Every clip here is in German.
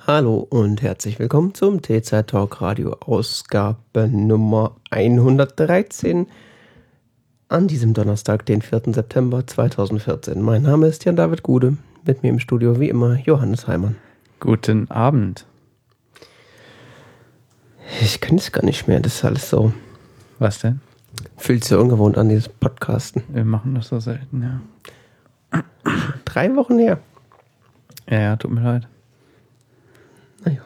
Hallo und herzlich willkommen zum T-Zeit Talk Radio Ausgabe Nummer 113 an diesem Donnerstag, den 4. September 2014. Mein Name ist Jan-David Gude, mit mir im Studio wie immer Johannes Heimann. Guten Abend. Ich kann es gar nicht mehr, das ist alles so... Was denn? Fühlt sich so ungewohnt an, dieses Podcasten. Wir machen das so selten, ja. 3 Wochen her. Ja, tut mir leid. Naja.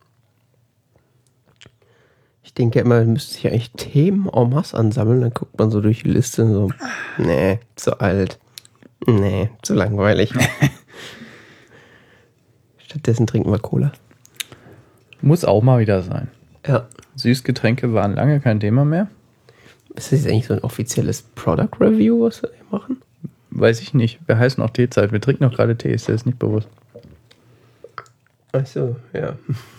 Ich denke immer, man müsste sich eigentlich Themen en masse ansammeln. Dann guckt man so durch die Liste und so, nee, zu alt. Nee, zu langweilig. Stattdessen trinken wir Cola. Muss auch mal wieder sein. Ja. Süßgetränke waren lange kein Thema mehr. Ist das jetzt eigentlich so ein offizielles Product Review, was wir hier machen? Weiß ich nicht. Wir heißen auch Teezeit. Wir trinken noch gerade Tee. Ist dir das nicht bewusst? Ach so, ja.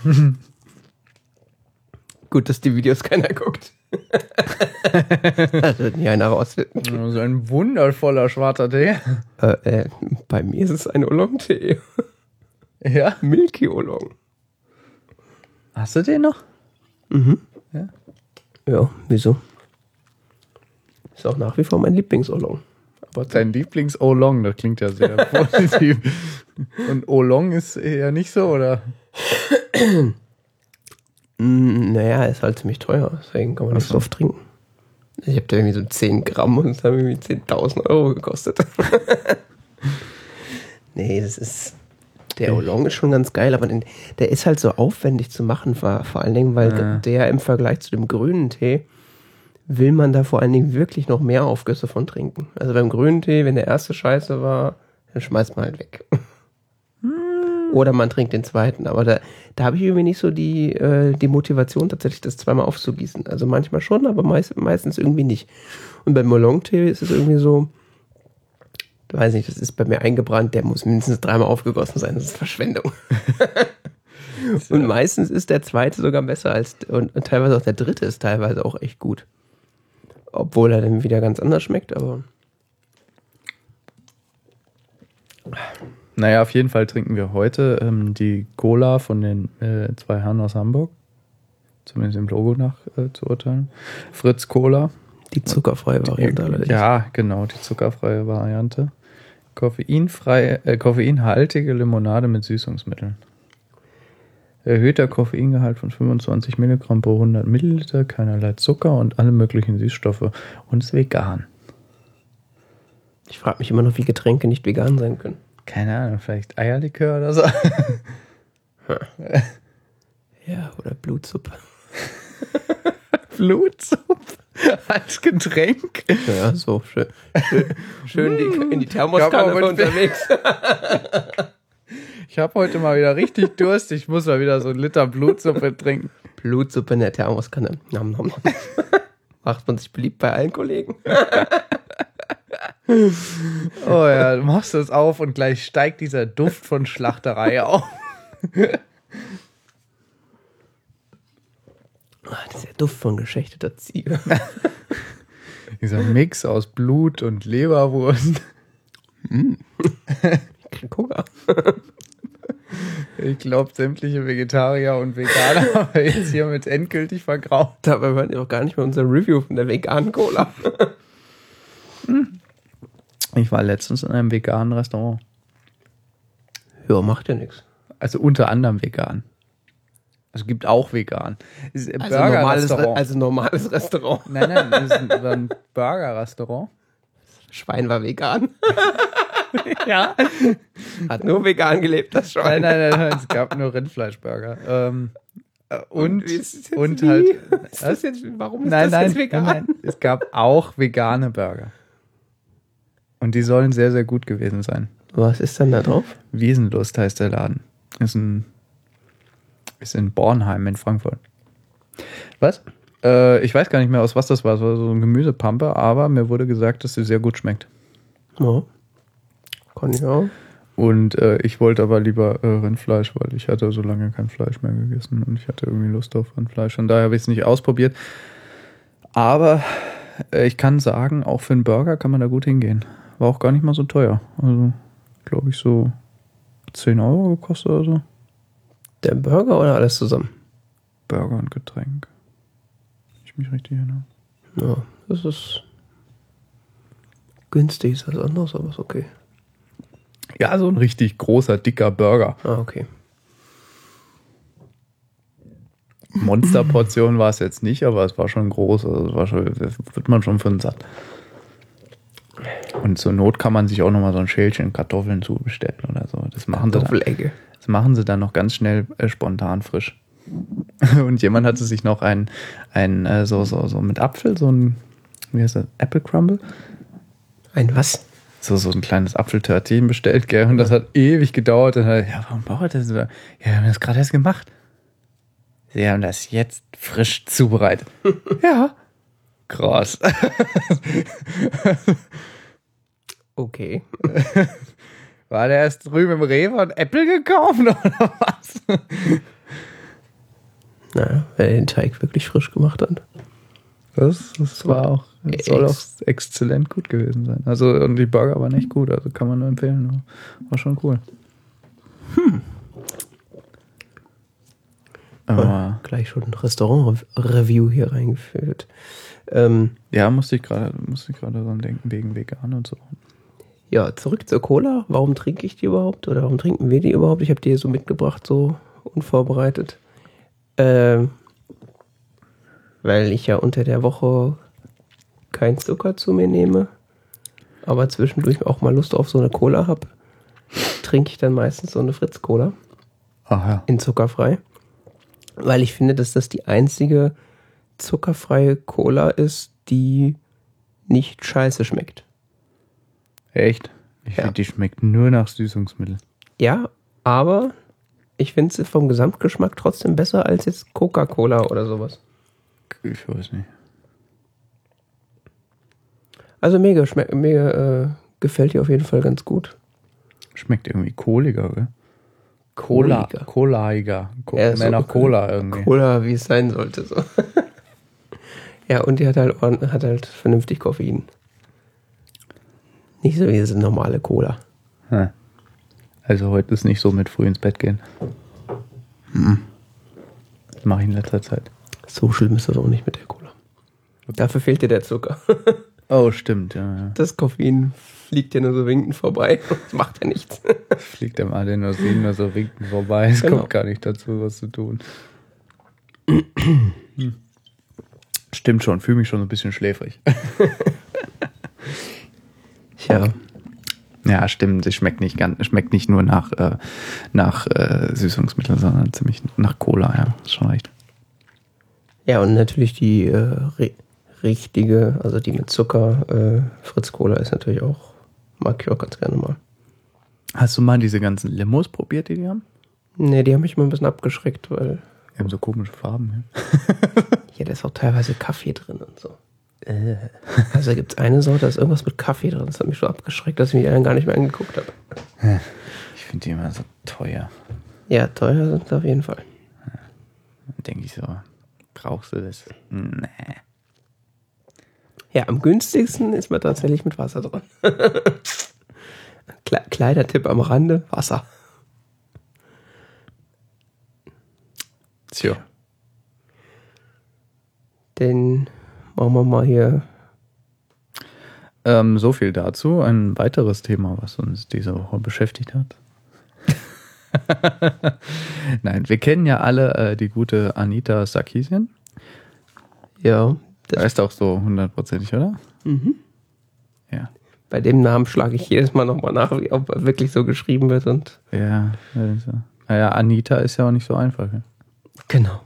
Gut, dass die Videos keiner guckt. Das wird nie einer rausfinden. So ein wundervoller schwarzer Tee. Bei mir ist es ein Oolong-Tee. Ja? Milky Oolong. Hast du den noch? Mhm. Ja. Ja, wieso? Ist auch nach wie vor mein Lieblings-Oolong. Aber Dein Lieblings-Oolong, das klingt ja sehr positiv. Und Oolong ist eher nicht so, oder? Naja, ist halt ziemlich teuer, deswegen kann man nicht so oft trinken. Ich habe da irgendwie so 10 Gramm und es haben irgendwie 10.000 Euro gekostet. Nee, das ist... Der Oolong ist schon ganz geil, aber der ist halt so aufwendig zu machen, vor allen Dingen, weil der im Vergleich zu dem grünen Tee will man da vor allen Dingen wirklich noch mehr Aufgüsse von trinken. Also beim grünen Tee, wenn der erste scheiße war, dann schmeißt man halt weg. Oder man trinkt den zweiten. Aber da habe ich irgendwie nicht so die Motivation, tatsächlich das zweimal aufzugießen. Also manchmal schon, aber meistens irgendwie nicht. Und beim Oolong-Tee ist es irgendwie so, weiß nicht, das ist bei mir eingebrannt, der muss mindestens 3-mal aufgegossen sein. Das ist Verschwendung. Und meistens ist der zweite sogar besser als, und teilweise auch der dritte ist teilweise auch echt gut. Obwohl er dann wieder ganz anders schmeckt, aber... Naja, auf jeden Fall trinken wir heute die Cola von den 2 Herren aus Hamburg. Zumindest im Logo nach zu urteilen. Fritz Cola. Die zuckerfreie Variante allerdings. Ja, genau, die zuckerfreie Variante. Koffeinhaltige Limonade mit Süßungsmitteln. Erhöhter Koffeingehalt von 25 Milligramm pro 100 Milliliter, keinerlei Zucker und alle möglichen Süßstoffe und ist vegan. Ich frage mich immer noch, wie Getränke nicht vegan sein können. Keine Ahnung, vielleicht Eierlikör oder so. Ja, oder Blutsuppe. Blutsuppe als Getränk? Ja, so schön in die Thermoskanne unterwegs. Ich habe heute mal wieder richtig Durst. Ich muss mal wieder so 1 Liter Blutsuppe trinken. Blutsuppe in der Thermoskanne. Nom, nom, nom. Macht man sich beliebt bei allen Kollegen. Oh ja, du machst das auf und gleich steigt dieser Duft von Schlachterei auf. Dieser Duft von geschächteter Ziege. Dieser Mix aus Blut und Leberwurst. Ich krieg Hunger. Ich glaube, sämtliche Vegetarier und Veganer haben wir jetzt hiermit endgültig vergraut. Dabei hören wir auch gar nicht mehr unser Review von der veganen Cola. Ich war letztens in einem veganen Restaurant. Ja, macht ja nichts. Also unter anderem vegan. Also gibt auch vegan. Ist ein normales Restaurant. Nein, es ist ein Burger-Restaurant. Schwein war vegan. Ja. Hat nur vegan gelebt, das Schwein. Nein, es gab nur Rindfleischburger. Und warum ist das jetzt vegan? Nein, es gab auch vegane Burger. Und die sollen sehr, sehr gut gewesen sein. Was ist denn da drauf? Wiesenlust heißt der Laden. Ist in Bornheim in Frankfurt. Was? Ich weiß gar nicht mehr, aus was das war. Es war so ein Gemüsepampe, aber mir wurde gesagt, dass sie sehr gut schmeckt. Ja. Kann ich auch. Und ich wollte aber lieber Rindfleisch, weil ich hatte so lange kein Fleisch mehr gegessen und ich hatte irgendwie Lust auf Rindfleisch. Und daher habe ich es nicht ausprobiert. Aber ich kann sagen, auch für einen Burger kann man da gut hingehen. War auch gar nicht mal so teuer. Also, glaube ich, so 10 Euro gekostet oder so. Der Burger oder alles zusammen? Burger und Getränk. Ich mich richtig erinnere. Ja, das ist günstig, ist was anderes, aber ist okay. Ja, so ein richtig großer, dicker Burger. Ah, okay. Monsterportion war es jetzt nicht, aber es war schon groß. Also das wird man schon von satt. Und zur Not kann man sich auch nochmal so ein Schälchen Kartoffeln zubestellen oder so. Das machen sie dann noch ganz schnell spontan frisch. Und jemand hatte sich noch so mit Apfel, so ein, wie heißt das, Apple Crumble? Ein was? So ein kleines Apfeltörtchen bestellt, gell? Und das hat ewig gedauert. Und dann, ja, warum dauert das? Ja, wir haben das gerade erst gemacht. Sie haben das jetzt frisch zubereitet. Ja. Krass. Okay. War der erst drüben im Rewe und Apple gekauft oder was? Naja, wer den Teig wirklich frisch gemacht hat. Das soll auch exzellent gut gewesen sein. Also, und die Burger waren echt gut, also kann man nur empfehlen. War schon cool. Aber gleich schon ein Restaurant-Review hier reingeführt. ja, musste ich gerade dran denken, wegen vegan und so. Ja, zurück zur Cola. Warum trinke ich die überhaupt? Oder warum trinken wir die überhaupt? Ich habe die hier so mitgebracht, so unvorbereitet. Weil ich ja unter der Woche keinen Zucker zu mir nehme, aber zwischendurch auch mal Lust auf so eine Cola habe, trinke ich dann meistens so eine Fritz-Cola. Aha. In zuckerfrei. Weil ich finde, dass das die einzige zuckerfreie Cola ist, die nicht scheiße schmeckt. Echt? Ich finde, die schmeckt nur nach Süßungsmittel. Ja, aber ich finde sie vom Gesamtgeschmack trotzdem besser als jetzt Coca-Cola oder sowas. Ich weiß nicht. Also mega gefällt dir auf jeden Fall ganz gut. Schmeckt irgendwie kohliger, gell? Cola-iger. Ja, mehr nach Cola irgendwie. Cola, wie es sein sollte. So. Ja, und die hat halt vernünftig Koffein. Nicht so wie diese normale Cola. Hm. Also heute ist nicht so mit früh ins Bett gehen. Das mache ich in letzter Zeit. So schlimm ist das auch nicht mit der Cola. Dafür fehlt dir der Zucker. Oh, stimmt, ja. Das Koffein fliegt ja nur so winkend vorbei. Das macht ja nichts. Fliegt dem alle nur so winkend vorbei. Es kommt gar nicht dazu, was zu tun. Stimmt schon, fühle mich schon so ein bisschen schläfrig. Tja. Ja, stimmt. Es schmeckt nicht nur nach Süßungsmitteln, sondern ziemlich nach Cola, ja. Ist schon recht. Ja, und natürlich die richtige, also die mit Zucker, Fritz Cola ist natürlich auch, mag ich auch ganz gerne mal. Hast du mal diese ganzen Limos probiert, die haben? Nee, die haben mich mal ein bisschen abgeschreckt, weil... Die haben so komische Farben, ja. Ja, da ist auch teilweise Kaffee drin und so. Also gibt es eine Sorte, da ist irgendwas mit Kaffee drin. Das hat mich so abgeschreckt, dass ich mich dann gar nicht mehr angeguckt habe. Ich finde die immer so teuer. Ja, teuer sind sie auf jeden Fall. Dann denke ich so, brauchst du das? Nee. Ja, am günstigsten ist man tatsächlich mit Wasser dran. Kleiner Tipp am Rande, Wasser. Tja. Den machen wir mal hier. So viel dazu. Ein weiteres Thema, was uns diese Woche beschäftigt hat. Nein, wir kennen ja alle die gute Anita Sarkeesian. Ja. Das ist auch so 100%, oder? Mhm. Ja. Bei dem Namen schlage ich jedes Mal nochmal nach, ob er wirklich so geschrieben wird. Und ja, also. Naja, Anita ist ja auch nicht so einfach. Ja? Genau.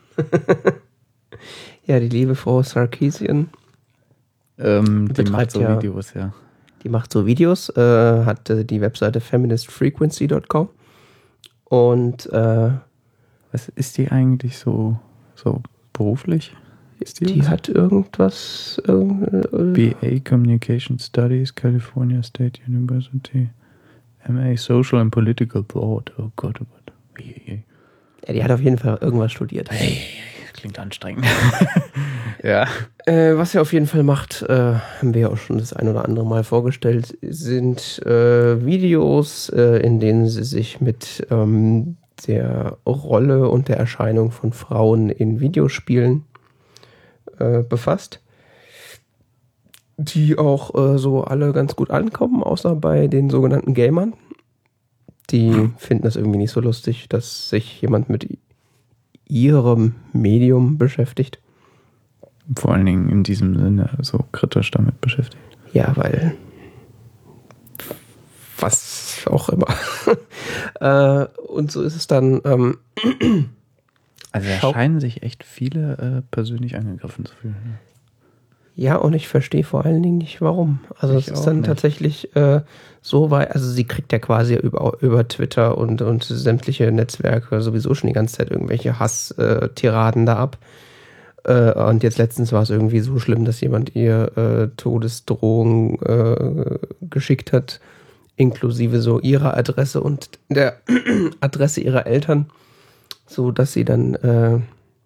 Ja, die liebe Frau Sarkeesian. Die macht so Videos, ja. Die macht so Videos, hat die Webseite feministfrequency.com und was ist die eigentlich so beruflich? Die hat irgendwas BA Communication Studies, California State University, MA Social and Political Thought. Oh Gott, oh Gott. Ja, die hat auf jeden Fall irgendwas studiert. Hey, klingt anstrengend. Ja. Was sie auf jeden Fall macht, haben wir ja auch schon das ein oder andere Mal vorgestellt, sind Videos, in denen sie sich mit der Rolle und der Erscheinung von Frauen in Videospielen befasst, die auch so alle ganz gut ankommen, außer bei den sogenannten Gamern. Die finden das irgendwie nicht so lustig, dass sich jemand mit ihrem Medium beschäftigt. Vor allen Dingen in diesem Sinne so kritisch damit beschäftigt. Ja, weil was auch immer. Und so ist es dann. Also da scheinen sich echt viele persönlich angegriffen zu fühlen. Ja, und ich verstehe vor allen Dingen nicht, warum. Also es ist dann nicht tatsächlich so weit, also sie kriegt ja quasi über Twitter und sämtliche Netzwerke sowieso schon die ganze Zeit irgendwelche Hass-Tiraden da ab. Und jetzt letztens war es irgendwie so schlimm, dass jemand ihr Todesdrohung geschickt hat, inklusive so ihrer Adresse und der Adresse ihrer Eltern, so dass sie dann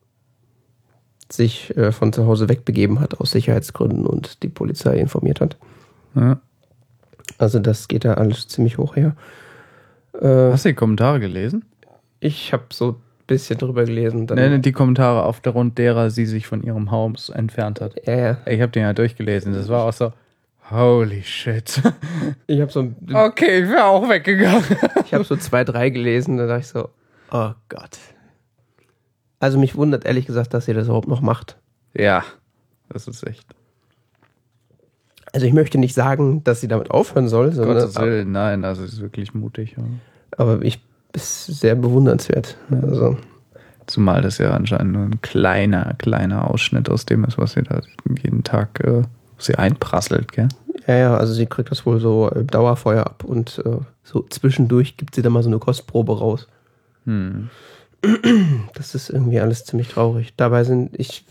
sich von zu Hause wegbegeben hat aus Sicherheitsgründen und die Polizei informiert hat. Ja. Also das geht da alles ziemlich hoch her. Hast du die Kommentare gelesen? Ich habe so ein bisschen drüber gelesen. Dann die Kommentare aufgrund derer sie sich von ihrem Haus entfernt hat. Ja. Ich habe den ja durchgelesen. Das war auch so, holy shit. Ich habe so okay, ich wäre auch weggegangen. Ich habe so 2, 3 gelesen, da dachte ich so, oh Gott. Also mich wundert ehrlich gesagt, dass ihr das überhaupt noch macht. Ja, das ist echt. Also ich möchte nicht sagen, dass sie damit aufhören soll, sondern Gottes Willen, nein, also es ist wirklich mutig. Aber ist sehr bewundernswert. Ja. Also. Zumal das ja anscheinend nur ein kleiner Ausschnitt aus dem ist, was sie da jeden Tag sie einprasselt, gell? Ja, also sie kriegt das wohl so Dauerfeuer ab und so zwischendurch gibt sie dann mal so eine Kostprobe raus. Das ist irgendwie alles ziemlich traurig. Dabei ich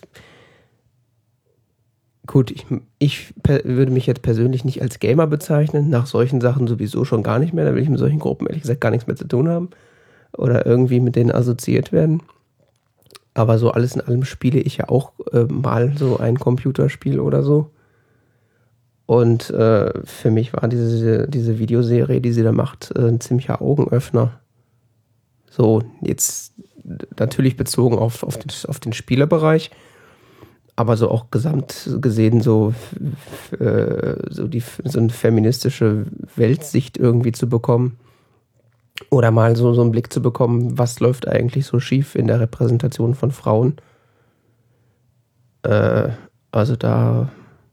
würde mich jetzt persönlich nicht als Gamer bezeichnen, nach solchen Sachen sowieso schon gar nicht mehr, da will ich mit solchen Gruppen ehrlich gesagt gar nichts mehr zu tun haben oder irgendwie mit denen assoziiert werden. Aber so alles in allem spiele ich ja auch mal so ein Computerspiel oder so. Und für mich war diese Videoserie, die sie da macht, ein ziemlicher Augenöffner. So, jetzt natürlich bezogen auf den Spielerbereich, aber so auch gesamt gesehen so eine feministische Weltsicht irgendwie zu bekommen oder mal so einen Blick zu bekommen, was läuft eigentlich so schief in der Repräsentation von Frauen. Also das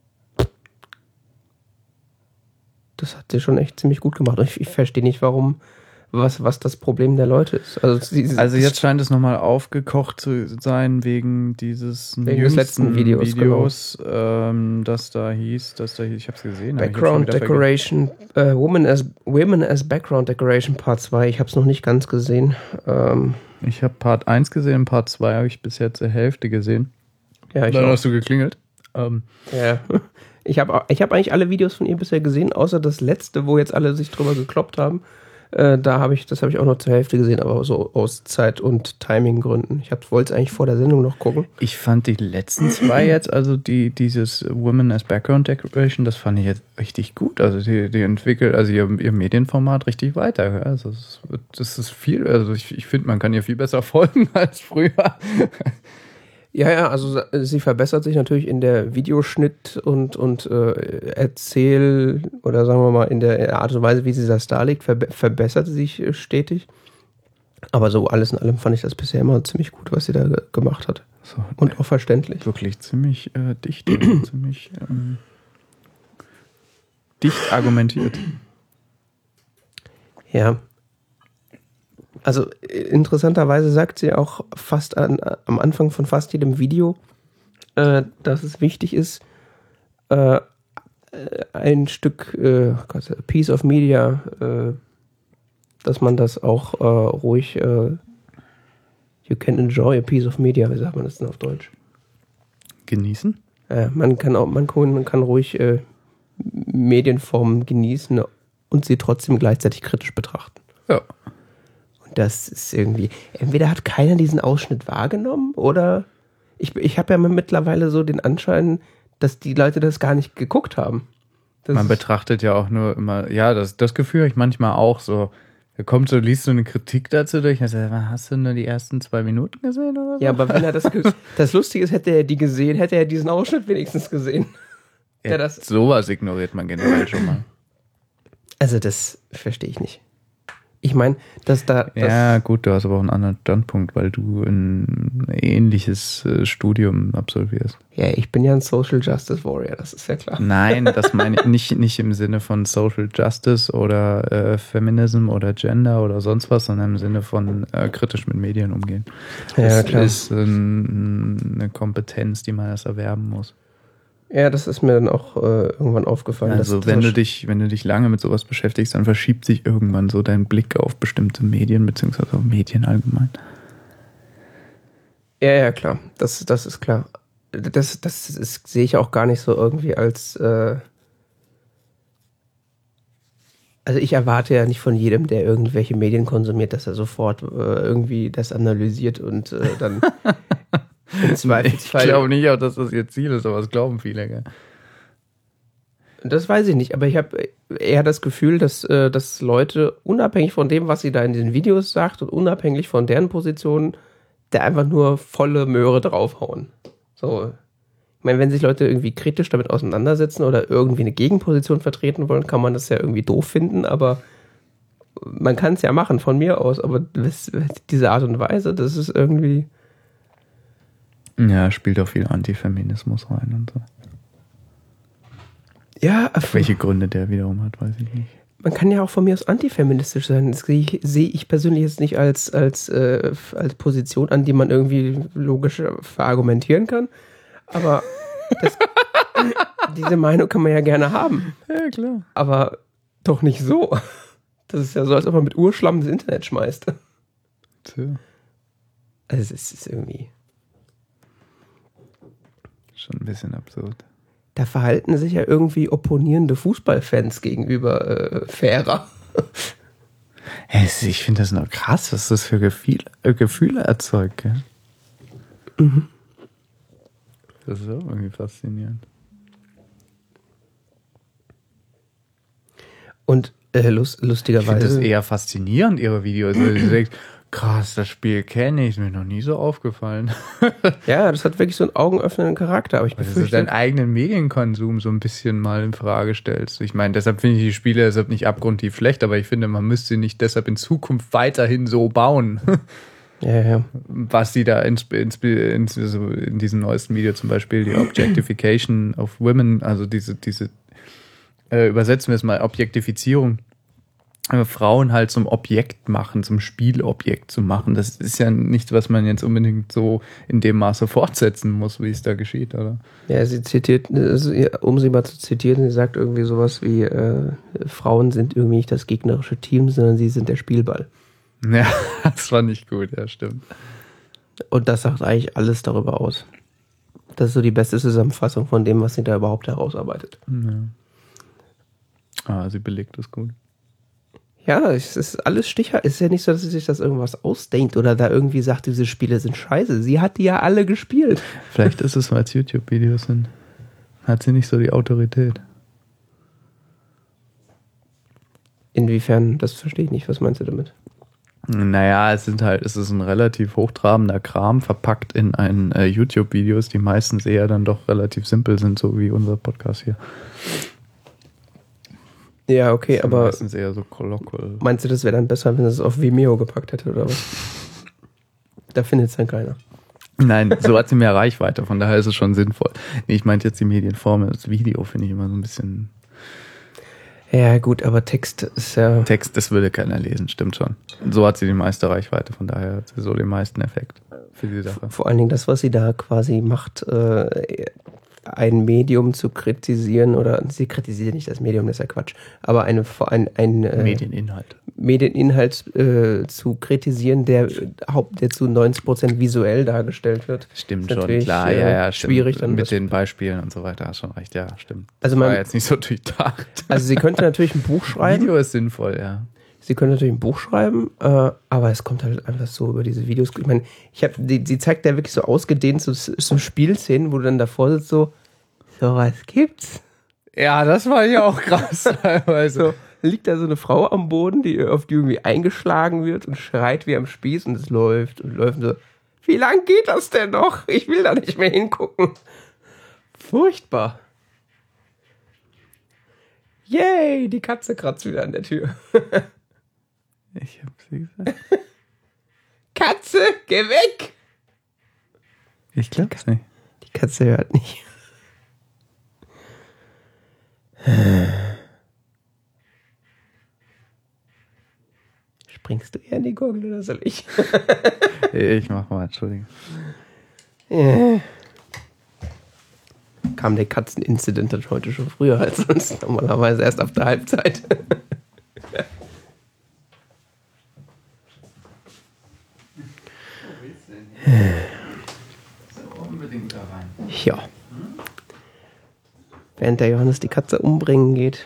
hat sie schon echt ziemlich gut gemacht. Und ich verstehe nicht, was das Problem der Leute ist. Also jetzt scheint es nochmal aufgekocht zu sein wegen des letzten Videos genau. Das da hieß, ich hab's gesehen. Background Decoration, Women as Background Decoration Part 2, ich hab's noch nicht ganz gesehen. Ich habe Part 1 gesehen, Part 2 habe ich bis jetzt die Hälfte gesehen. Ja, Dann hast du geklingelt. Ja. Ich hab eigentlich alle Videos von ihr bisher gesehen, außer das letzte, wo jetzt alle sich drüber gekloppt haben. Das habe ich auch noch zur Hälfte gesehen, aber so aus Zeit- und Timing-Gründen. Ich wollte es eigentlich vor der Sendung noch gucken. Ich fand die letzten 2 jetzt, also dieses Women as Background Decoration, das fand ich jetzt richtig gut. Also die entwickelt also ihr Medienformat richtig weiter. Also das ist viel, also ich finde, man kann ihr viel besser folgen als früher. Ja, also sie verbessert sich natürlich in der Videoschnitt und Erzähl- oder sagen wir mal in der Art und Weise, wie sie das darlegt, verbessert sie sich stetig. Aber so alles in allem fand ich das bisher immer ziemlich gut, was sie da gemacht hat. So, und auch verständlich. Wirklich ziemlich dicht, ziemlich dicht argumentiert. Ja. Also interessanterweise sagt sie auch fast am Anfang von fast jedem Video, dass es wichtig ist, ein Stück Piece of Media, dass man das auch ruhig you can enjoy a piece of media, wie sagt man das denn auf Deutsch? Genießen? Man kann ruhig Medienformen genießen und sie trotzdem gleichzeitig kritisch betrachten. Ja. Das ist irgendwie, entweder hat keiner diesen Ausschnitt wahrgenommen oder ich habe ja mittlerweile so den Anschein, dass die Leute das gar nicht geguckt haben. Man betrachtet ja auch nur immer, ja, das Gefühl habe ich manchmal auch so, liest du eine Kritik dazu durch. Also, hast du nur die ersten 2 Minuten gesehen oder so? Ja, aber wenn er das Lustige ist, hätte er die gesehen, hätte er diesen Ausschnitt wenigstens gesehen. Ja, sowas ignoriert man generell schon mal. Also das verstehe ich nicht. Ich meine, dass da... Ja, gut, du hast aber auch einen anderen Standpunkt, weil du ein ähnliches Studium absolvierst. Ja, ich bin ja ein Social Justice Warrior, das ist ja klar. Nein, das meine ich nicht im Sinne von Social Justice oder Feminism oder Gender oder sonst was, sondern im Sinne von kritisch mit Medien umgehen. Das ist eine Kompetenz, die man erst erwerben muss. Ja, das ist mir dann auch irgendwann aufgefallen. Also wenn du dich lange mit sowas beschäftigst, dann verschiebt sich irgendwann so dein Blick auf bestimmte Medien, beziehungsweise auf Medien allgemein. Ja, klar. Das ist klar. Das sehe ich auch gar nicht so irgendwie als... Also ich erwarte ja nicht von jedem, der irgendwelche Medien konsumiert, dass er sofort irgendwie das analysiert und dann... Im Zweifelsfall. Ich glaube nicht auch, dass das ihr Ziel ist, aber das glauben viele. Gell? Das weiß ich nicht, aber ich habe eher das Gefühl, dass Leute, unabhängig von dem, was sie da in den Videos sagt und unabhängig von deren Positionen, da einfach nur volle Möhre draufhauen. So. Ich meine, wenn sich Leute irgendwie kritisch damit auseinandersetzen oder irgendwie eine Gegenposition vertreten wollen, kann man das ja irgendwie doof finden, aber man kann es ja machen, von mir aus, aber diese Art und Weise, das ist irgendwie... Ja, spielt auch viel Antifeminismus rein und so. Ja, welche Gründe der wiederum hat, weiß ich nicht. Man kann ja auch von mir aus antifeministisch sein. Das sehe ich persönlich jetzt nicht als Position an, die man irgendwie logisch verargumentieren kann. Aber diese Meinung kann man ja gerne haben. Ja, klar. Aber doch nicht so. Das ist ja so, als ob man mit Urschlamm ins Internet schmeißt. Tja. Also es ist irgendwie... Schon ein bisschen absurd. Da verhalten sich ja irgendwie opponierende Fußballfans gegenüber fairer. Ich finde das noch krass, was das für Gefühle erzeugt. Gell? Mhm. Das ist auch irgendwie faszinierend. Und lustigerweise... Ich finde das eher faszinierend, ihre Videos. Weil sie denkt, krass, das Spiel kenne ich, ist mir noch nie so aufgefallen. Ja, das hat wirklich so einen augenöffnenden Charakter. Aber ich befürchte, dass du deinen eigenen Medienkonsum so ein bisschen mal in Frage stellst. Ich meine, deshalb finde ich die Spiele deshalb nicht abgrundtief schlecht, aber ich finde, man müsste sie nicht deshalb in Zukunft weiterhin so bauen. Ja. Was sie da in diesem neuesten Video zum Beispiel, die Objectification of Women, also diese übersetzen wir es mal, Objektifizierung, Frauen halt zum Objekt machen, zum Spielobjekt zu machen. Das ist ja nichts, was man jetzt unbedingt so in dem Maße fortsetzen muss, wie es da geschieht, oder? Ja, sie zitiert, um sie mal zu zitieren, sie sagt irgendwie sowas wie, Frauen sind irgendwie nicht das gegnerische Team, sondern sie sind der Spielball. Ja, das war nicht gut, ja, stimmt. Und das sagt eigentlich alles darüber aus. Das ist so die beste Zusammenfassung von dem, was sie da überhaupt herausarbeitet. Ja. Sie belegt das gut. Ja, es ist alles stichhaltig. Es ist ja nicht so, dass sie sich das irgendwas ausdenkt oder da irgendwie sagt, diese Spiele sind scheiße. Sie hat die ja alle gespielt. Vielleicht ist es, weil es YouTube-Videos sind. Hat sie nicht so die Autorität. Inwiefern? Das verstehe ich nicht. Was meinst du damit? Naja, es ist ein relativ hochtrabender Kram, verpackt in ein YouTube-Videos, die meistens eher dann doch relativ simpel sind, so wie unser Podcast hier. Ja, okay, aber meistens eher so colloquial. Meinst du, das wäre dann besser, wenn es auf Vimeo gepackt hätte, oder was? Da findet es dann keiner. Nein, so hat sie mehr Reichweite, von daher ist es schon sinnvoll. Nee, ich meinte jetzt die Medienform, das Video finde ich immer so ein bisschen... Ja, gut, aber Text ist ja... Text, das würde keiner lesen, stimmt schon. So hat sie die meiste Reichweite, von daher hat sie so den meisten Effekt für die Sache. Vor allen Dingen das, was sie da quasi macht, ein Medium zu kritisieren, oder sie kritisiert nicht das Medium, das ist ja Quatsch, aber ein Medieninhalt zu kritisieren, der zu 90% visuell dargestellt wird. Stimmt schon, klar, ja, schwierig stimmt. dann mit den Beispielen und so weiter, hast schon recht, ja, stimmt. Also war jetzt nicht so durchdacht. Also sie könnte natürlich ein Buch schreiben. Video ist sinnvoll, ja. Sie können natürlich ein Buch schreiben, aber es kommt halt einfach so über diese Videos. Ich meine, sie zeigt ja wirklich so ausgedehnt so Spielszenen, wo du dann davor sitzt, so was gibt's? Ja, das war ja auch krass teilweise. liegt da so eine Frau am Boden, auf die irgendwie eingeschlagen wird und schreit wie am Spieß und es läuft und läuft so. Wie lang geht das denn noch? Ich will da nicht mehr hingucken. Furchtbar. Yay, die Katze kratzt wieder an der Tür. Ich hab sie gesagt. Katze, geh weg! Ich glaub's nicht. Die Katze hört nicht. Springst du eher in die Gurgel oder soll ich? Ich mach mal, Entschuldigung. Kam der Katzenincident dann heute schon früher als sonst. Normalerweise erst auf der Halbzeit. Unbedingt da rein. Ja. Während der Johannes die Katze umbringen geht,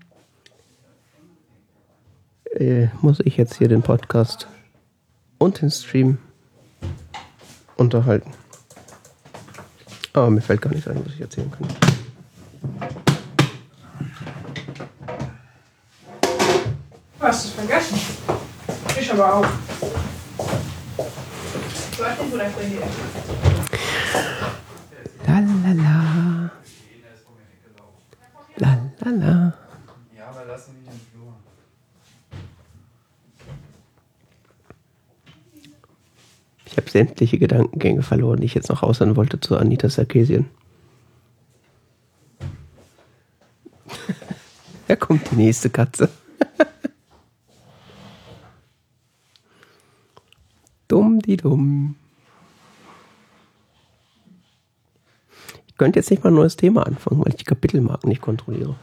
muss ich jetzt hier den Podcast und den Stream unterhalten. Aber mir fällt gar nicht ein, was ich erzählen kann. Du hast es vergessen. Ich aber auch. Du weißt nicht, wo dein Handy ist. Lalala. Lalala. Ja, aber lass ihn nicht im Flur. Ich habe sämtliche Gedankengänge verloren, die ich jetzt noch äußern wollte zu Anita Sarkeesian. Da kommt die nächste Katze. Dumm die dumm. Ich könnte jetzt nicht mal ein neues Thema anfangen, weil ich die Kapitelmarken nicht kontrolliere.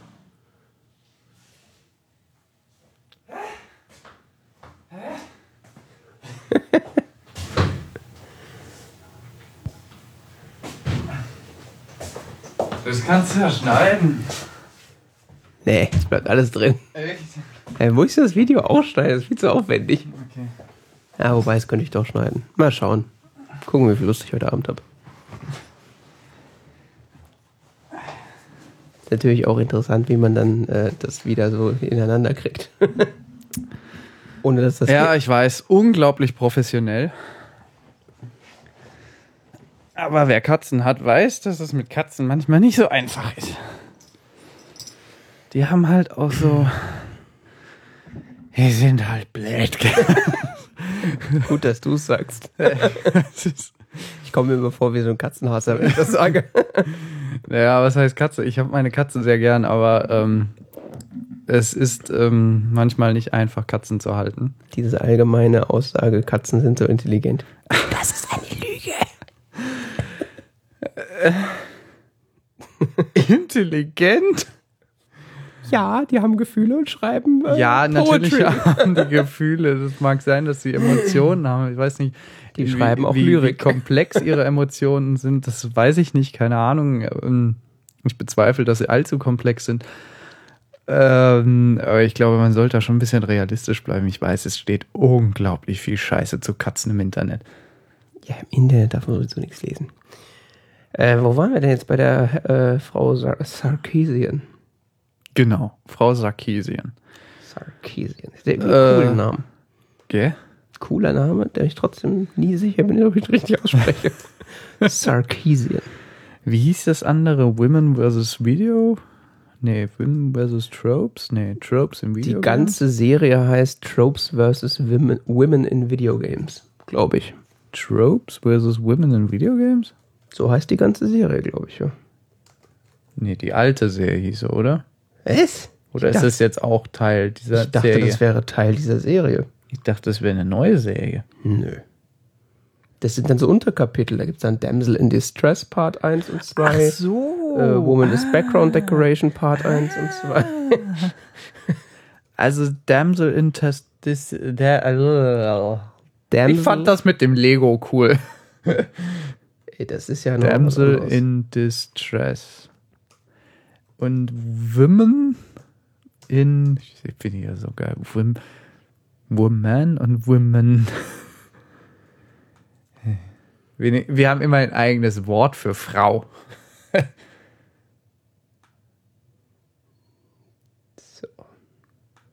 Das kannst du ja schneiden. Nee, es bleibt alles drin. Echt? Wo ich das Video ausschneide, das ist viel zu aufwendig. Okay. Ja, wobei, das könnte ich doch schneiden. Mal schauen. Gucken, wie viel Lust ich heute Abend habe. Natürlich auch interessant, wie man dann das wieder so ineinander kriegt. Ohne dass das... Ja, ich weiß, unglaublich professionell. Aber wer Katzen hat, weiß, dass es mit Katzen manchmal nicht so einfach ist. Die haben halt auch so... Die sind halt blöd. Gut, dass du es sagst. Ich komme mir immer vor wie so ein Katzenhasser, wenn ich das sage. Naja, was heißt Katze? Ich habe meine Katzen sehr gern, aber es ist manchmal nicht einfach, Katzen zu halten. Diese allgemeine Aussage, Katzen sind so intelligent. Das ist eine Lüge. Intelligent? Ja, die haben Gefühle und schreiben Ja, natürlich Poetry. haben die Gefühle. Das mag sein, dass sie Emotionen haben. Ich weiß nicht, Die schreiben auch wie Lyrik. komplex ihre Emotionen sind. Das weiß ich nicht, keine Ahnung. Ich bezweifle, dass sie allzu komplex sind. Aber ich glaube, man sollte da schon ein bisschen realistisch bleiben. Ich weiß, es steht unglaublich viel Scheiße zu Katzen im Internet. Ja, im Internet darf man sowieso nichts lesen. Wo waren wir denn jetzt bei der Frau Sarkeesian? Genau, Frau Sarkeesian. Sarkeesian. Der ist ein cooler Name. Gell? Cooler Name, der ich trotzdem nie sicher bin, ob ich ihn richtig ausspreche. Sarkeesian. Wie hieß das andere? Women vs. Video? Nee, Women vs. Tropes? Nee, Tropes im Video. Die ganze Serie heißt Tropes vs. Women in Video Games, glaube ich. Tropes vs. Women in Video Games? So heißt die ganze Serie, glaube ich, ja. Nee, die alte Serie hieß so, oder? Was? Oder ist das jetzt auch Teil dieser Ich dachte, Serie? das wäre Teil dieser Serie. Ich dachte, das wäre eine neue Serie. Nö. Das sind dann so Unterkapitel. Da gibt es dann Damsel in Distress Part 1 und 2. Ach so. Woman is Background Decoration Part 1 und 2. Also Damsel in Ich fand das mit dem Lego cool. Ey, das ist ja noch Damsel was anderes. in Distress. Und Women in... Ich bin hier so geil. Woman und Women. Wir haben immer ein eigenes Wort für Frau. So.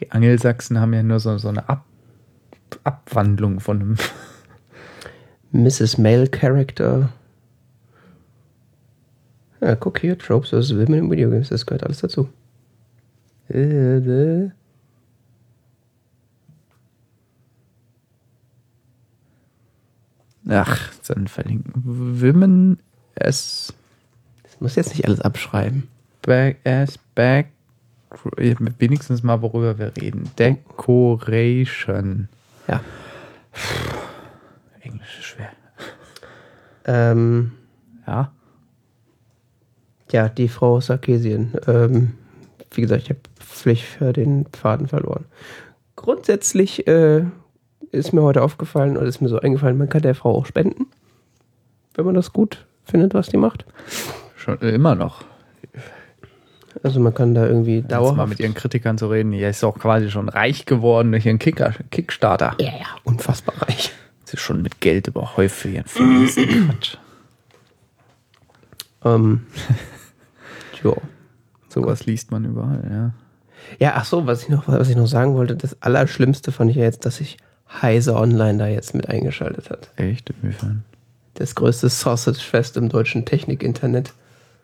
Die Angelsachsen haben ja nur so eine Abwandlung von einem Mrs. Male Character. Ja, guck hier, Tropes vs. Women in Video Games, das gehört alles dazu. Ach, dann verlinken. Women as Das muss jetzt nicht alles abschreiben. back. Wenigstens mal, worüber wir reden. Decoration. Ja. Englisch ist schwer. Ja. Ja. Die Frau Sarkeesian. Wie gesagt, ich habe völlig den Faden verloren. Grundsätzlich ist mir heute aufgefallen oder ist mir so eingefallen, man kann der Frau auch spenden, wenn man das gut findet, was die macht. Schon immer noch. Also man kann da irgendwie dauerhaft... mal mit ihren Kritikern zu reden. Die ist auch quasi schon reich geworden durch ihren Kickstarter. Ja, unfassbar reich. Sie ist schon mit Geld überhäuft für ihren Quatsch. Jo. Sowas liest man überall, ja. Ja, ach so, was ich noch sagen wollte, das Allerschlimmste fand ich ja jetzt, dass sich Heise Online da jetzt mit eingeschaltet hat. Echt? Inwiefern? Das größte Sausage-Fest im deutschen Technik-Internet.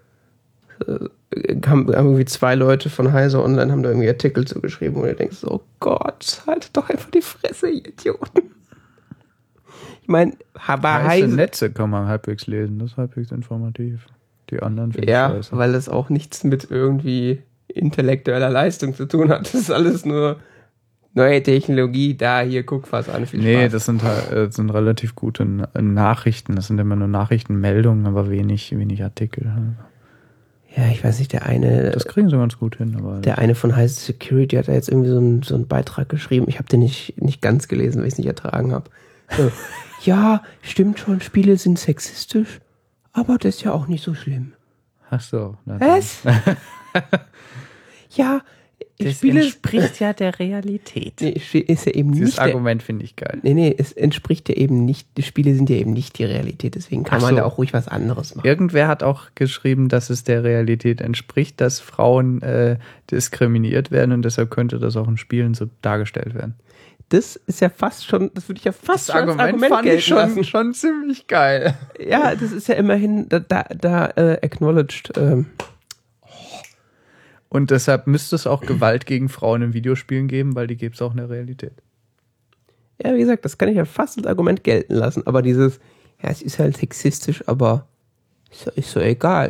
Haben irgendwie 2 Leute von Heise Online haben da irgendwie Artikel zugeschrieben, wo du denkst, oh Gott, haltet doch einfach die Fresse, ihr Idioten. Ich meine, aber Heise... Netze kann man halbwegs lesen, das ist halbwegs informativ. Die anderen finde ich Ja, scheiße. weil es auch nichts mit irgendwie intellektueller Leistung zu tun hat. Das ist alles nur neue Technologie, hier, guck was an. Viel Nee, Spaß. das sind relativ gute Nachrichten. Das sind immer nur Nachrichtenmeldungen, aber wenig Artikel. Ja, ich weiß nicht, der eine... Das kriegen sie ganz gut hin. Aber Der eine von Heise Security hat da jetzt irgendwie so einen Beitrag geschrieben. Ich habe den nicht ganz gelesen, weil ich es nicht ertragen habe. So, ja, stimmt schon, Spiele sind sexistisch, aber das ist ja auch nicht so schlimm. Ach so. Was? Ja, Das Spiele... entspricht ja der Realität. Nee, ist ja eben Dieses nicht... Argument finde ich geil. Nee, es entspricht ja eben nicht... Die Spiele sind ja eben nicht die Realität, deswegen kann Ach man so. da auch ruhig was anderes machen. Irgendwer hat auch geschrieben, dass es der Realität entspricht, dass Frauen diskriminiert werden und deshalb könnte das auch in Spielen so dargestellt werden. Das ist ja fast schon... Das würde ich ja fast Das schon als Argument fand ich gelten lassen. schon ziemlich geil. Ja, das ist ja immerhin acknowledged. Und deshalb müsste es auch Gewalt gegen Frauen in Videospielen geben, weil die gibt es auch in der Realität. Ja, wie gesagt, das kann ich ja fast als Argument gelten lassen. Aber dieses, ja, es ist halt sexistisch, aber ist so egal.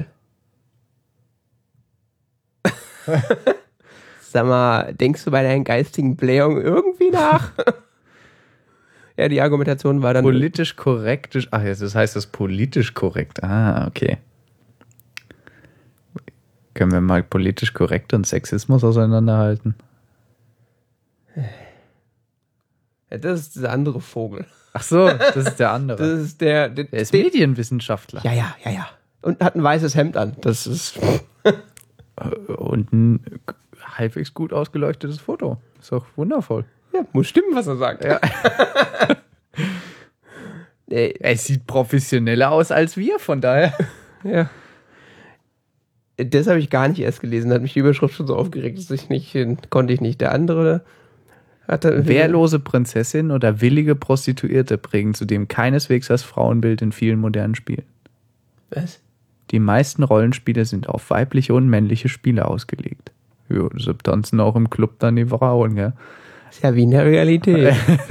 Sag mal, denkst du bei deinen geistigen Blähungen irgendwie nach? Ja, die Argumentation war dann... Politisch korrekt. Ach, jetzt das heißt das politisch korrekt. Ah, okay. Können wir mal politisch korrekt und Sexismus auseinanderhalten? Ja, das ist dieser andere Vogel. Ach so, das ist der andere. Das ist der ist Medienwissenschaftler. Ja. Und hat ein weißes Hemd an. Das ist... Und ein halbwegs gut ausgeleuchtetes Foto. Ist doch wundervoll. Ja, muss stimmen, was er sagt. Ja. Es sieht professioneller aus als wir, von daher. Ja. Das habe ich gar nicht erst gelesen. Da hat mich die Überschrift schon so aufgeregt, dass konnte ich nicht. Der andere hatte... Wehrlose Prinzessin oder willige Prostituierte prägen zudem keineswegs das Frauenbild in vielen modernen Spielen. Was? Die meisten Rollenspiele sind auf weibliche und männliche Spieler ausgelegt. Ja, deshalb tanzen auch im Club dann die Frauen, gell? Ist ja wie in der Realität.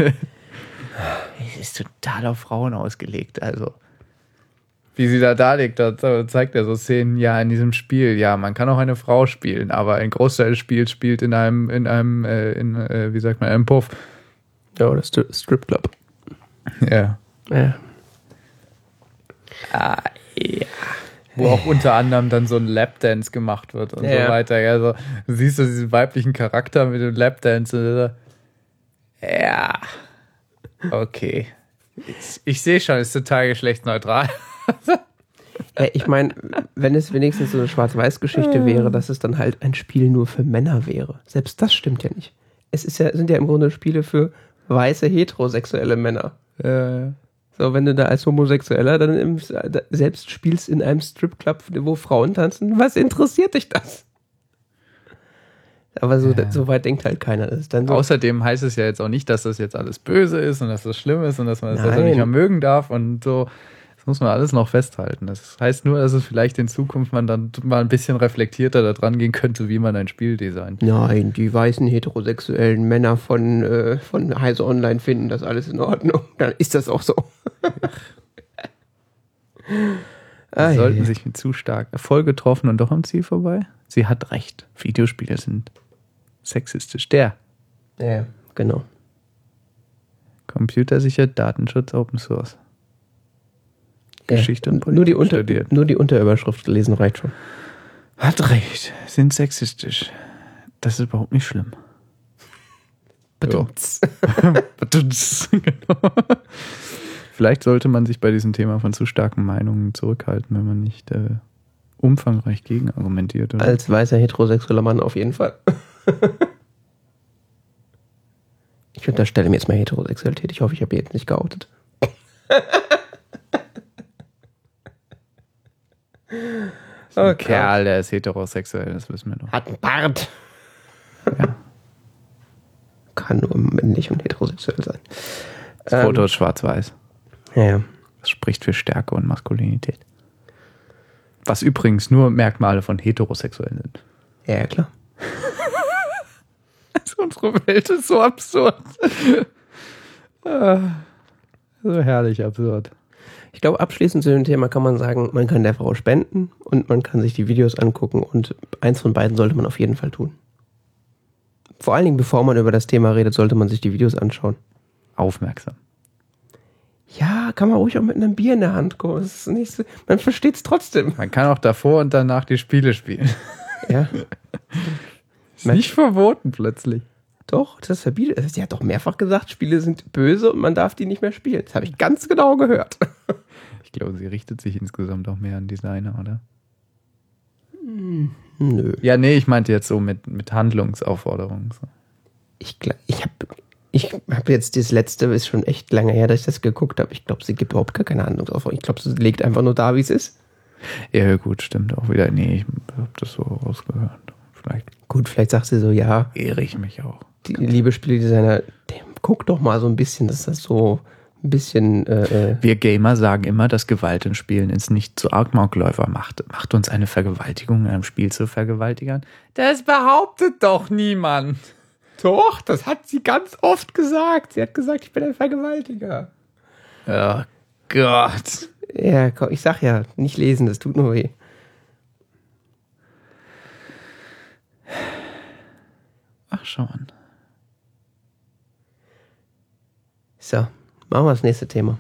Es ist total auf Frauen ausgelegt, also. Wie sie da liegt, da zeigt er so Szenen, ja, in diesem Spiel, ja, man kann auch eine Frau spielen, aber ein Großteil des Spiels spielt in einem wie sagt man, einem Puff. Ja, oder Stripclub. Ja. Ja. Ja. Wo auch unter anderem dann so ein Lapdance gemacht wird und so weiter. Also, du siehst du diesen weiblichen Charakter mit dem Lapdance. Ja. Okay. Ich sehe schon, es ist total geschlechtsneutral. Ich meine, wenn es wenigstens so eine Schwarz-Weiß-Geschichte wäre, dass es dann halt ein Spiel nur für Männer wäre. Selbst das stimmt ja nicht. Sind ja im Grunde Spiele für weiße, heterosexuelle Männer. So, wenn du da als Homosexueller dann selbst spielst in einem Stripclub, wo Frauen tanzen, was interessiert dich das? Aber so weit denkt halt keiner. Das ist dann so. Außerdem heißt es ja jetzt auch nicht, dass das jetzt alles böse ist und dass das schlimm ist und dass man das nicht mehr mögen darf und so. Das muss man alles noch festhalten. Das heißt nur, dass es vielleicht in Zukunft man dann mal ein bisschen reflektierter da dran gehen könnte, wie man ein Spiel designt. Nein, die weißen heterosexuellen Männer von Heise Online finden das alles in Ordnung. Dann ist das auch so. Sie sollten sich mit zu stark voll getroffen und doch am Ziel vorbei. Sie hat recht. Videospiele sind sexistisch. Ja, genau. Computersicher, Datenschutz, Open Source. Geschichte und Politik. Nur die Unterüberschrift lesen reicht schon. Hat recht. Sind sexistisch. Das ist überhaupt nicht schlimm. Bedumts. Genau. Vielleicht sollte man sich bei diesem Thema von zu starken Meinungen zurückhalten, wenn man nicht umfangreich gegenargumentiert. Oder? Als weißer heterosexueller Mann auf jeden Fall. Ich unterstelle mir jetzt mal Heterosexualität. Ich hoffe, ich habe jetzt nicht geoutet. Ein Kerl, der ist heterosexuell, das wissen wir noch. Hat einen Bart. Ja. Kann nur männlich und heterosexuell sein. Das Foto ist schwarz-weiß. Ja. Das spricht für Stärke und Maskulinität. Was übrigens nur Merkmale von Heterosexuellen sind. Ja, klar. Also unsere Welt ist so absurd. So herrlich absurd. Ich glaube, abschließend zu dem Thema kann man sagen, man kann der Frau spenden und man kann sich die Videos angucken und eins von beiden sollte man auf jeden Fall tun. Vor allen Dingen, bevor man über das Thema redet, sollte man sich die Videos anschauen. Aufmerksam. Ja, kann man ruhig auch mit einem Bier in der Hand kommen. Das ist nicht so, man versteht es trotzdem. Man kann auch davor und danach die Spiele spielen. Ja. Ist nicht verboten plötzlich. Doch, das verbietet. Sie hat doch mehrfach gesagt, Spiele sind böse und man darf die nicht mehr spielen. Das habe ich ganz genau gehört. Ich glaube, sie richtet sich insgesamt auch mehr an Designer, oder? Nö. Ja, nee, ich meinte jetzt so mit Handlungsaufforderungen. So. Ich hab jetzt das letzte, ist schon echt lange her, dass ich das geguckt habe. Ich glaube, sie gibt überhaupt gar keine Handlungsaufforderung. Ich glaube, sie legt einfach nur da, wie es ist. Ja, gut, stimmt auch wieder. Nee, ich habe das so rausgehört. Vielleicht sagt sie so, ja. Ehre ich mich auch. Die liebe Spieledesigner, guck doch mal so ein bisschen, dass das so ein bisschen... Wir Gamer sagen immer, dass Gewalt in Spielen ins nicht zu Amokläufer macht. Macht uns eine Vergewaltigung in einem Spiel zu Vergewaltigern? Das behauptet doch niemand. Doch, das hat sie ganz oft gesagt. Sie hat gesagt, ich bin ein Vergewaltiger. Oh Gott. Ja, komm, ich sag ja, nicht lesen, das tut nur weh. Ach, schon. So, machen wir das nächste Thema.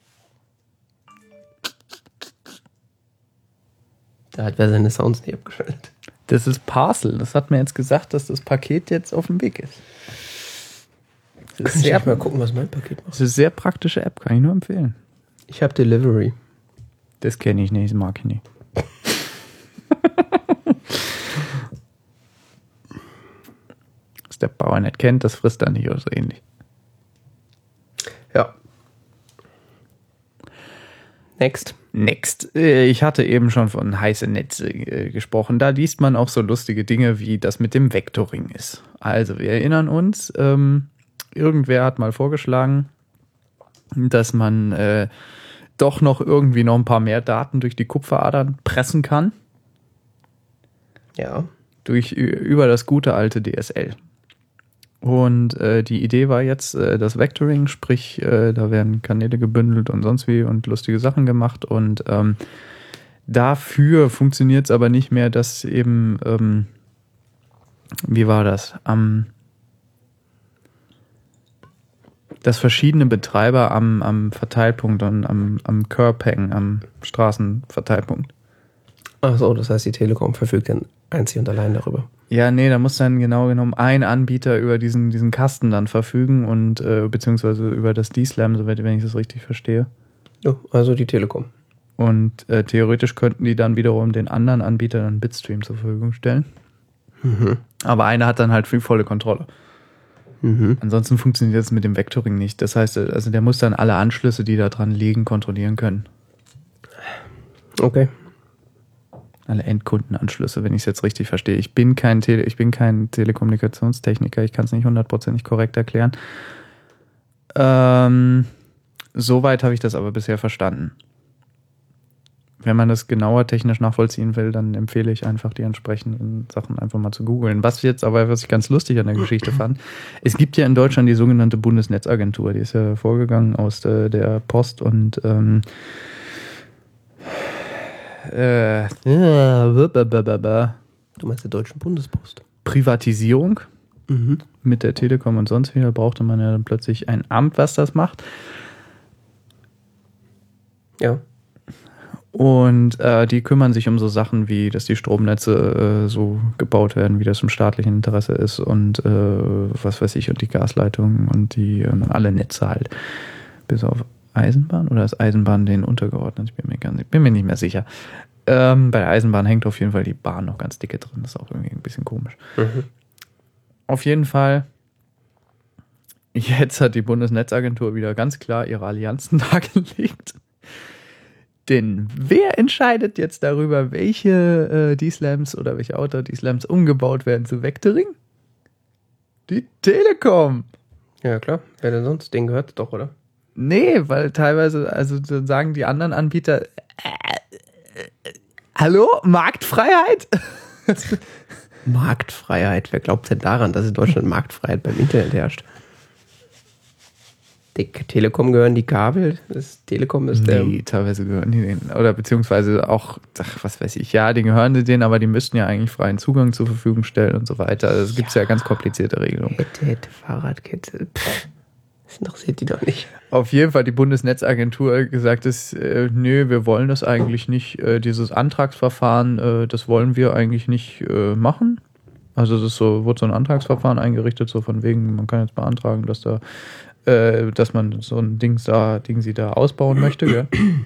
Da hat wer seine Sounds nicht abgeschaltet. Das ist Parcel. Das hat mir jetzt gesagt, dass das Paket jetzt auf dem Weg ist. Das ist sehr, mal gucken, was mein Paket macht. Das ist eine sehr praktische App, kann ich nur empfehlen. Ich habe Delivery. Das kenne ich nicht, das mag ich nicht. Was der Bauer nicht kennt, das frisst er nicht oder so ähnlich. Ja. Next. Ich hatte eben schon von heiße Netze gesprochen. Da liest man auch so lustige Dinge, wie das mit dem Vectoring ist. Also wir erinnern uns, irgendwer hat mal vorgeschlagen, dass man doch noch irgendwie noch ein paar mehr Daten durch die Kupferadern pressen kann. Ja. Über das gute alte DSL. Und die Idee war jetzt das Vectoring, sprich, da werden Kanäle gebündelt und sonst wie und lustige Sachen gemacht. Und dafür funktioniert es aber nicht mehr, dass eben, wie war das? Dass verschiedene Betreiber am Verteilpunkt und am Curb hängen, am Straßenverteilpunkt. Ach so, das heißt, die Telekom verfügt dann einzig und allein darüber. Ja, nee, da muss dann genau genommen ein Anbieter über diesen Kasten dann verfügen und beziehungsweise über das D-Slam, soweit, wenn ich das richtig verstehe. Ja, also die Telekom. Und theoretisch könnten die dann wiederum den anderen Anbietern einen Bitstream zur Verfügung stellen. Mhm. Aber einer hat dann halt volle Kontrolle. Mhm. Ansonsten funktioniert das mit dem Vectoring nicht. Das heißt, also der muss dann alle Anschlüsse, die da dran liegen, kontrollieren können. Okay. Alle Endkundenanschlüsse, wenn ich es jetzt richtig verstehe. Ich bin kein Telekommunikationstechniker, ich kann es nicht 100% korrekt erklären. Soweit habe ich das aber bisher verstanden. Wenn man das genauer technisch nachvollziehen will, dann empfehle ich einfach, die entsprechenden Sachen einfach mal zu googeln. Was ich ganz lustig an der Geschichte fand, es gibt ja in Deutschland die sogenannte Bundesnetzagentur, die ist ja vorgegangen aus der Post und Du meinst der Deutschen Bundespost? Privatisierung mit der Telekom und sonst wieder, brauchte man ja dann plötzlich ein Amt, was das macht. Ja. Und die kümmern sich um so Sachen wie, dass die Stromnetze so gebaut werden, wie das im staatlichen Interesse ist und was weiß ich, und die Gasleitungen und die alle Netze halt. Bis auf Eisenbahn oder ist Eisenbahn denen untergeordnet? Ich bin mir nicht mehr sicher. Bei der Eisenbahn hängt auf jeden Fall die Bahn noch ganz dicke drin. Das ist auch irgendwie ein bisschen komisch. Auf jeden Fall, jetzt hat die Bundesnetzagentur wieder ganz klar ihre Allianzen dargelegt. Denn wer entscheidet jetzt darüber, welche D-Slams oder welche Outdoor-D-Slams umgebaut werden zu Vectoring? Die Telekom. Ja, klar. Wer denn sonst? Den gehört doch, oder? Nee, weil teilweise, also sagen die anderen Anbieter, hallo, Marktfreiheit? Marktfreiheit. Wer glaubt denn daran, dass in Deutschland Marktfreiheit beim Internet herrscht? Die Telekom gehören die Kabel, das Telekom ist der... Nee, teilweise gehören die denen. Oder beziehungsweise auch, was weiß ich, ja, die gehören denen, aber die müssten ja eigentlich freien Zugang zur Verfügung stellen und so weiter. Also es gibt ja ganz komplizierte Regelungen. Hätte, Fahrradkette, das interessiert die doch nicht. Auf jeden Fall die Bundesnetzagentur gesagt ist, nö, wir wollen das eigentlich nicht, dieses Antragsverfahren, das wollen wir eigentlich nicht machen. Also es ist so, wurde so ein Antragsverfahren eingerichtet, so von wegen, man kann jetzt beantragen, dass man so ein Ding sie da ausbauen möchte, gell?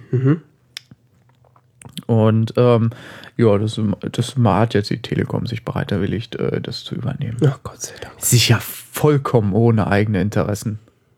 Und ja, das hat jetzt die Telekom sich bereit erwilligt, das zu übernehmen. Ach Gott sei Dank. Sicher vollkommen ohne eigene Interessen.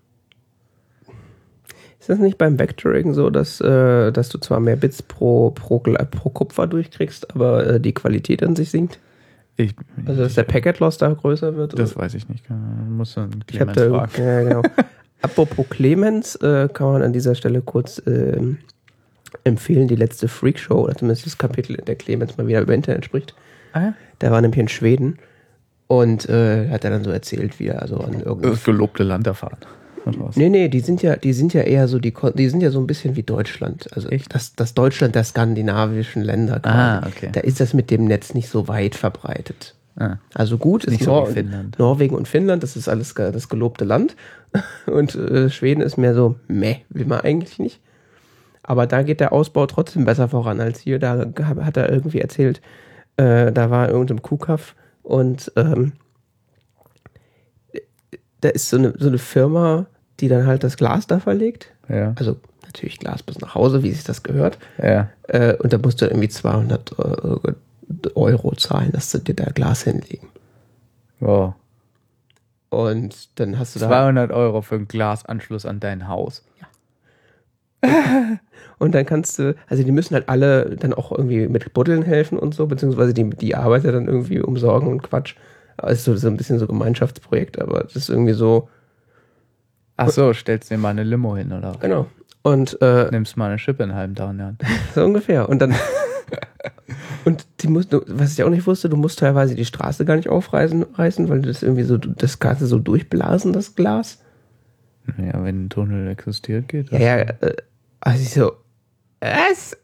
Ist das nicht beim Vectoring so, dass du zwar mehr Bits pro Kupfer durchkriegst, aber die Qualität an sich sinkt? Also dass der Packet Loss da größer wird? Das weiß ich nicht. Muss dann Clemens fragen. Ja, genau. Apropos Clemens, kann man an dieser Stelle kurz empfehlen, die letzte Freakshow, oder zumindest das Kapitel, in der Clemens mal wieder über Internet spricht. Ah ja? Der war nämlich in Schweden und hat er dann so erzählt, wie er also an irgendeinem... Das gelobte Land erfahren. Nee, die sind ja eher so, die sind ja so ein bisschen wie Deutschland. Also das Deutschland der skandinavischen Länder quasi. Okay. Da ist das mit dem Netz nicht so weit verbreitet. Also gut, ist nicht so wie Finnland. Norwegen und Finnland, das ist alles das gelobte Land. Und Schweden ist mehr so, will man eigentlich nicht. Aber da geht der Ausbau trotzdem besser voran als hier. Da hat er irgendwie erzählt, da war irgendein Kuhkaff und da ist so eine Firma, die dann halt das Glas da verlegt. Ja. Also natürlich Glas bis nach Hause, wie sich das gehört. Ja. Und da musst du irgendwie 200 Euro zahlen, dass sie dir da Glas hinlegen. Wow. Und dann hast du 200 Euro für einen Glasanschluss an dein Haus. Ja. Und dann kannst du, also die müssen halt alle dann auch irgendwie mit Buddeln helfen und so, beziehungsweise die Arbeiter dann irgendwie umsorgen und Quatsch. Also so ein bisschen so Gemeinschaftsprojekt, aber das ist irgendwie so. Ach so, stellst dir mal eine Limo hin, oder? Genau. Und nimmst mal eine Schippe in halben Tag in der Hand. So ungefähr. Und dann und was ich auch nicht wusste, du musst teilweise die Straße gar nicht aufreißen, weil du das irgendwie so, das Ganze so durchblasen, das Glas. Ja, wenn ein Tunnel existiert, geht das. Ja, also ich so, was?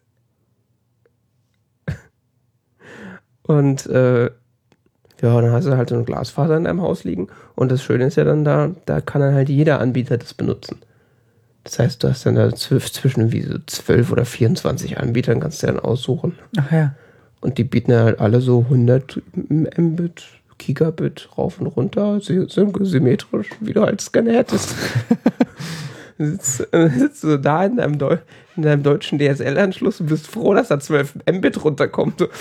Und ja, dann hast du halt so eine Glasfaser in deinem Haus liegen. Und das Schöne ist ja dann da kann dann halt jeder Anbieter das benutzen. Das heißt, du hast dann da zwischen irgendwie so 12 oder 24 Anbietern, kannst du dann aussuchen. Ach ja. Und die bieten halt alle so 100 Mbit, Gigabit rauf und runter, symmetrisch, wie du halt es gerne hättest. Sitzt du da in deinem deutschen DSL-Anschluss und bist froh, dass da 12 Mbit runterkommt. So.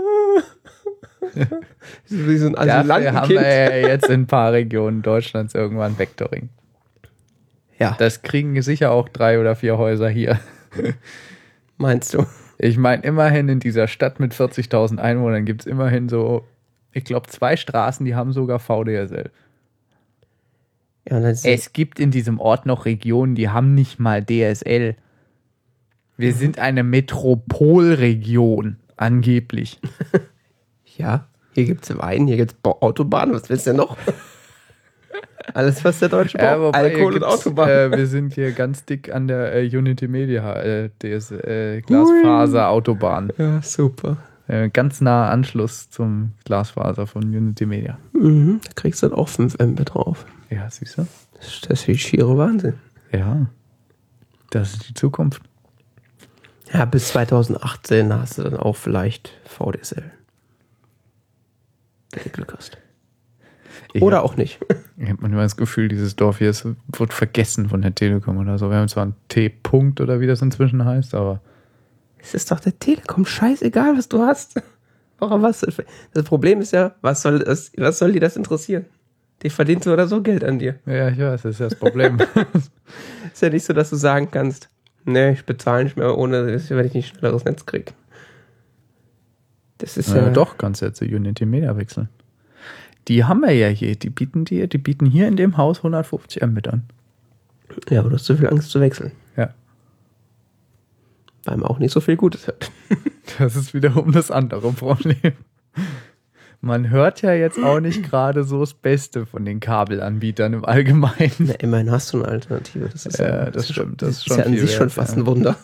Wie so ein Dafür haben wir ja jetzt in ein paar Regionen Deutschlands irgendwann Vectoring. Ja. Das kriegen sicher auch 3 oder 4 Häuser hier. Meinst du? Ich meine, immerhin in dieser Stadt mit 40.000 Einwohnern gibt es immerhin so, ich glaube, 2 Straßen, die haben sogar VDSL. Ja, und dann Es gibt in diesem Ort noch Regionen, die haben nicht mal DSL. Wir sind eine Metropolregion, angeblich. ja, hier gibt es Wein, hier gibt es Autobahnen, was willst du denn noch? Alles, was der Deutsche braucht, Alkohol und Autobahn. Wir sind hier ganz dick an der Unity Media Glasfaser-Autobahn. Ja, super. Ganz naher Anschluss zum Glasfaser von Unity Media. Mhm, da kriegst du dann auch 5 Mbit drauf. Ja, siehst du? Das ist wie schiere Wahnsinn. Ja, das ist die Zukunft. Ja, bis 2018 hast du dann auch vielleicht VDSL. Wenn du Glück hast. Oder auch nicht. Ich habe manchmal das Gefühl, dieses Dorf hier wird vergessen von der Telekom oder so. Wir haben zwar einen T-Punkt oder wie das inzwischen heißt, aber... Es ist doch der Telekom scheißegal, was du hast. Warum was? Das Problem ist ja, was soll die das interessieren? Die verdient so oder so Geld an dir. Ja, ich weiß, das ist ja das Problem. Ist ja nicht so, dass du sagen kannst, nee, ich bezahle nicht mehr, ohne, wenn ich nicht schnelleres Netz kriege. Das ist ja... Doch, kannst du ja zu Unity Media wechseln. Die haben wir ja hier. Die bieten hier in dem Haus 150 Mbit an. Ja, aber du hast so viel Angst zu wechseln. Ja. Weil man auch nicht so viel Gutes hört. Das ist wiederum das andere Problem. Man hört ja jetzt auch nicht gerade so das Beste von den Kabelanbietern im Allgemeinen. Na, immerhin hast du eine Alternative. Das ist das stimmt. Das ist ja an sich schon fast ein Wunder.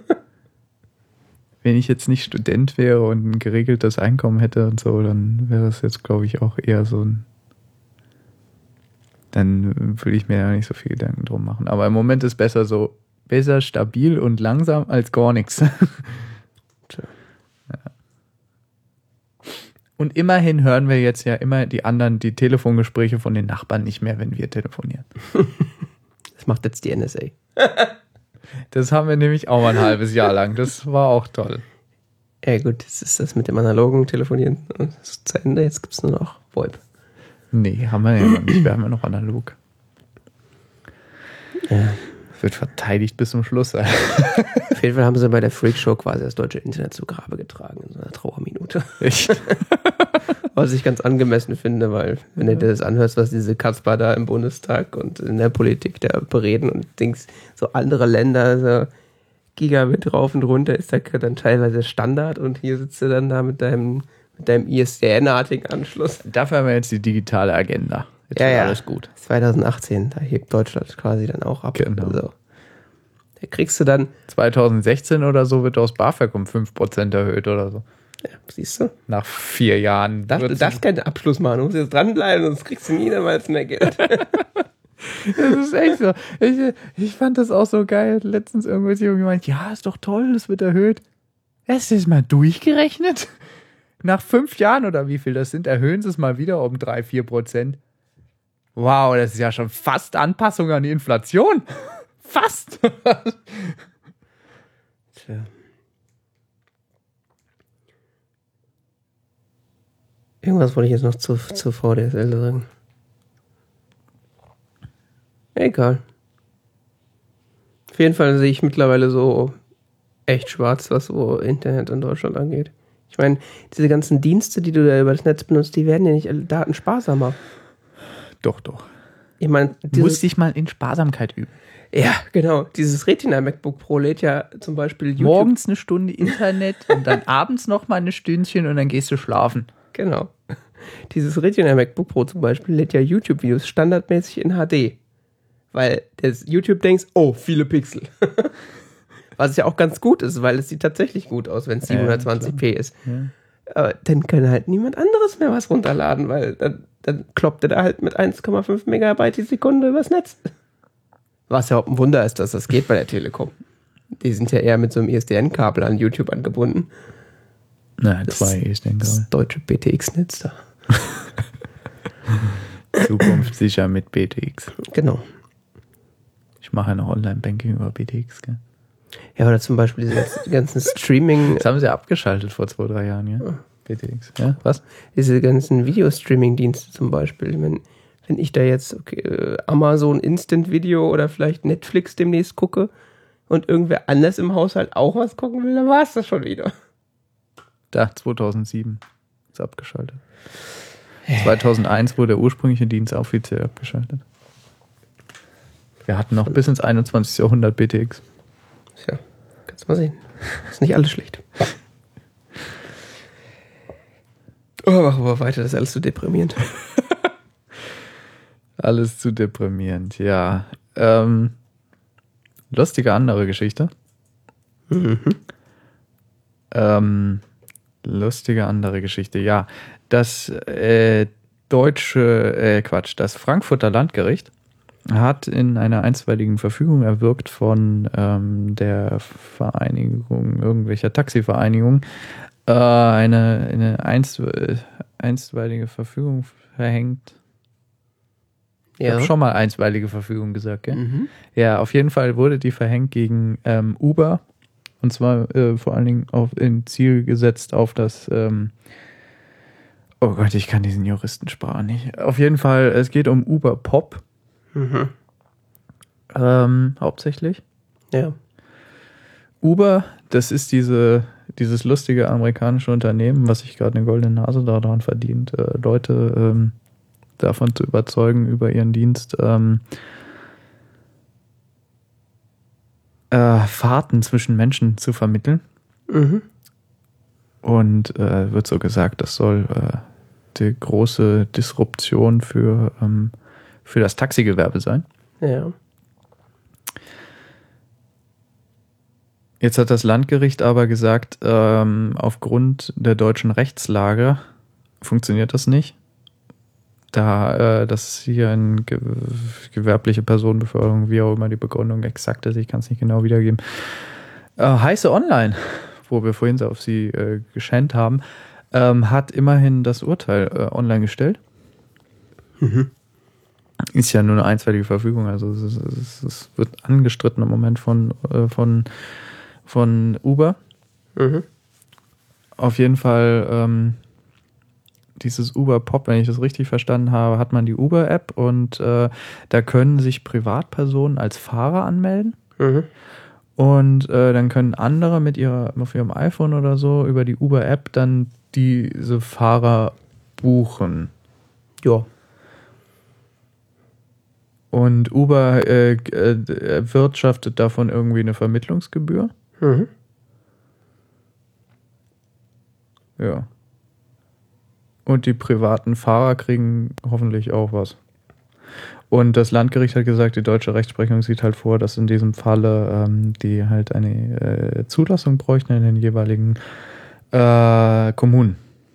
Wenn ich jetzt nicht Student wäre und ein geregeltes Einkommen hätte und so, dann wäre es jetzt, glaube ich, auch eher so ein... Dann würde ich mir ja nicht so viel Gedanken drum machen. Aber im Moment ist besser stabil und langsam als gar nichts. Tja. Ja. Und immerhin hören wir jetzt ja immer die Telefongespräche von den Nachbarn nicht mehr, wenn wir telefonieren. Das macht jetzt die NSA. Das haben wir nämlich auch mal ein halbes Jahr lang. Das war auch toll. Ja gut, jetzt ist das mit dem analogen Telefonieren das ist zu Ende. Jetzt gibt es nur noch VoIP. Nee, haben wir ja noch nicht. Wir haben ja noch analog. Ja. Wird verteidigt bis zum Schluss. Auf jeden Fall haben sie bei der Freakshow quasi das deutsche Internet zu Grabe getragen in so einer Trauerminute. Echt? Was ich ganz angemessen finde, weil wenn du dir das anhörst, was diese Kasper da im Bundestag und in der Politik da bereden und denkst, so andere Länder, so Gigabit rauf und runter ist da dann teilweise Standard und hier sitzt du dann da mit deinem ISDN-artigen Anschluss. Dafür haben wir jetzt die digitale Agenda. Jetzt wird alles gut. 2018, da hebt Deutschland quasi dann auch ab. Genau. Also, da kriegst du dann... 2016 oder so wird aus BAföG um 5% erhöht oder so. Ja, siehst du? Nach 4 Jahren. Du darfst keinen Abschluss machen, du musst jetzt dranbleiben, sonst kriegst du niemals mehr Geld. Das ist echt so. Ich fand das auch so geil. Letztens irgendwelche gemeint, ja, ist doch toll, das wird erhöht. Hast du das mal durchgerechnet? Nach 5 Jahren oder wie viel das sind, erhöhen sie es mal wieder um 3-4%. Wow, das ist ja schon fast Anpassung an die Inflation. Fast. Tja. Irgendwas wollte ich jetzt noch zu VDSL sagen. Egal. Auf jeden Fall sehe ich mittlerweile so echt schwarz, was so Internet in Deutschland angeht. Ich meine, diese ganzen Dienste, die du da über das Netz benutzt, die werden ja nicht alle datensparsamer. Doch. Ich meine, Du musst dich mal in Sparsamkeit üben. Ja, genau. Dieses Retina MacBook Pro lädt ja zum Beispiel YouTube. Morgens eine Stunde Internet und dann abends noch mal eine Stündchen und dann gehst du schlafen. Genau. Dieses Retina MacBook Pro zum Beispiel lädt ja YouTube-Videos standardmäßig in HD. Weil das YouTube denkt, oh, viele Pixel. Was ja auch ganz gut ist, weil es sieht tatsächlich gut aus, wenn es 720p ist. Ja. Aber dann kann halt niemand anderes mehr was runterladen, weil dann kloppt er da halt mit 1,5 Megabyte die Sekunde übers Netz. Was ja auch ein Wunder ist, dass das geht bei der Telekom. Die sind ja eher mit so einem ISDN-Kabel an YouTube angebunden. Nein, 2 ISDN-Kabel. Das deutsche BTX-Netz da. Zukunft sicher mit BTX. Genau. Ich mache ja noch Online-Banking über BTX, gell? Ja, oder zum Beispiel diese ganzen Streaming... Das haben sie abgeschaltet vor 2-3 Jahren, ja? BTX. Ja, was? Diese ganzen Video-Streaming-Dienste zum Beispiel. Wenn ich da jetzt Amazon Instant Video oder vielleicht Netflix demnächst gucke und irgendwer anders im Haushalt auch was gucken will, dann war es das schon wieder. Da, 2007 ist abgeschaltet. 2001 wurde der ursprüngliche Dienst offiziell abgeschaltet. Wir hatten noch bis ins 21. Jahrhundert BTX. Tja, kannst du mal sehen. Ist nicht alles schlecht. Oh, machen wir weiter, das ist alles zu deprimierend. Alles zu deprimierend, ja. Lustige andere Geschichte. Lustige andere Geschichte, ja. Das das Frankfurter Landgericht hat in einer einstweiligen Verfügung erwirkt von der Vereinigung, irgendwelcher Taxivereinigung, eine einstweilige Verfügung verhängt. Ich habe schon mal einstweilige Verfügung gesagt, gell? Ja, auf jeden Fall wurde die verhängt gegen Uber. Und zwar vor allen Dingen in Ziel gesetzt auf das oh Gott, ich kann diesen Juristensprache nicht. Auf jeden Fall, es geht um Uber Pop. Hauptsächlich. Ja. Uber, das ist dieses lustige amerikanische Unternehmen, was sich gerade eine goldene Nase daran verdient, Leute davon zu überzeugen, über ihren Dienst Fahrten zwischen Menschen zu vermitteln. Und wird so gesagt, das soll die große Disruption für das Taxigewerbe sein. Ja. Jetzt hat das Landgericht aber gesagt, aufgrund der deutschen Rechtslage funktioniert das nicht. Da das hier eine gewerbliche Personenbeförderung, wie auch immer die Begründung exakt ist, ich kann es nicht genau wiedergeben. Heiße Online, wo wir vorhin auf sie geschänt haben, hat immerhin das Urteil online gestellt. Ist ja nur eine einstweilige Verfügung, also es wird angestritten im Moment von Uber. Auf jeden Fall dieses Uber Pop, wenn ich das richtig verstanden habe, hat man die Uber-App und da können sich Privatpersonen als Fahrer anmelden. Und dann können andere auf ihrem iPhone oder so über die Uber-App dann diese Fahrer buchen. Ja. Und Uber erwirtschaftet davon irgendwie eine Vermittlungsgebühr. Ja. Und die privaten Fahrer kriegen hoffentlich auch was. Und das Landgericht hat gesagt, die deutsche Rechtsprechung sieht halt vor, dass in diesem Falle die halt eine Zulassung bräuchten in den jeweiligen Kommunen.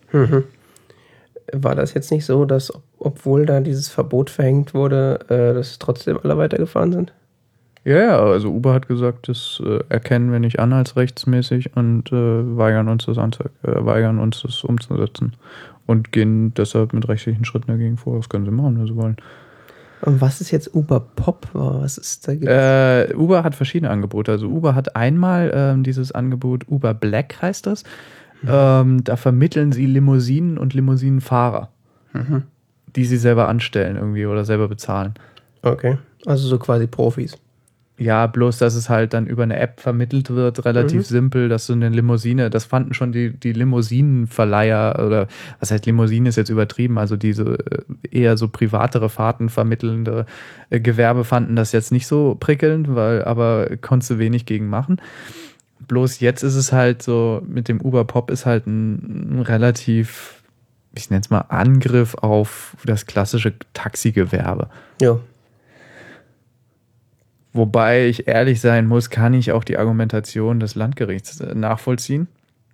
War das jetzt nicht so, dass, obwohl da dieses Verbot verhängt wurde, dass trotzdem alle weitergefahren sind? Ja, also Uber hat gesagt, das erkennen wir nicht an als rechtsmäßig und weigern uns das umzusetzen. Und gehen deshalb mit rechtlichen Schritten dagegen vor. Das können sie machen, wenn sie wollen. Und was ist jetzt Uber Pop? Was ist da? Uber hat verschiedene Angebote. Also Uber hat einmal dieses Angebot, Uber Black heißt das. Da vermitteln sie Limousinen und Limousinenfahrer, die sie selber anstellen irgendwie oder selber bezahlen. Okay, also so quasi Profis. Ja, bloß, dass es halt dann über eine App vermittelt wird, relativ simpel, dass so eine Limousine, das fanden schon die Limousinenverleiher oder, was heißt Limousine ist jetzt übertrieben, also diese eher so privatere Fahrten vermittelnde Gewerbe fanden das jetzt nicht so prickelnd, aber konntest du wenig gegen machen. Bloß jetzt ist es halt so, mit dem Uber Pop ist halt ein relativ, ich nenne es mal, Angriff auf das klassische Taxigewerbe. Ja. Wobei ich ehrlich sein muss, kann ich auch die Argumentation des Landgerichts nachvollziehen.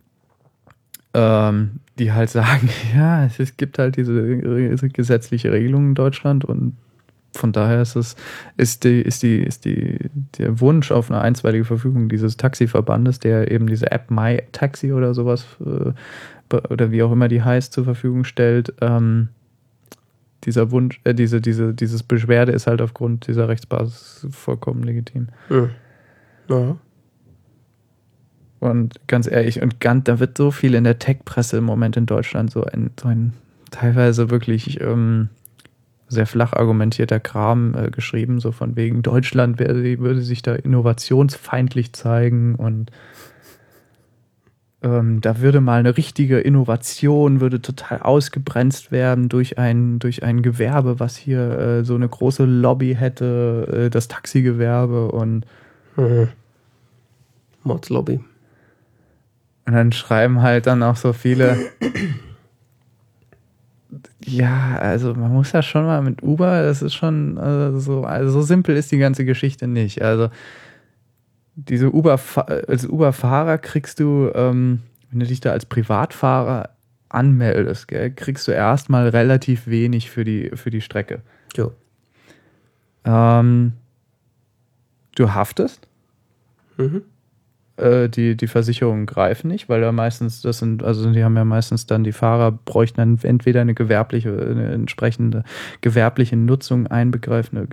Die halt sagen, ja, es gibt halt diese gesetzliche Regelung in Deutschland und von daher ist der Wunsch auf eine einstweilige Verfügung dieses Taxiverbandes, der eben diese App MyTaxi oder sowas oder wie auch immer die heißt, zur Verfügung stellt, dieser Wunsch, dieses Beschwerde ist halt aufgrund dieser Rechtsbasis vollkommen legitim. Ja. Und ganz ehrlich, da wird so viel in der Tech-Presse im Moment in Deutschland so ein teilweise wirklich sehr flach argumentierter Kram geschrieben, so von wegen Deutschland würde sich da innovationsfeindlich zeigen und da würde mal eine richtige Innovation, würde total ausgebremst werden durch ein Gewerbe, was hier so eine große Lobby hätte, das Taxigewerbe und Mods-Lobby. Und dann schreiben halt dann auch so viele, ja, also man muss ja schon mal mit Uber, das ist schon so simpel ist die ganze Geschichte nicht. Also diese als Uber-Fahrer kriegst du, wenn du dich da als Privatfahrer anmeldest, gell, kriegst du erstmal relativ wenig für die Strecke. Jo. Du haftest. Mhm. Die Versicherungen greifen nicht, weil da meistens die haben ja meistens dann, die Fahrer bräuchten dann entweder eine entsprechende gewerbliche Nutzung einbegreifende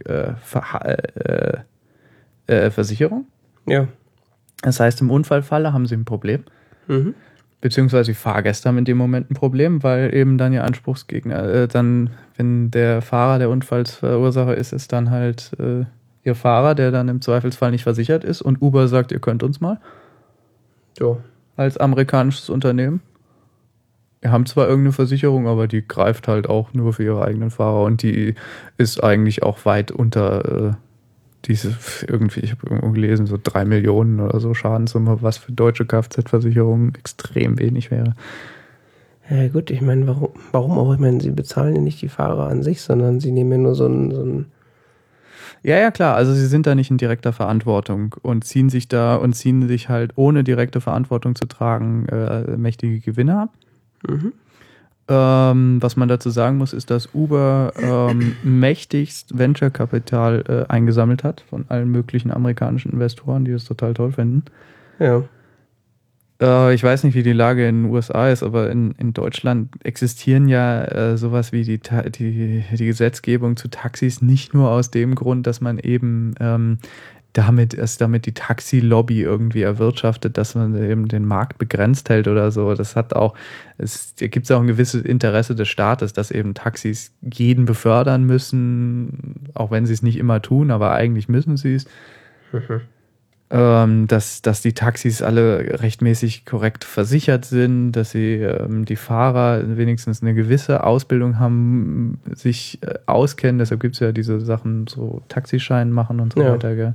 Versicherung. Ja. Das heißt, im Unfallfalle haben sie ein Problem. Mhm. Beziehungsweise die Fahrgäste haben in dem Moment ein Problem, weil eben dann ihr Anspruchsgegner, dann, wenn der Fahrer der Unfallsverursacher ist dann halt ihr Fahrer, der dann im Zweifelsfall nicht versichert ist und Uber sagt, ihr könnt uns mal. Jo. Als amerikanisches Unternehmen. Wir haben zwar irgendeine Versicherung, aber die greift halt auch nur für ihre eigenen Fahrer und die ist eigentlich auch weit unter ich habe irgendwo gelesen, so 3 Millionen oder so Schadenssumme, was für deutsche Kfz-Versicherungen extrem wenig wäre. Ja gut, ich meine, warum auch? Ich meine, sie bezahlen ja nicht die Fahrer an sich, sondern sie nehmen ja nur so ein Ja, klar, also sie sind da nicht in direkter Verantwortung und ziehen sich halt, ohne direkte Verantwortung zu tragen, mächtige Gewinne ab. Mhm. Was man dazu sagen muss, ist, dass Uber mächtigst Venture-Kapital eingesammelt hat von allen möglichen amerikanischen Investoren, die das total toll finden. Ja. Ich weiß nicht, wie die Lage in den USA ist, aber in Deutschland existieren ja sowas wie die Gesetzgebung zu Taxis nicht nur aus dem Grund, dass man eben damit die Taxi-Lobby irgendwie erwirtschaftet, dass man eben den Markt begrenzt hält oder so. Da gibt es auch ein gewisses Interesse des Staates, dass eben Taxis jeden befördern müssen, auch wenn sie es nicht immer tun, aber eigentlich müssen sie es. Dass die Taxis alle rechtmäßig korrekt versichert sind, dass sie die Fahrer wenigstens eine gewisse Ausbildung haben, sich auskennen. Deshalb gibt es ja diese Sachen, so Taxischein machen und so weiter. Gell?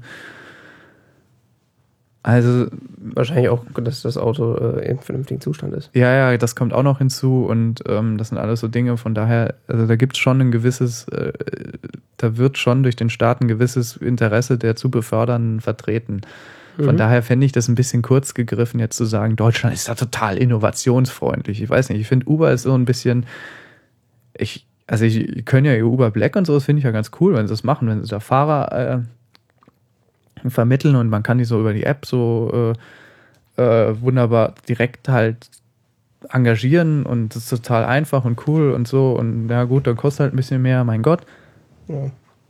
Also wahrscheinlich auch, dass das Auto im vernünftigen Zustand ist. Ja, das kommt auch noch hinzu und das sind alles so Dinge, von daher, also da gibt es schon ein gewisses, da wird schon durch den Staat ein gewisses Interesse der zu befördernden vertreten. Von daher fände ich das ein bisschen kurz gegriffen, jetzt zu sagen, Deutschland ist da total innovationsfreundlich. Ich weiß nicht, ich finde Uber ist so ein bisschen, ich können ja Uber Black und so, das finde ich ja ganz cool, wenn sie das machen, wenn sie da Fahrer vermitteln und man kann die so über die App so wunderbar direkt halt engagieren und das ist total einfach und cool und so und ja gut, dann kostet halt ein bisschen mehr, mein Gott. Ja.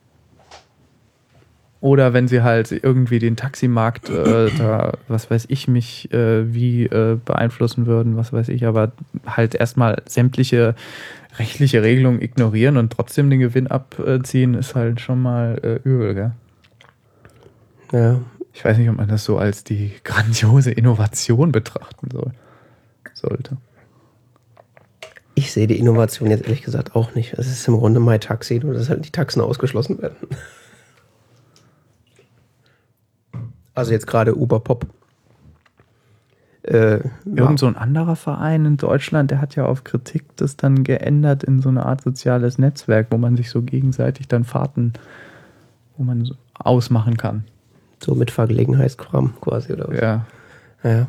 Oder wenn sie halt irgendwie den Taximarkt da, was weiß ich, wie beeinflussen würden, was weiß ich, aber halt erstmal sämtliche rechtliche Regelungen ignorieren und trotzdem den Gewinn abziehen, ist halt schon mal übel, gell? Ja. Ich weiß nicht, ob man das so als die grandiose Innovation betrachten sollte. Ich sehe die Innovation jetzt ehrlich gesagt auch nicht. Es ist im Grunde MyTaxi, nur dass halt die Taxen ausgeschlossen werden. Also jetzt gerade Uber Pop. Irgend so ein anderer Verein in Deutschland, der hat ja auf Kritik das dann geändert in so eine Art soziales Netzwerk, wo man sich so gegenseitig dann Fahrten, wo man so ausmachen kann. So mit Vergelegenheitskram quasi, oder was? Ja. Ja.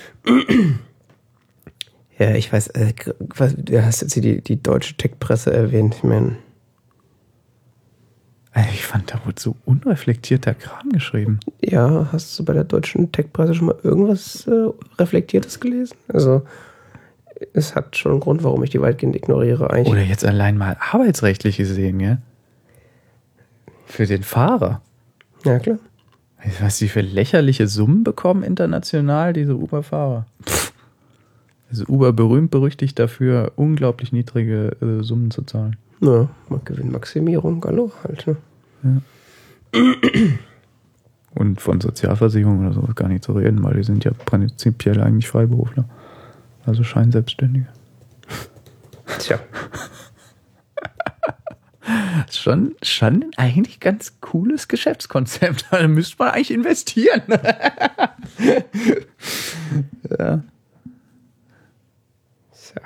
Ja, ich weiß, du hast jetzt hier die deutsche Tech-Presse erwähnt. Ich meine, ich fand, da wurde so unreflektierter Kram geschrieben. Ja, hast du bei der deutschen Tech-Presse schon mal irgendwas Reflektiertes gelesen? Also, es hat schon einen Grund, warum ich die weitgehend ignoriere eigentlich. Oder jetzt allein mal arbeitsrechtlich gesehen, ja? Für den Fahrer. Ja, klar. Was die für lächerliche Summen bekommen international, diese Uber-Fahrer. Also Uber berühmt, berüchtigt dafür, unglaublich niedrige Summen zu zahlen. Ja, Gewinnmaximierung, hallo halt, ne? Ja. Und von Sozialversicherung oder sowas gar nicht zu reden, weil die sind ja prinzipiell eigentlich Freiberufler. Also Scheinselbstständige. Tja. Schon eigentlich ganz cooles Geschäftskonzept. Da müsste man eigentlich investieren. Ja. Tja.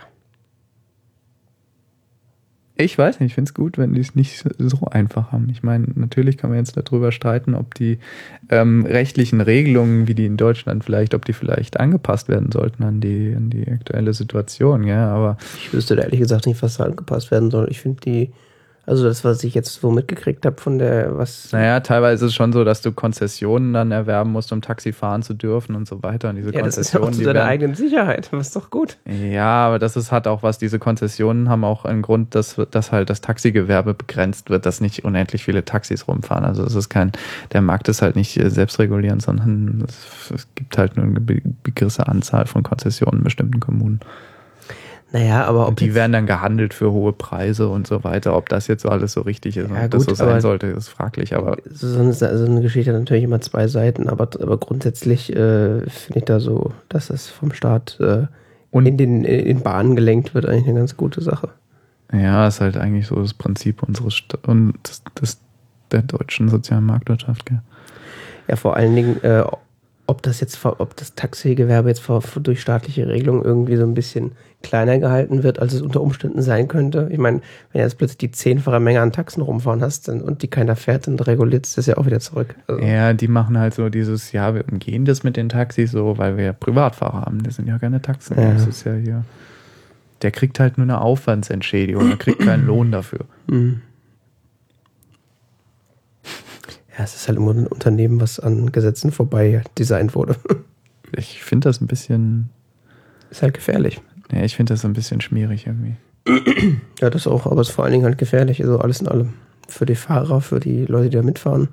Ich weiß nicht, ich finde es gut, wenn die es nicht so einfach haben. Ich meine, natürlich kann man jetzt darüber streiten, ob die rechtlichen Regelungen, wie die in Deutschland vielleicht, ob die vielleicht angepasst werden sollten an die aktuelle Situation. Ja, aber Ich wüsste da ehrlich gesagt nicht, was da angepasst werden soll. Ich finde also das, was ich jetzt so mitgekriegt habe von naja, teilweise ist es schon so, dass du Konzessionen dann erwerben musst, um Taxi fahren zu dürfen und so weiter. Und diese ja, das ist ja auch Konzessionen, zu deiner eigenen Sicherheit. Das ist doch gut. Ja, aber hat auch was, diese Konzessionen haben auch einen Grund, dass halt das Taxigewerbe begrenzt wird, dass nicht unendlich viele Taxis rumfahren. Also es ist der Markt ist halt nicht selbstregulierend, sondern es gibt halt nur eine begrenzte Anzahl von Konzessionen in bestimmten Kommunen. Naja, aber und die werden dann gehandelt für hohe Preise und so weiter. Ob das jetzt so alles so richtig ist, ja, ob das so sein sollte, ist fraglich. Aber so eine Geschichte hat natürlich immer zwei Seiten, aber grundsätzlich finde ich da so, dass das vom Staat in Bahnen gelenkt wird, eigentlich eine ganz gute Sache. Ja, ist halt eigentlich so das Prinzip der deutschen sozialen Marktwirtschaft. Gell? Ja, vor allen Dingen, ob das Taxigewerbe jetzt durch staatliche Regelungen irgendwie so ein bisschen kleiner gehalten wird, als es unter Umständen sein könnte. Ich meine, wenn du jetzt plötzlich die 10-fache Menge an Taxen rumfahren hast und die keiner fährt, dann reguliert es das ja auch wieder zurück. Also. Ja, die machen halt so dieses, ja, wir umgehen das mit den Taxis so, weil wir ja Privatfahrer haben. Das sind ja keine Taxen. Ja. Das ist ja hier. Der kriegt halt nur eine Aufwandsentschädigung, er kriegt keinen Lohn dafür. Mhm. Ja, es ist halt immer ein Unternehmen, was an Gesetzen vorbei designt wurde. Ich finde das ein bisschen... Ist halt gefährlich. Ja, ich finde das ein bisschen schmierig irgendwie. Ja, das auch, aber es ist vor allen Dingen halt gefährlich. Also alles in allem. Für die Fahrer, für die Leute, die da mitfahren.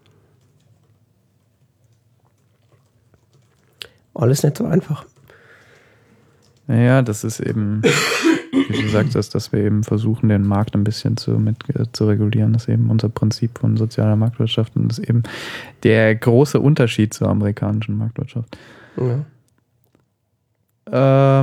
Alles nicht so einfach. Naja, das ist eben, wie du sagst, dass wir eben versuchen, den Markt ein bisschen zu regulieren. Das ist eben unser Prinzip von sozialer Marktwirtschaft und das ist eben der große Unterschied zur amerikanischen Marktwirtschaft. Ja.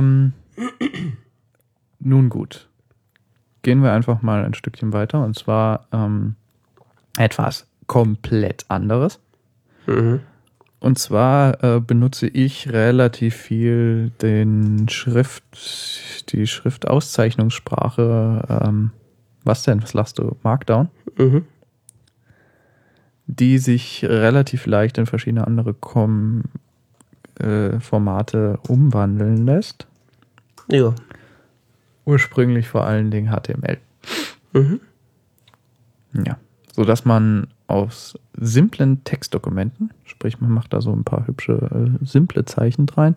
Nun gut. Gehen wir einfach mal ein Stückchen weiter und zwar etwas komplett anderes. Mhm. Und zwar benutze ich relativ viel die Schriftauszeichnungssprache, was lachst du? Markdown? Mhm. Die sich relativ leicht in verschiedene andere Formate umwandeln lässt. Ja. Ursprünglich vor allen Dingen HTML. Mhm. Ja. So dass man aus simplen Textdokumenten, sprich man macht da so ein paar hübsche, simple Zeichen rein,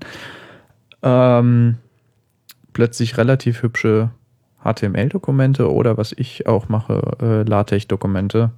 plötzlich relativ hübsche HTML-Dokumente oder was ich auch mache, LaTeX-Dokumente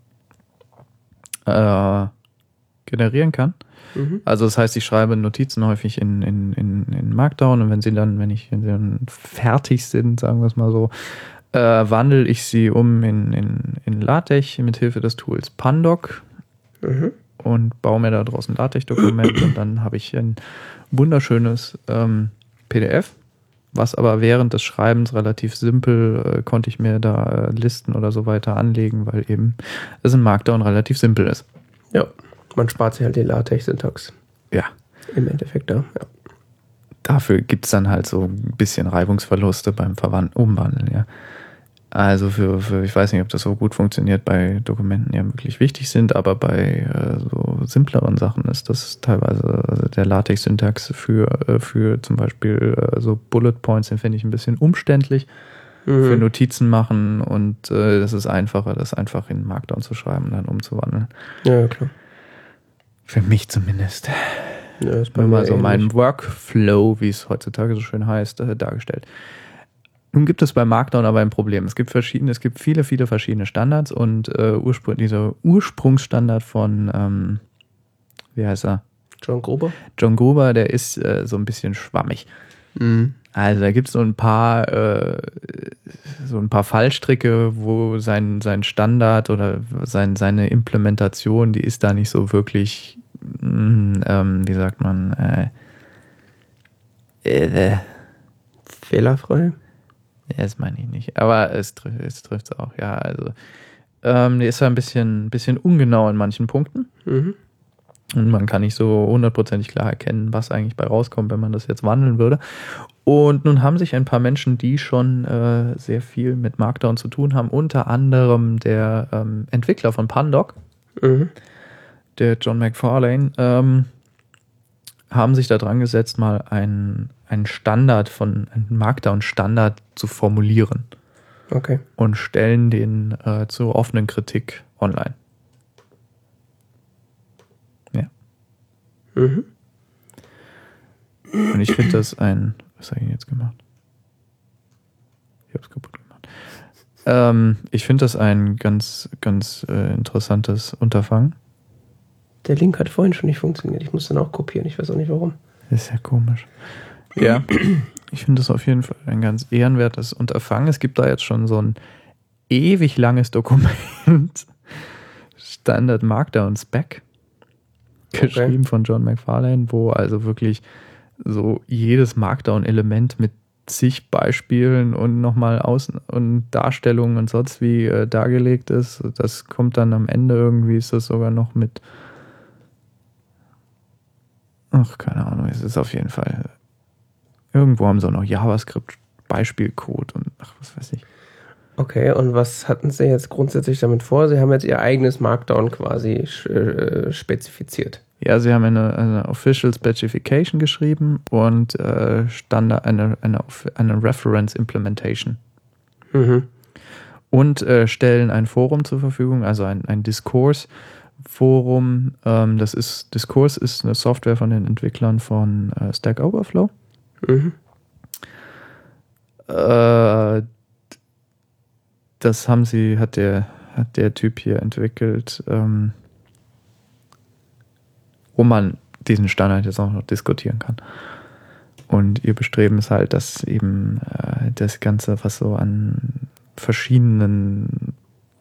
generieren kann. Mhm. Also das heißt, ich schreibe Notizen häufig in Markdown und wenn sie dann fertig sind, sagen wir es mal so, wandle ich sie um in LaTeX mit Hilfe des Tools Pandoc und baue mir da draußen ein LaTeX-Dokument und dann habe ich ein wunderschönes PDF, was aber während des Schreibens relativ simpel konnte ich mir da Listen oder so weiter anlegen, weil eben es in Markdown relativ simpel ist. Ja, man spart sich halt die LaTeX-Syntax. Ja. Im Endeffekt, ja. Dafür gibt es dann halt so ein bisschen Reibungsverluste beim Umwandeln, ja. Also ich weiß nicht, ob das so gut funktioniert bei Dokumenten, die ja wirklich wichtig sind, aber bei so simpleren Sachen ist das teilweise der LaTeX-Syntax für zum Beispiel so Bullet Points, den finde ich ein bisschen umständlich für Notizen machen und das ist einfacher, das einfach in Markdown zu schreiben und dann umzuwandeln. Ja, klar. Für mich zumindest. Ja, ist bei mal mir so ähnlich. mein Workflow, wie es heutzutage so schön heißt, dargestellt. Nun gibt es bei Markdown aber ein Problem. Es gibt viele, viele verschiedene Standards und dieser Ursprungsstandard von, wie heißt er? John Gruber? John Gruber, der ist so ein bisschen schwammig. Mhm. Also da gibt es so ein paar Fallstricke, wo sein Standard oder seine Implementation, die ist da nicht so wirklich, wie sagt man, fehlerfrei? Ja, das meine ich nicht. Aber es trifft es auch, ja. Also die ist ja ein bisschen ungenau in manchen Punkten. Mhm. Und man kann nicht so hundertprozentig klar erkennen, was eigentlich bei rauskommt, wenn man das jetzt wandeln würde. Und nun haben sich ein paar Menschen, die schon sehr viel mit Markdown zu tun haben, unter anderem der Entwickler von Pandoc, der John McFarlane, haben sich da dran gesetzt, mal einen Markdown-Standard zu formulieren. Okay. Und stellen den zur offenen Kritik online. Ja. Mhm. Und ich finde das was habe ich jetzt gemacht? Ich habe es kaputt gemacht. Ich finde das ein ganz, ganz interessantes Unterfangen. Der Link hat vorhin schon nicht funktioniert. Ich muss dann auch kopieren. Ich weiß auch nicht warum. Das ist ja komisch. Ja, ich finde das auf jeden Fall ein ganz ehrenwertes Unterfangen. Es gibt da jetzt schon so ein ewig langes Dokument, Standard Markdown Spec, geschrieben von John McFarlane, wo also wirklich so jedes Markdown-Element mit zig Beispielen und nochmal Außen- und Darstellungen und sonst wie dargelegt ist. Das kommt dann am Ende irgendwie, ist das sogar noch mit keine Ahnung, es ist auf jeden Fall irgendwo haben sie auch noch JavaScript-Beispielcode und was weiß ich. Okay, und was hatten Sie jetzt grundsätzlich damit vor? Sie haben jetzt Ihr eigenes Markdown quasi spezifiziert. Ja, sie haben eine Official Specification geschrieben und Standard, eine Reference Implementation. Mhm. Und stellen ein Forum zur Verfügung, also ein Discourse-Forum. Discourse ist eine Software von den Entwicklern von Stack Overflow. Mhm. Das hat der Typ hier entwickelt, wo man diesen Standard jetzt auch noch diskutieren kann. Und ihr Bestreben ist halt, dass eben das Ganze, was so an verschiedenen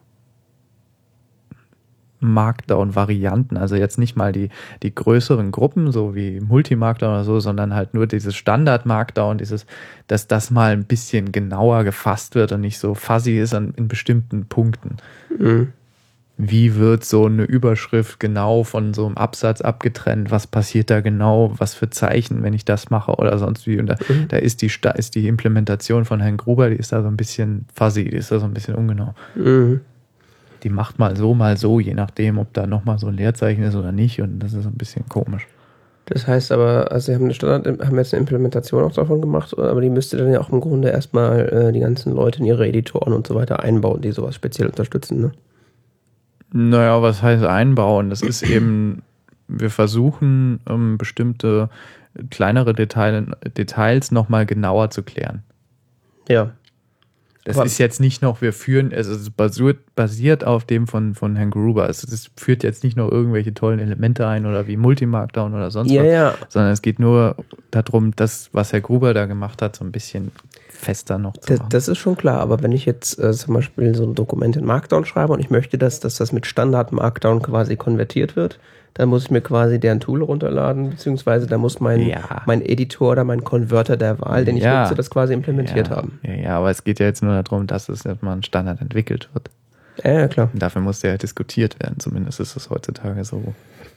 Markdown-Varianten, also jetzt nicht mal die größeren Gruppen, so wie Multi-Markdown oder so, sondern halt nur dieses Standard-Markdown, dass das mal ein bisschen genauer gefasst wird und nicht so fuzzy ist in bestimmten Punkten. Mhm. Wie wird so eine Überschrift genau von so einem Absatz abgetrennt? Was passiert da genau? Was für Zeichen, wenn ich das mache oder sonst wie? Und da ist die Implementation von Herrn Gruber, die ist da so ein bisschen fuzzy, die ist da so ein bisschen ungenau. Mhm. Die macht mal so, je nachdem, ob da nochmal so ein Leerzeichen ist oder nicht. Und das ist ein bisschen komisch. Das heißt aber, also Sie haben jetzt eine Implementation auch davon gemacht, aber die müsste dann ja auch im Grunde erstmal die ganzen Leute in ihre Editoren und so weiter einbauen, die sowas speziell unterstützen, ne? Naja, was heißt einbauen? Das ist eben, wir versuchen, bestimmte kleinere Details nochmal genauer zu klären. Ja. Das ist jetzt nicht noch, es basiert auf dem von Herrn Gruber. Es führt jetzt nicht noch irgendwelche tollen Elemente ein oder wie Multi-Markdown oder sonst was, sondern es geht nur darum, das, was Herr Gruber da gemacht hat, so ein bisschen fester noch zu machen. Das ist schon klar, aber wenn ich jetzt zum Beispiel so ein Dokument in Markdown schreibe und ich möchte, dass das mit Standard Markdown quasi konvertiert wird, dann muss ich mir quasi deren Tool runterladen, beziehungsweise da muss mein Editor oder mein Converter der Wahl, den ich nutze, das quasi implementiert haben. Ja, aber es geht ja jetzt nur darum, dass es jetzt mal ein Standard entwickelt wird. Ja, klar. Und dafür muss der ja diskutiert werden, zumindest ist es heutzutage so.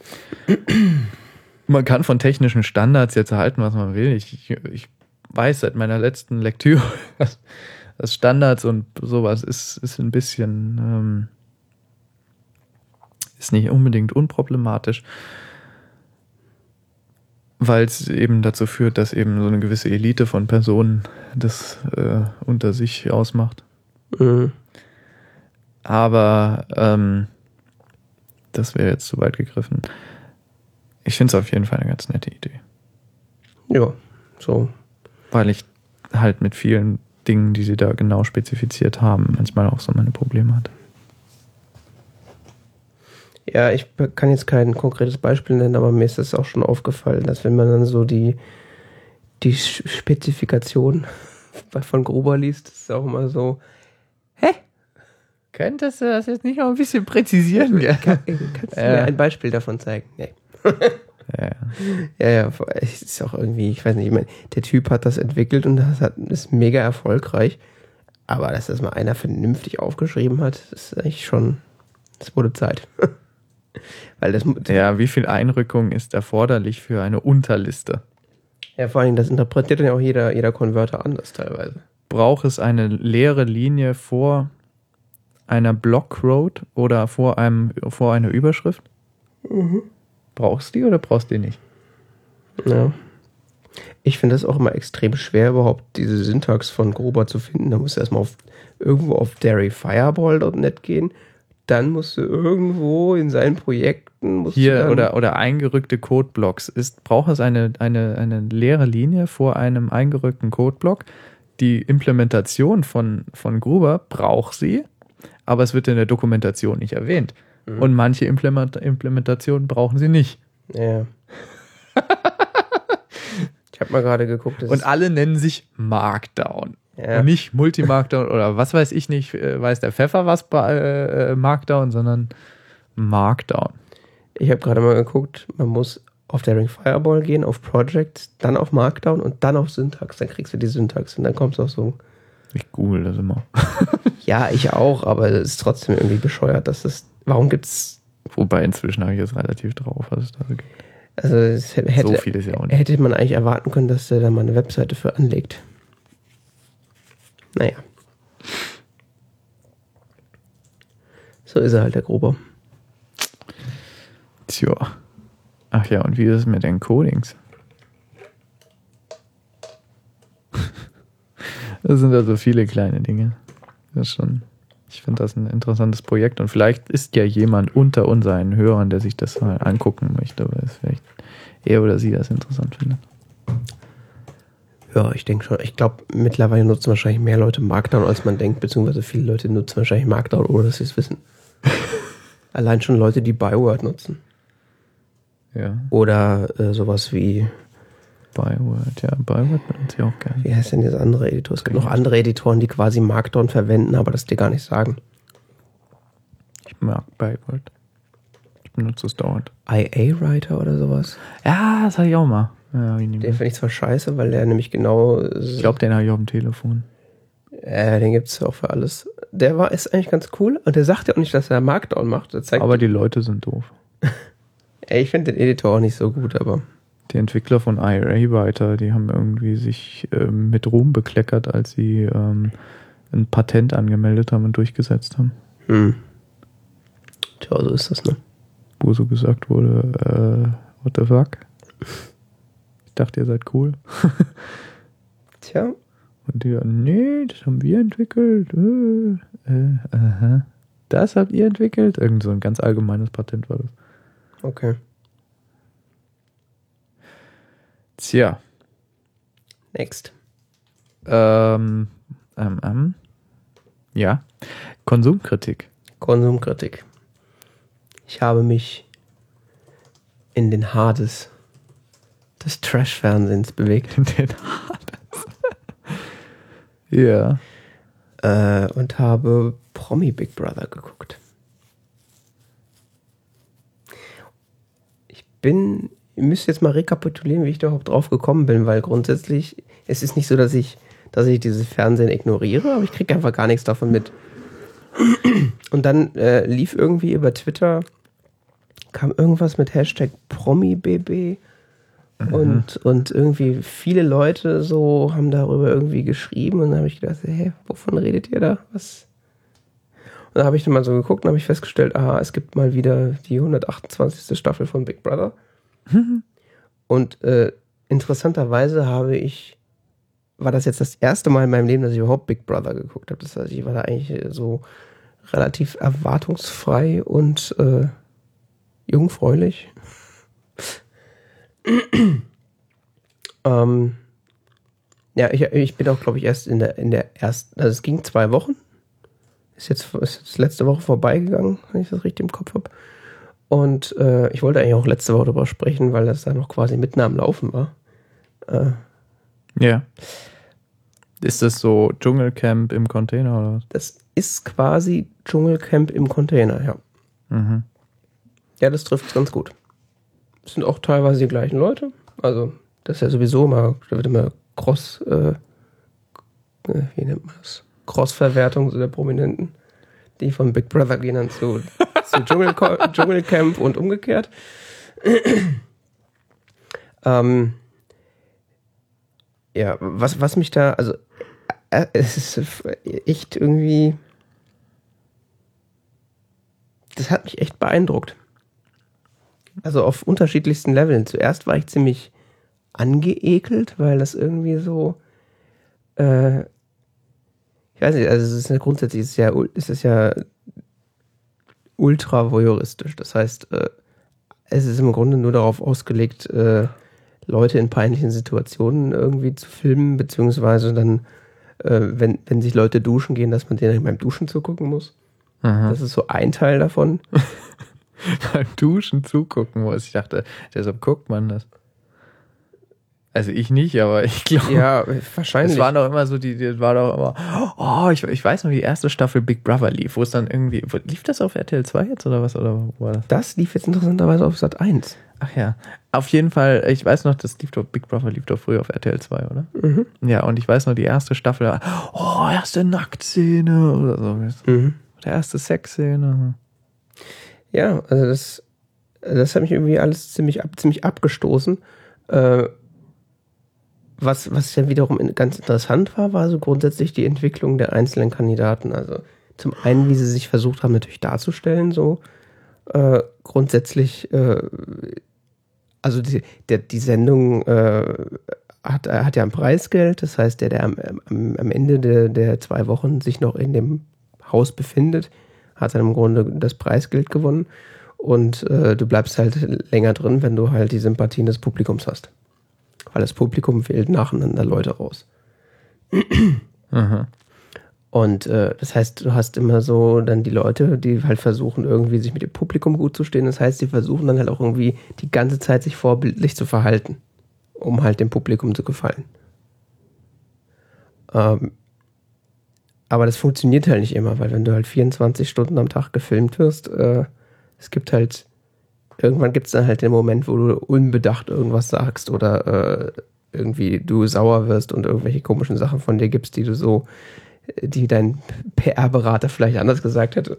Man kann von technischen Standards jetzt halten, was man will. Ich weiß seit meiner letzten Lektüre, dass Standards und sowas ist ein bisschen ist nicht unbedingt unproblematisch, weil es eben dazu führt, dass eben so eine gewisse Elite von Personen das unter sich ausmacht. Mhm. Aber das wäre jetzt zu weit gegriffen. Ich finde es auf jeden Fall eine ganz nette Idee. Ja, so. Weil ich halt mit vielen Dingen, die sie da genau spezifiziert haben, manchmal auch so meine Probleme hatte. Ja, ich kann jetzt kein konkretes Beispiel nennen, aber mir ist es auch schon aufgefallen, dass wenn man dann so die die Spezifikation von Gruber liest, ist auch immer so, hä? Könntest du das jetzt nicht noch ein bisschen präzisieren? Kannst du mir ein Beispiel davon zeigen? Nee. Ja, es ist auch irgendwie, ich weiß nicht, ich meine, der Typ hat das entwickelt und ist mega erfolgreich, aber dass das mal einer vernünftig aufgeschrieben hat, ist eigentlich schon, es wurde Zeit. Weil das, ja, wie viel Einrückung ist erforderlich für eine Unterliste? Ja, vor allem, das interpretiert dann ja auch jeder Konverter anders teilweise. Braucht es eine leere Linie vor einer Blockroad oder vor einer Überschrift? Mhm. Brauchst du die oder brauchst du die nicht? Ja. Ich finde das auch immer extrem schwer, überhaupt diese Syntax von Gruber zu finden. Da musst du erstmal irgendwo auf dairyfireball.net gehen. Dann musst du irgendwo in seinen Projekten... Hier, oder eingerückte Codeblocks. Braucht es eine leere Linie vor einem eingerückten Codeblock? Die Implementation von Gruber braucht sie, aber es wird in der Dokumentation nicht erwähnt. Mhm. Und manche Implementationen brauchen sie nicht. Ja. Ich habe mal gerade geguckt. Und alle nennen sich Markdown. Ja. Und nicht Multi-Markdown oder was weiß ich nicht, weiß der Pfeffer was bei Markdown, sondern Markdown. Ich habe gerade mal geguckt, man muss auf Daring Fireball gehen, auf Project, dann auf Markdown und dann auf Syntax. Dann kriegst du die Syntax und dann kommst du auf so... Ich google das immer. Ja, ich auch, aber es ist trotzdem irgendwie bescheuert, dass das... Warum gibt's... Wobei inzwischen habe ich jetzt relativ drauf, was es da gibt. Also es so viel ist ja auch nicht. Hätte man eigentlich erwarten können, dass der da mal eine Webseite für anlegt. Naja. So ist er halt, der Gruber. Tja. Ach ja, und wie ist es mit den Codings? Das sind also viele kleine Dinge. Das ist schon, ich finde das ein interessantes Projekt und vielleicht ist ja jemand unter unseren Hörern, der sich das mal angucken möchte, weil es vielleicht er oder sie das interessant findet. Ja, ich denke schon. Ich glaube, mittlerweile nutzen wahrscheinlich mehr Leute Markdown, als man denkt, beziehungsweise viele Leute nutzen wahrscheinlich Markdown, ohne dass sie es wissen. Allein schon Leute, die Byword nutzen. Ja. Oder sowas wie Byword, ja, Byword benutze ich auch gerne. Wie heißt denn dieser andere Editor? Es gibt noch andere Editoren, die quasi Markdown verwenden, aber das dir gar nicht sagen. Ich mag Byword. Ich benutze es dauernd. IA-Writer oder sowas? Ja, das hatte ich auch mal. Ja, den finde ich zwar scheiße, weil der nämlich genau... Ich glaube, den habe ich auf dem Telefon. Den gibt es auch für alles. Der ist eigentlich ganz cool und der sagt ja auch nicht, dass er Markdown macht. Aber die Leute sind doof. Ich finde den Editor auch nicht so gut, aber... Die Entwickler von IRA-Writer, die haben irgendwie sich mit Ruhm bekleckert, als sie ein Patent angemeldet haben und durchgesetzt haben. Tja, so ist das, ne? Wo so gesagt wurde, what the fuck? Ich dachte, ihr seid cool. Tja. Und die, nee, das haben wir entwickelt. Aha. Das habt ihr entwickelt? Irgend so ein ganz allgemeines Patent war das. Okay. Tja. Next. Ja. Konsumkritik. Ich habe mich in den Hades des Trash-Fernsehens bewegt. In den Hades. Ja. Und habe Promi Big Brother geguckt. Ihr müsst jetzt mal rekapitulieren, wie ich da überhaupt drauf gekommen bin, weil grundsätzlich, es ist nicht so, dass ich dieses Fernsehen ignoriere, aber ich kriege einfach gar nichts davon mit. Und dann lief irgendwie über Twitter, kam irgendwas mit Hashtag PromiBB und irgendwie viele Leute so haben darüber irgendwie geschrieben und dann habe ich gedacht, hey, wovon redet ihr da? Was? Und dann habe ich dann mal so geguckt und habe ich festgestellt, es gibt mal wieder die 128. Staffel von Big Brother. Und interessanterweise war das jetzt das erste Mal in meinem Leben, dass ich überhaupt Big Brother geguckt habe. Das heißt, ich war da eigentlich so relativ erwartungsfrei und jungfräulich. Ja, ich bin auch, glaube ich, erst in der ersten, also es ging 2 Wochen. Ist jetzt letzte Woche vorbeigegangen, wenn ich das richtig im Kopf habe. Und ich wollte eigentlich auch letzte Woche darüber sprechen, weil das da noch quasi mitten am Laufen war. Ja. Ist das so Dschungelcamp im Container oder was? Das ist quasi Dschungelcamp im Container, ja. Mhm. Ja, das trifft es ganz gut. Es sind auch teilweise die gleichen Leute. Also, das ist ja sowieso immer, da wird immer wie nennt man das? Cross-Verwertung so der Prominenten. Die von Big Brother gehen dann zu Dschungelcamp und umgekehrt. Ja, was mich da, also es ist echt irgendwie, das hat mich echt beeindruckt. Also auf unterschiedlichsten Leveln. Zuerst war ich ziemlich angeekelt, weil das irgendwie so, ich weiß nicht, also es ist ja grundsätzlich, es ist ja ultra voyeuristisch. Das heißt, es ist im Grunde nur darauf ausgelegt, Leute in peinlichen Situationen irgendwie zu filmen, beziehungsweise dann, wenn sich Leute duschen gehen, dass man denen beim Duschen zugucken muss. Aha. Das ist so ein Teil davon. Beim Duschen zugucken muss. Ich dachte, deshalb guckt man das. Also ich nicht, aber ich glaube. Ja, wahrscheinlich. Es waren doch immer so, war doch immer, ich weiß noch, die erste Staffel Big Brother lief, wo es dann irgendwie, lief das auf RTL 2 jetzt oder was? Oder wo war das? Das lief jetzt interessanterweise auf Sat 1. Ach ja. Auf jeden Fall, ich weiß noch, Big Brother lief doch früher auf RTL 2, oder? Mhm. Ja, und ich weiß noch, die erste Staffel, erste Nacktszene oder so. Mhm. Der erste Sexszene. Ja, also das hat mich irgendwie alles ziemlich abgestoßen. Was ja wiederum ganz interessant war so grundsätzlich die Entwicklung der einzelnen Kandidaten. Also zum einen, wie sie sich versucht haben, natürlich darzustellen, so grundsätzlich, also die Sendung hat ja ein Preisgeld, das heißt, der am Ende der 2 Wochen sich noch in dem Haus befindet, hat dann im Grunde das Preisgeld gewonnen und du bleibst halt länger drin, wenn du halt die Sympathien des Publikums hast. Weil das Publikum wählt nacheinander Leute raus. Aha. Und das heißt, du hast immer so dann die Leute, die halt versuchen, irgendwie sich mit dem Publikum gut zu stehen. Das heißt, sie versuchen dann halt auch irgendwie die ganze Zeit sich vorbildlich zu verhalten, um halt dem Publikum zu gefallen. Aber das funktioniert halt nicht immer, weil wenn du halt 24 Stunden am Tag gefilmt wirst, irgendwann gibt es dann halt den Moment, wo du unbedacht irgendwas sagst oder irgendwie du sauer wirst und irgendwelche komischen Sachen von dir gibst, die dein PR-Berater vielleicht anders gesagt hätte.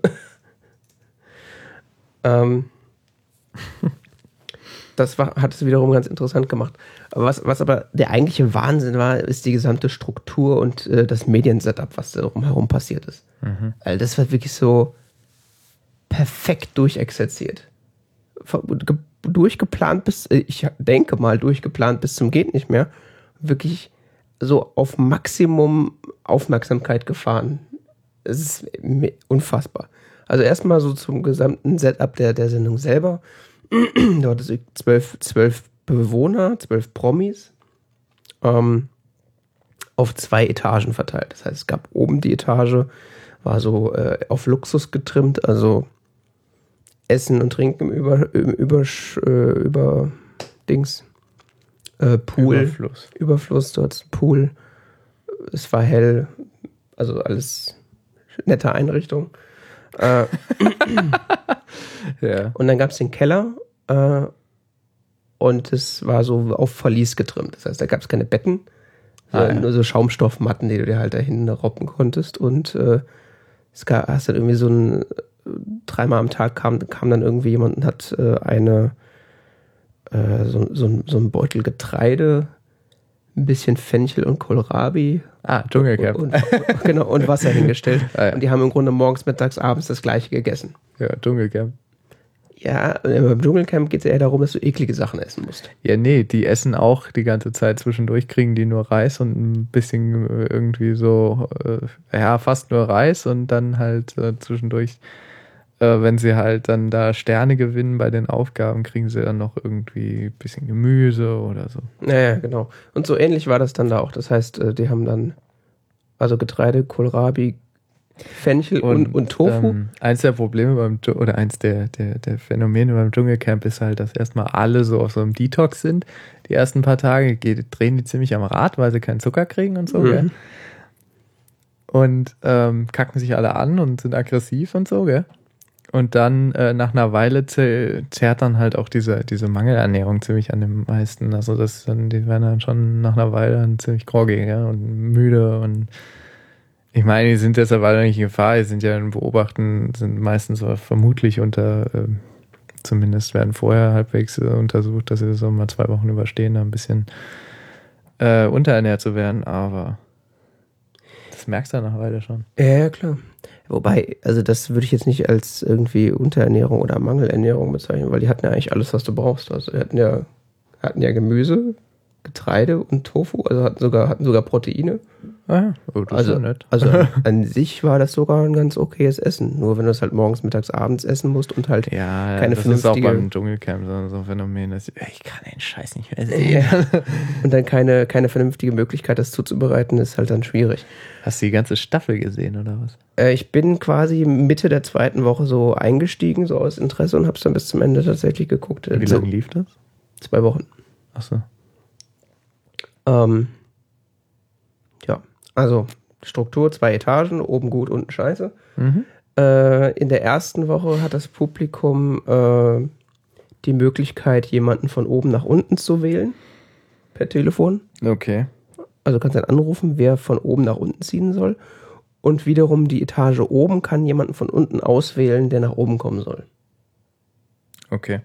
Hat es wiederum ganz interessant gemacht. Aber was aber der eigentliche Wahnsinn war, ist die gesamte Struktur und das Mediensetup, was da drumherum passiert ist. Mhm. Also das war wirklich so perfekt durchexerziert. Durchgeplant ich denke mal, durchgeplant bis zum geht nicht mehr. Wirklich so auf Maximum Aufmerksamkeit gefahren. Es ist unfassbar. Also erstmal so zum gesamten Setup der Sendung selber. Da hattest du 12 Bewohner, 12 Promis, auf 2 Etagen verteilt. Das heißt, es gab oben die Etage, war so auf Luxus getrimmt, also Essen und Trinken über Dings. Pool. Überfluss, dort ist ein Pool. Es war hell, also alles nette Einrichtung. Ja. Und dann gab es den Keller und es war so auf Verlies getrimmt. Das heißt, da gab es keine Betten, nur so Schaumstoffmatten, die du dir halt da hinten robben konntest. Und hast dann irgendwie so 3-mal am Tag kam dann irgendwie jemand und hat so einen Beutel Getreide, ein bisschen Fenchel und Kohlrabi. Dschungelcamp. Und Wasser hingestellt. Ja. Und die haben im Grunde morgens, mittags, abends das Gleiche gegessen. Ja, Dschungelcamp. Ja, beim Dschungelcamp geht es eher darum, dass du eklige Sachen essen musst. Ja, nee, die essen auch die ganze Zeit. Zwischendurch kriegen die nur Reis und ein bisschen irgendwie so, fast nur Reis und dann halt zwischendurch, wenn sie halt dann da Sterne gewinnen bei den Aufgaben, kriegen sie dann noch irgendwie ein bisschen Gemüse oder so. Ja, genau. Und so ähnlich war das dann da auch. Das heißt, die haben dann also Getreide, Kohlrabi, Fenchel und Tofu. Eins der Probleme oder eins der Phänomene beim Dschungelcamp ist halt, dass erstmal alle so auf so einem Detox sind. Die ersten paar Tage drehen die ziemlich am Rad, weil sie keinen Zucker kriegen und so, gell? Und kacken sich alle an und sind aggressiv und so, gell? Und dann nach einer Weile zerrt dann halt auch diese Mangelernährung ziemlich an den meisten. Also die werden dann schon nach einer Weile dann ziemlich groggy, gell? Und müde und ich meine, die sind deshalb alle nicht in Gefahr, die sind ja in Beobachten, sind meistens vermutlich zumindest werden vorher halbwegs untersucht, dass sie so mal 2 Wochen überstehen, da ein bisschen unterernährt zu werden, aber das merkst du nach einer Weile schon. Ja, klar. Wobei, also das würde ich jetzt nicht als irgendwie Unterernährung oder Mangelernährung bezeichnen, weil die hatten ja eigentlich alles, was du brauchst. Also die hatten ja Gemüse, Getreide und Tofu, also hatten sogar Proteine. Ah, das ist nett. Also an sich war das sogar ein ganz okayes Essen. Nur wenn du es halt morgens, mittags, abends essen musst und halt keine vernünftige... Das ist auch beim Dschungelcamp so ein Phänomen, dass ich kann den Scheiß nicht mehr sehen. Ja. Und dann keine vernünftige Möglichkeit, das zuzubereiten, ist halt dann schwierig. Hast du die ganze Staffel gesehen, oder was? Ich bin quasi Mitte der 2. Woche so eingestiegen, so aus Interesse und habe es dann bis zum Ende tatsächlich geguckt. Wie lange lief das? 2 Wochen. Ach so. Ja, also Struktur 2 Etagen, oben gut, unten scheiße. Mhm. In der ersten Woche hat das Publikum die Möglichkeit, jemanden von oben nach unten zu wählen, per Telefon. Okay. Also kannst dann anrufen, wer von oben nach unten ziehen soll. Und wiederum die Etage oben kann jemanden von unten auswählen, der nach oben kommen soll. Okay.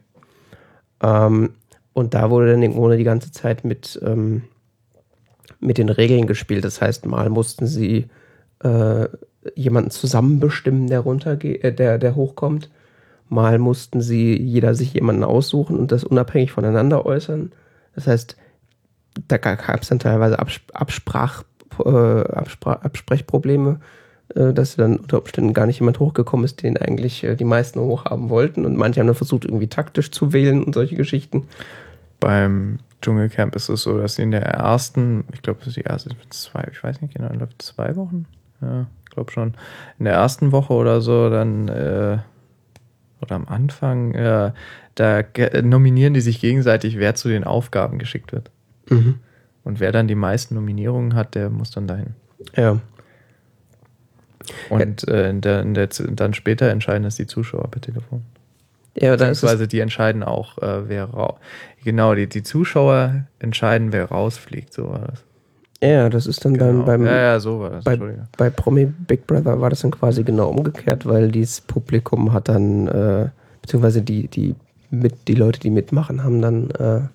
Und da wurde dann im Grunde die ganze Zeit mit den Regeln gespielt. Das heißt, mal mussten sie jemanden zusammen bestimmen, der der hochkommt. Mal mussten sie jeder sich jemanden aussuchen und das unabhängig voneinander äußern. Das heißt, da gab es dann teilweise Absprechprobleme, dass dann unter Umständen gar nicht jemand hochgekommen ist, den eigentlich die meisten hochhaben wollten. Und manche haben dann versucht, irgendwie taktisch zu wählen und solche Geschichten. Beim Dschungelcamp ist es so, dass sie in der ersten, ich glaube, die erste 2, ich weiß nicht genau, läuft 2 Wochen? Ja, ich glaube schon. In der ersten Woche oder so, dann, oder am Anfang, da nominieren die sich gegenseitig, wer zu den Aufgaben geschickt wird. Mhm. Und wer dann die meisten Nominierungen hat, der muss dann dahin. Ja. Und dann später entscheiden es die Zuschauer per Telefon. Ja, beziehungsweise die entscheiden auch, die Zuschauer entscheiden, wer rausfliegt, so war das. Ja, das ist dann genau. beim so war das. bei Promi Big Brother war das dann quasi genau umgekehrt, weil dieses Publikum hat dann, beziehungsweise die Leute, die mitmachen, haben dann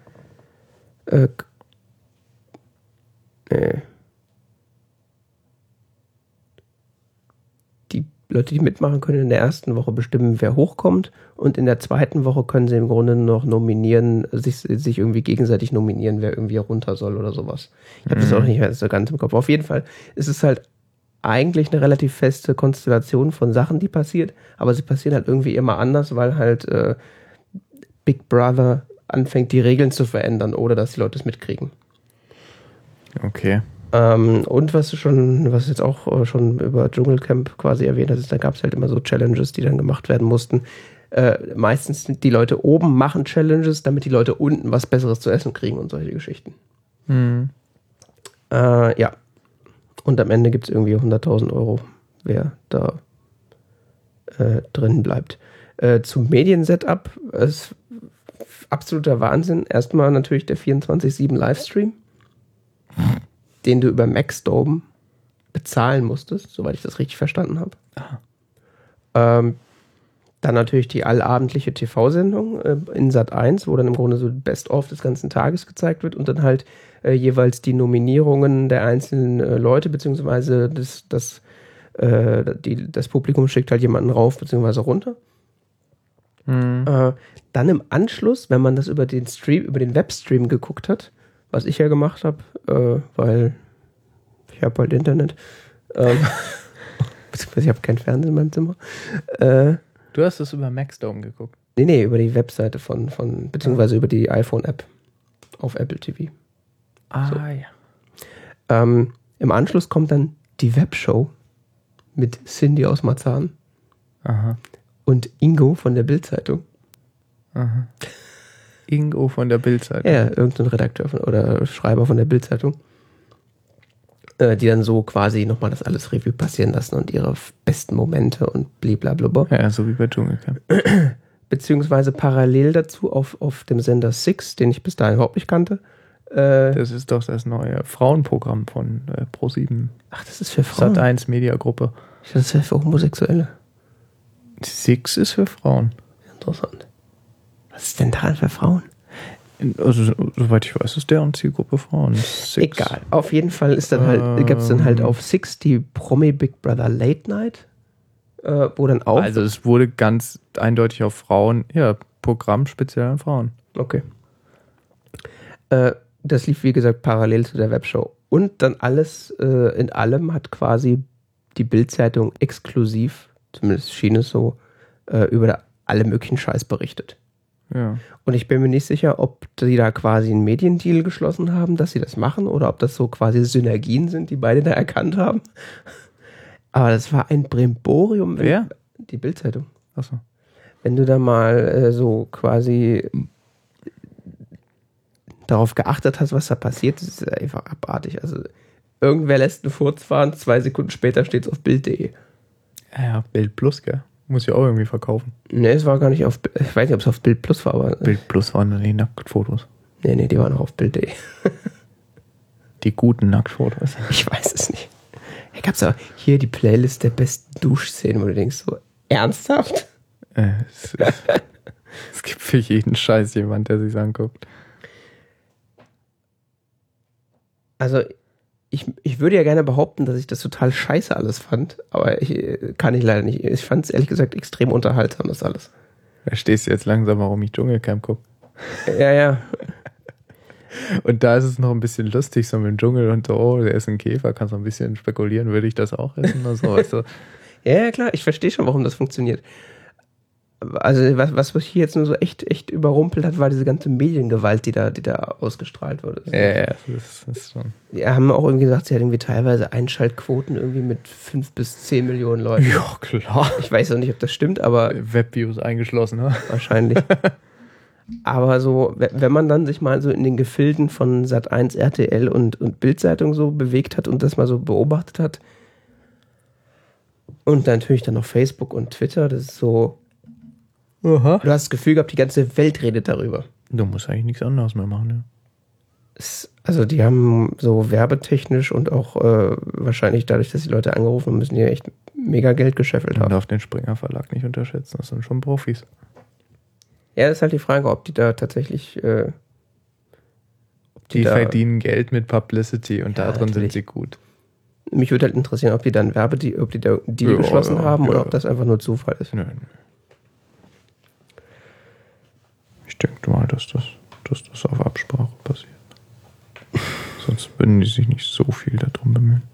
die Leute, die mitmachen, können in der ersten Woche bestimmen, wer hochkommt, und in der 2. Woche können sie im Grunde noch nominieren, sich irgendwie gegenseitig nominieren, wer irgendwie runter soll oder sowas. Ich habe das auch nicht mehr so ganz im Kopf. Auf jeden Fall ist es halt eigentlich eine relativ feste Konstellation von Sachen, die passiert, aber sie passieren halt irgendwie immer anders, weil halt Big Brother anfängt, die Regeln zu verändern, ohne dass die Leute es mitkriegen. Okay. Und was jetzt auch schon über Dschungelcamp quasi erwähnt hast, ist, da gab es halt immer so Challenges, die dann gemacht werden mussten. Meistens sind die Leute oben machen Challenges, damit die Leute unten was Besseres zu essen kriegen und solche Geschichten. Mhm. Ja. Und am Ende gibt es irgendwie 100.000 €, wer da drin bleibt. Zum Mediensetup ist absoluter Wahnsinn. Erstmal natürlich der 24/7 Livestream, den du über Maxdome bezahlen musstest, soweit ich das richtig verstanden habe. Dann natürlich die allabendliche TV-Sendung in Sat.1, wo dann im Grunde so Best-of des ganzen Tages gezeigt wird und dann halt jeweils die Nominierungen der einzelnen Leute, beziehungsweise das Publikum schickt halt jemanden rauf, beziehungsweise runter. Mhm. Dann im Anschluss, wenn man das über den Webstream geguckt hat, was ich ja gemacht habe, weil ich habe halt Internet, beziehungsweise ich habe kein Fernsehen in meinem Zimmer. Du hast es über Maxdome geguckt? Nee, über die Webseite beziehungsweise über die iPhone-App auf Apple TV. Ah, so. ja. Im Anschluss kommt dann die Webshow mit Cindy aus Marzahn Aha. und Ingo von der Bild-Zeitung. Aha. Ingo von der Bild-Zeitung. Ja, irgendein Redakteur oder Schreiber von der Bild-Zeitung. Die dann so quasi nochmal das alles Revue passieren lassen und ihre besten Momente und blablabla. Ja, so wie bei Dschungelcamp. Beziehungsweise parallel dazu auf dem Sender Six, den ich bis dahin überhaupt nicht kannte. Das ist doch das neue Frauenprogramm von Pro7. Ach, das ist für Frauen? Sat.1 Mediagruppe. Ich dachte, das wäre für Homosexuelle. Six ist für Frauen. Interessant. Was ist denn daran für Frauen? Also, soweit ich weiß, ist deren Zielgruppe Frauen. Six. Egal. Auf jeden Fall ist dann halt, gab es dann halt auf Six die Promi Big Brother Late Night, wo dann auch. Also es wurde ganz eindeutig auf Frauen, ja, Programm speziell an Frauen. Okay. Das lief, wie gesagt, parallel zu der Webshow. Und dann alles in allem hat quasi die Bild-Zeitung exklusiv, zumindest schien es so, über alle möglichen Scheiß berichtet. Ja. Und ich bin mir nicht sicher, ob die da quasi einen Mediendeal geschlossen haben, dass sie das machen, oder ob das so quasi Synergien sind, die beide da erkannt haben. Aber das war ein Brimborium. Wer? Die Bild-Zeitung. Achso. Wenn du da mal so quasi darauf geachtet hast, was da passiert, ist es einfach abartig. Also irgendwer lässt einen Furz fahren, 2 Sekunden später steht es auf Bild.de. Ja, Bild Plus, gell? Muss ich auch irgendwie verkaufen. Nee, es war gar nicht auf, ich weiß nicht, ob es auf Bild Plus war, aber. Bild Plus waren dann die Nacktfotos. Nee, die waren auch auf Bild.de. Die guten Nacktfotos. Ich weiß es nicht. Da gab es auch hier die Playlist der besten Duschszenen, wo du denkst, so, ernsthaft? Es gibt für jeden Scheiß jemand, der sich's anguckt. Also, ich würde ja gerne behaupten, dass ich das total scheiße alles fand, aber kann ich leider nicht. Ich fand es ehrlich gesagt extrem unterhaltsam, das alles. Da stehst du jetzt langsam, warum ich Dschungelcamp gucke. Ja. Und da ist es noch ein bisschen lustig, so mit dem Dschungel und so, oh, der ist ein Käfer, kannst du ein bisschen spekulieren, würde ich das auch essen oder so, weißt du? Ja, klar, ich verstehe schon, warum das funktioniert. Also was mich hier jetzt nur so echt überrumpelt hat, war diese ganze Mediengewalt, die da ausgestrahlt wurde. Ja, das ist schon. Die haben auch irgendwie gesagt, sie hat irgendwie teilweise Einschaltquoten irgendwie mit 5 bis 10 Millionen Leuten. Ja, klar. Ich weiß auch nicht, ob das stimmt, aber Webviews eingeschlossen, ne? wahrscheinlich. Aber so, wenn man dann sich mal so in den Gefilden von Sat.1, RTL und Bild-Zeitung so bewegt hat und das mal so beobachtet hat und natürlich dann noch Facebook und Twitter, das ist so. Aha. Du hast das Gefühl gehabt, die ganze Welt redet darüber. Du musst eigentlich nichts anderes mehr machen, ja. Also die haben so werbetechnisch und auch wahrscheinlich dadurch, dass die Leute angerufen haben, müssen die echt mega Geld gescheffelt Man haben. darf den Springer Verlag nicht unterschätzen, das sind schon Profis. Ja, das ist halt die Frage, ob die da tatsächlich Die verdienen Geld mit Publicity und da drin natürlich. sind sie gut. Mich würde halt interessieren, ob die dann da Deal geschlossen haben oder ob das einfach nur Zufall ist. Nö. Ich denke mal, dass das auf Absprache passiert. Sonst würden die sich nicht so viel darum bemühen.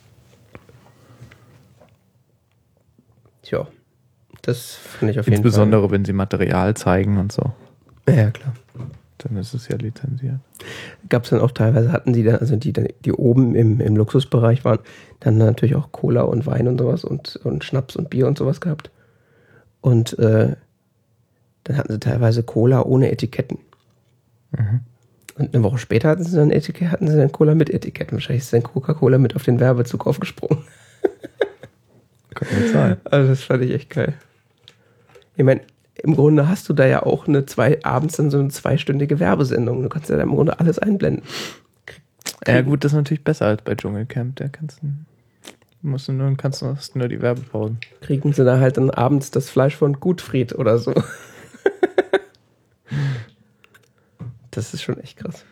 Tja, das finde ich auf jeden Fall. Insbesondere, wenn sie Material zeigen und so. Ja, klar. Dann ist es ja lizenziert. Gab es dann auch teilweise, hatten die dann, also die oben im Luxusbereich waren, dann natürlich auch Cola und Wein und sowas und Schnaps und Bier und sowas gehabt. Und dann hatten sie teilweise Cola ohne Etiketten. Mhm. Und eine Woche später hatten sie dann Cola mit Etiketten. Wahrscheinlich ist dann Coca-Cola mit auf den Werbezug aufgesprungen. Kann nicht sein. Also das fand ich echt geil. Ich meine, im Grunde hast du da ja auch abends dann so eine 2-stündige Werbesendung. Du kannst ja da im Grunde alles einblenden. Ja gut, das ist natürlich besser als bei Dschungelcamp. Da hast nur die Werbepausen. Kriegen sie da halt dann abends das Fleisch von Gutfried oder so. Das ist schon echt krass.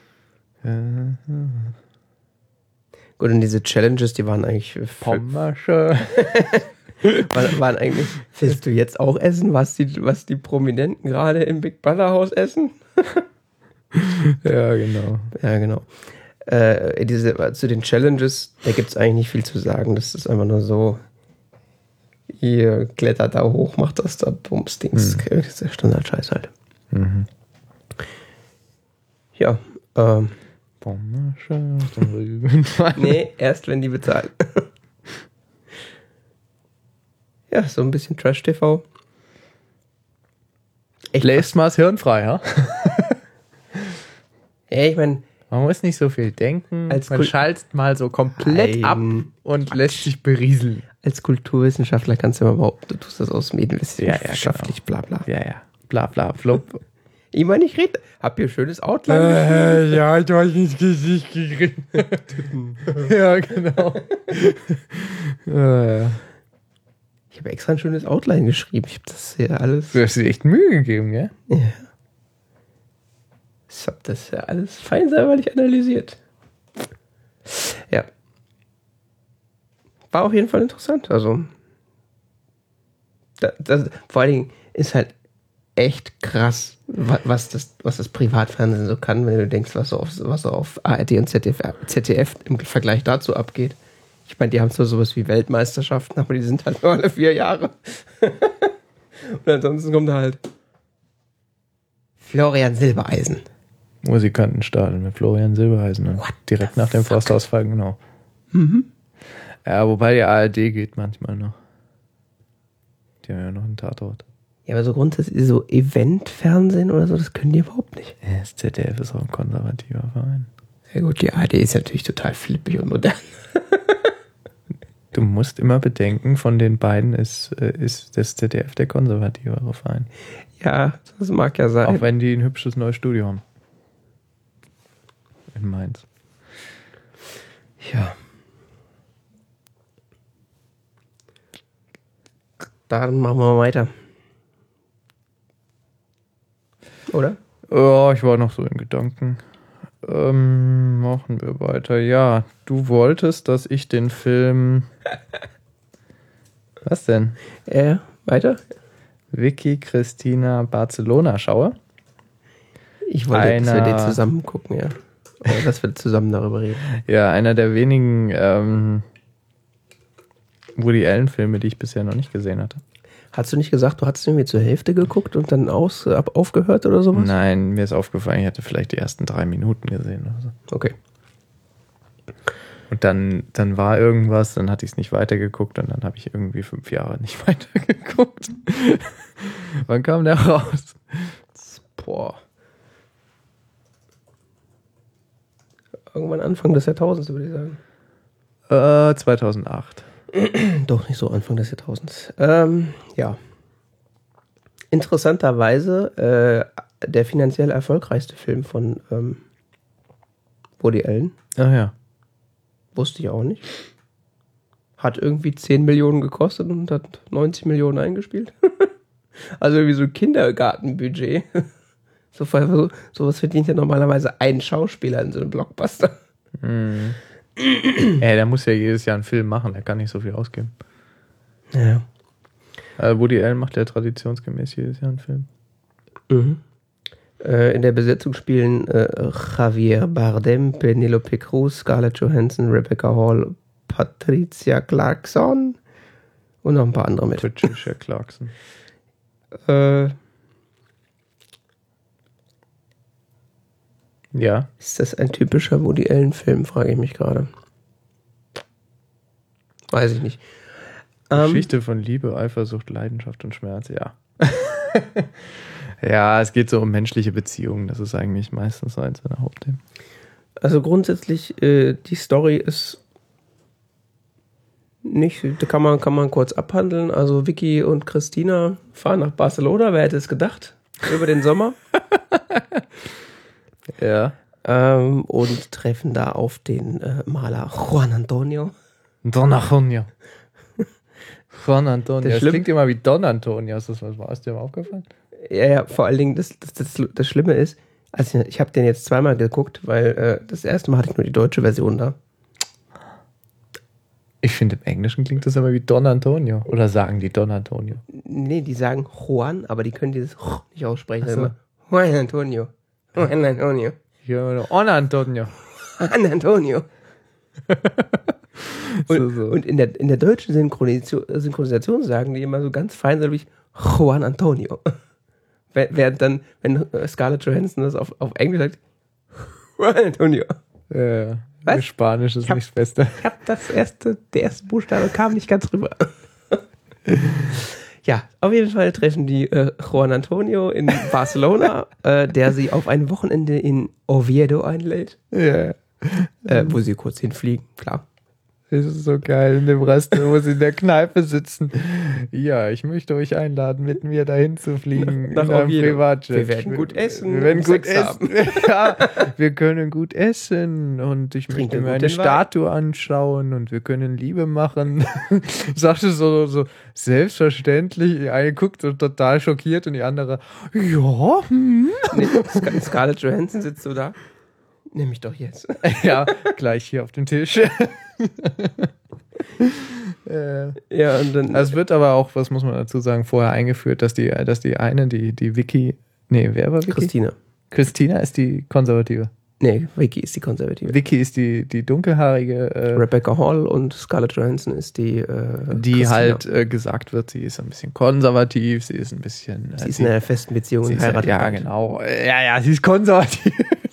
Gut, und diese Challenges, die waren eigentlich Pommasche. waren eigentlich, willst du jetzt auch essen, was die Prominenten gerade im Big Brother Haus essen? Ja, genau. Ja, genau. Zu den Challenges, da gibt es eigentlich nicht viel zu sagen. Das ist einfach nur so, ihr klettert da hoch, macht das da, Bumsdings. Das ist der Standard-Scheiß halt. Mhm. Ja, Pommasche aus dem Rübenwein. nee, erst wenn die bezahlen. Ja, so ein bisschen Trash-TV. Bläst mal das Hirn frei, ja? Ja, ich meine, Man muss nicht so viel denken. Als Man schaltet mal so komplett ab und lässt sich berieseln. als Kulturwissenschaftler kannst du immer behaupten, du tust das aus medienwissenschaftlich, bla bla. Ja. Bla bla flop. Ich meine, ich rede, hab hier schönes Outline. Ja, ich habe ins Gesicht gekriegt. Ja, genau. Ja. Ich habe extra ein schönes Outline geschrieben. Ich habe das hier alles. Du hast dir echt Mühe gegeben, gell? Ja. Ich habe das ja alles fein säuberlich analysiert. Ja. War auf jeden Fall interessant. Also, vor allen Dingen ist halt echt krass, was das Privatfernsehen so kann, wenn du denkst, was so auf ARD und ZDF im Vergleich dazu abgeht. Ich meine, die haben zwar sowas wie Weltmeisterschaften, aber die sind halt nur alle 4 Jahre. Und ansonsten kommt da halt Florian Silbereisen. Musikantenstadel mit Florian Silbereisen. Ne? Direkt nach dem Forstausfall, genau. Mhm. Ja, wobei die ARD geht manchmal noch. Die haben ja noch einen Tatort. Ja, aber so grundsätzlich so Eventfernsehen oder so, das können die überhaupt nicht. Ja, das ZDF ist auch ein konservativer Verein. Ja gut, die ARD ist natürlich total flippig und modern. Du musst immer bedenken, von den beiden ist das ZDF der konservativere Verein. Ja, das mag ja sein. Auch wenn die ein hübsches neues Studio haben. In Mainz. Ja. Dann machen wir mal weiter. Oder? Oh, ich war noch so in Gedanken. Machen wir weiter. Ja, du wolltest, dass ich den Film... Was denn? Weiter? Vicky Cristina Barcelona schaue. Ich wollte, dass wir den zusammen gucken, ja. Oder dass wir zusammen darüber reden. Ja, einer der wenigen Woody Allen-Filme, die ich bisher noch nicht gesehen hatte. Hast du nicht gesagt, du hast irgendwie zur Hälfte geguckt und dann aufgehört oder sowas? Nein, mir ist aufgefallen, ich hatte vielleicht die ersten 3 Minuten gesehen oder so. Okay. Und dann war irgendwas, dann hatte ich es nicht weitergeguckt und dann habe ich irgendwie 5 Jahre nicht weitergeguckt. Wann kam der raus? Boah. Irgendwann Anfang des Jahrtausends, würde ich sagen. 2008. Doch, nicht so Anfang des Jahrtausends. Ja. Interessanterweise der finanziell erfolgreichste Film von Woody Allen. Ach ja. Wusste ich auch nicht. Hat irgendwie 10 Millionen gekostet und hat 90 Millionen eingespielt. Also irgendwie so ein Kindergartenbudget. Sowas verdient ja normalerweise ein Schauspieler in so einem Blockbuster. Mhm. Der muss ja jedes Jahr einen Film machen, der kann nicht so viel ausgeben. Ja. Woody Allen macht ja traditionsgemäß jedes Jahr einen Film. Mhm. In der Besetzung spielen Javier Bardem, Penelope Cruz, Scarlett Johansson, Rebecca Hall, Patricia Clarkson und noch ein paar andere mit. Patricia Clarkson. Ja. Ist das ein typischer Woody Allen-Film, frage ich mich gerade. Weiß ich nicht. Geschichte von Liebe, Eifersucht, Leidenschaft und Schmerz, ja. Ja, es geht so um menschliche Beziehungen. Das ist eigentlich meistens so eins seiner Hauptthemen. Also grundsätzlich, die Story ist nicht, kann man kurz abhandeln. Also Vicky und Christina fahren nach Barcelona, wer hätte es gedacht? Über den Sommer. Ja. Und treffen da auf den Maler Juan Antonio. Don Antonio. Juan Antonio. Das klingt immer wie Don Antonio. Ist dir mal aufgefallen? Ja, vor allen Dingen, das Schlimme ist, also ich habe den jetzt zweimal geguckt, weil das erste Mal hatte ich nur die deutsche Version da. Ich finde, im Englischen klingt das aber wie Don Antonio. Oder sagen die Don Antonio? Nee, die sagen Juan, aber die können dieses nicht aussprechen. So. Juan Antonio. Juan Antonio. Ja, On Antonio. Juan Antonio. Und in der deutschen Synchronisation sagen die immer so ganz feinsäuberlich Juan Antonio. Während dann, wenn Scarlett Johansson das auf Englisch sagt, Juan Antonio. Ja, Was? Spanisch ist nicht das Beste. Ich habe der erste Buchstabe kam nicht ganz rüber. Ja, auf jeden Fall treffen die Juan Antonio in Barcelona, der sie auf ein Wochenende in Oviedo einlädt, wo sie kurz hinfliegen, klar. Das ist so geil in dem Restaurant, wo sie in der Kneipe sitzen. Ja, ich möchte euch einladen, mit mir dahin zu fliegen. Nach in einem Oviedo. Privatjet. Wir werden gut essen. Wir werden und gut Sex haben. essen. Ja, wir können gut essen und ich möchte mir eine Statue anschauen und wir können Liebe machen. Sagte so selbstverständlich. Eine guckt so total schockiert und die andere, ja, Nee, Scarlett Johansson sitzt so da. Nimm mich doch jetzt. Ja, gleich hier auf dem Tisch. Ja, und dann. Es wird aber auch, was muss man dazu sagen, vorher eingeführt, dass die eine, die Vicky, nee, wer war Vicky? Christina. Christina ist die Konservative. Nee, Vicky ist die Konservative. Vicky ist die dunkelhaarige, Rebecca Hall und Scarlett Johansson ist die die Christina. halt gesagt wird, sie ist ein bisschen konservativ, sie ist ein bisschen... Sie ist in einer festen Beziehung und heiratet. Ja, genau. Ja, sie ist konservativ.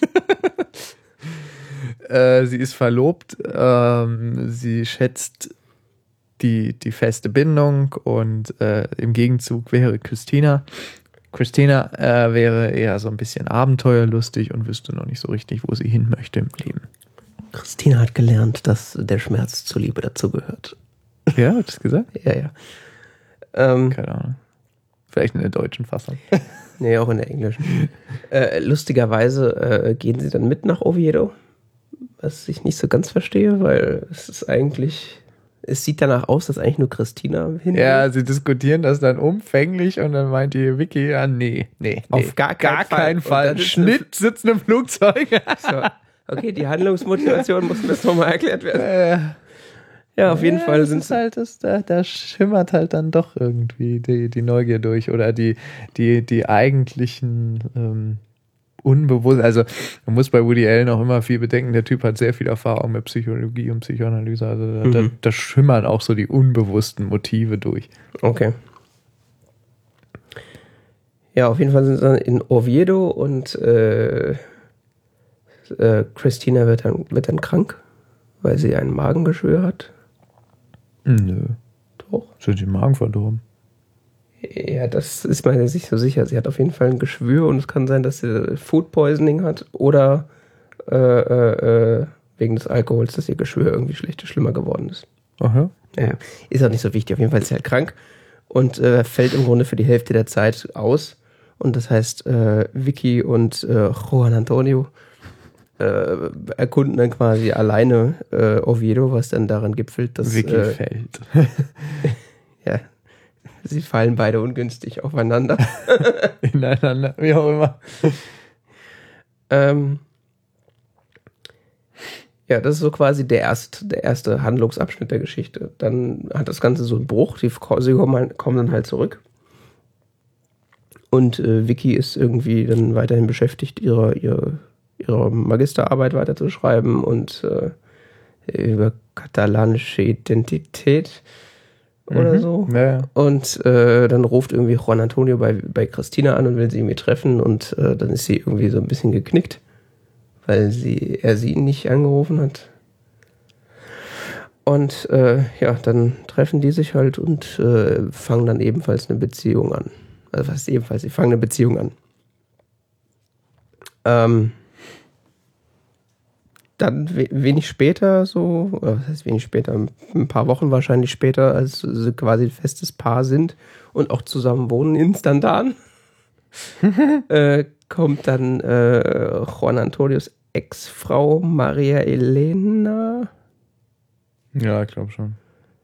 Sie ist verlobt, sie schätzt die feste Bindung und im Gegenzug wäre Christina wäre eher so ein bisschen abenteuerlustig und wüsste noch nicht so richtig, wo sie hin möchte im Leben. Christina hat gelernt, dass der Schmerz zur Liebe dazugehört. Ja, hat das gesagt? Ja. Keine Ahnung. Vielleicht in der deutschen Fassung. Nee, auch in der englischen. Lustigerweise gehen sie dann mit nach Oviedo, was ich nicht so ganz verstehe, weil es sieht danach aus, dass eigentlich nur Christina hin will. Ja, sie diskutieren das dann umfänglich und dann meint die Vicky, ja, nee. Auf gar keinen Fall. Schnitt sitzen im Flugzeug. So. Okay, die Handlungsmotivation muss mir jetzt nochmal erklärt werden. Ja, auf jeden Fall sind es halt, da schimmert halt dann doch irgendwie die Neugier durch oder die eigentlichen unbewusst, also man muss bei Woody Allen auch immer viel bedenken, der Typ hat sehr viel Erfahrung mit Psychologie und Psychoanalyse, also da schimmern auch so die unbewussten Motive durch. Okay. Ja, auf jeden Fall sind sie dann in Oviedo und Christina wird dann krank, weil sie ein Magengeschwür hat. Nö. Doch. Sie hat den Magen verdorben. Ja, das ist man sich so sicher. Sie hat auf jeden Fall ein Geschwür und es kann sein, dass sie Food Poisoning hat oder wegen des Alkohols, dass ihr Geschwür irgendwie schlimmer geworden ist. Aha. Ja, ist auch nicht so wichtig. Auf jeden Fall ist sie halt krank und fällt im Grunde für die Hälfte der Zeit aus. Und das heißt, Vicky und Juan Antonio erkunden dann quasi alleine Oviedo, was dann daran gipfelt, dass Vicky fällt. Ja, sie fallen beide ungünstig aufeinander. Ineinander, wie auch immer. Ja, das ist so quasi der erste Handlungsabschnitt der Geschichte. Dann hat das Ganze so einen Bruch. Sie kommen dann halt zurück. Und Vicky ist irgendwie dann weiterhin beschäftigt, ihre Magisterarbeit weiterzuschreiben und über katalanische Identität oder so. Ja. Und dann ruft irgendwie Juan Antonio bei Christina an und will sie irgendwie treffen und dann ist sie irgendwie so ein bisschen geknickt, weil er sie nicht angerufen hat. Und dann treffen die sich halt und fangen dann ebenfalls eine Beziehung an. Also was heißt ebenfalls? Sie fangen eine Beziehung an. Dann wenig später, was heißt wenig später, ein paar Wochen wahrscheinlich später, als sie quasi ein festes Paar sind und auch zusammen wohnen, instantan, kommt dann Juan Antonios Ex-Frau Maria Elena. Ja, ich glaube schon.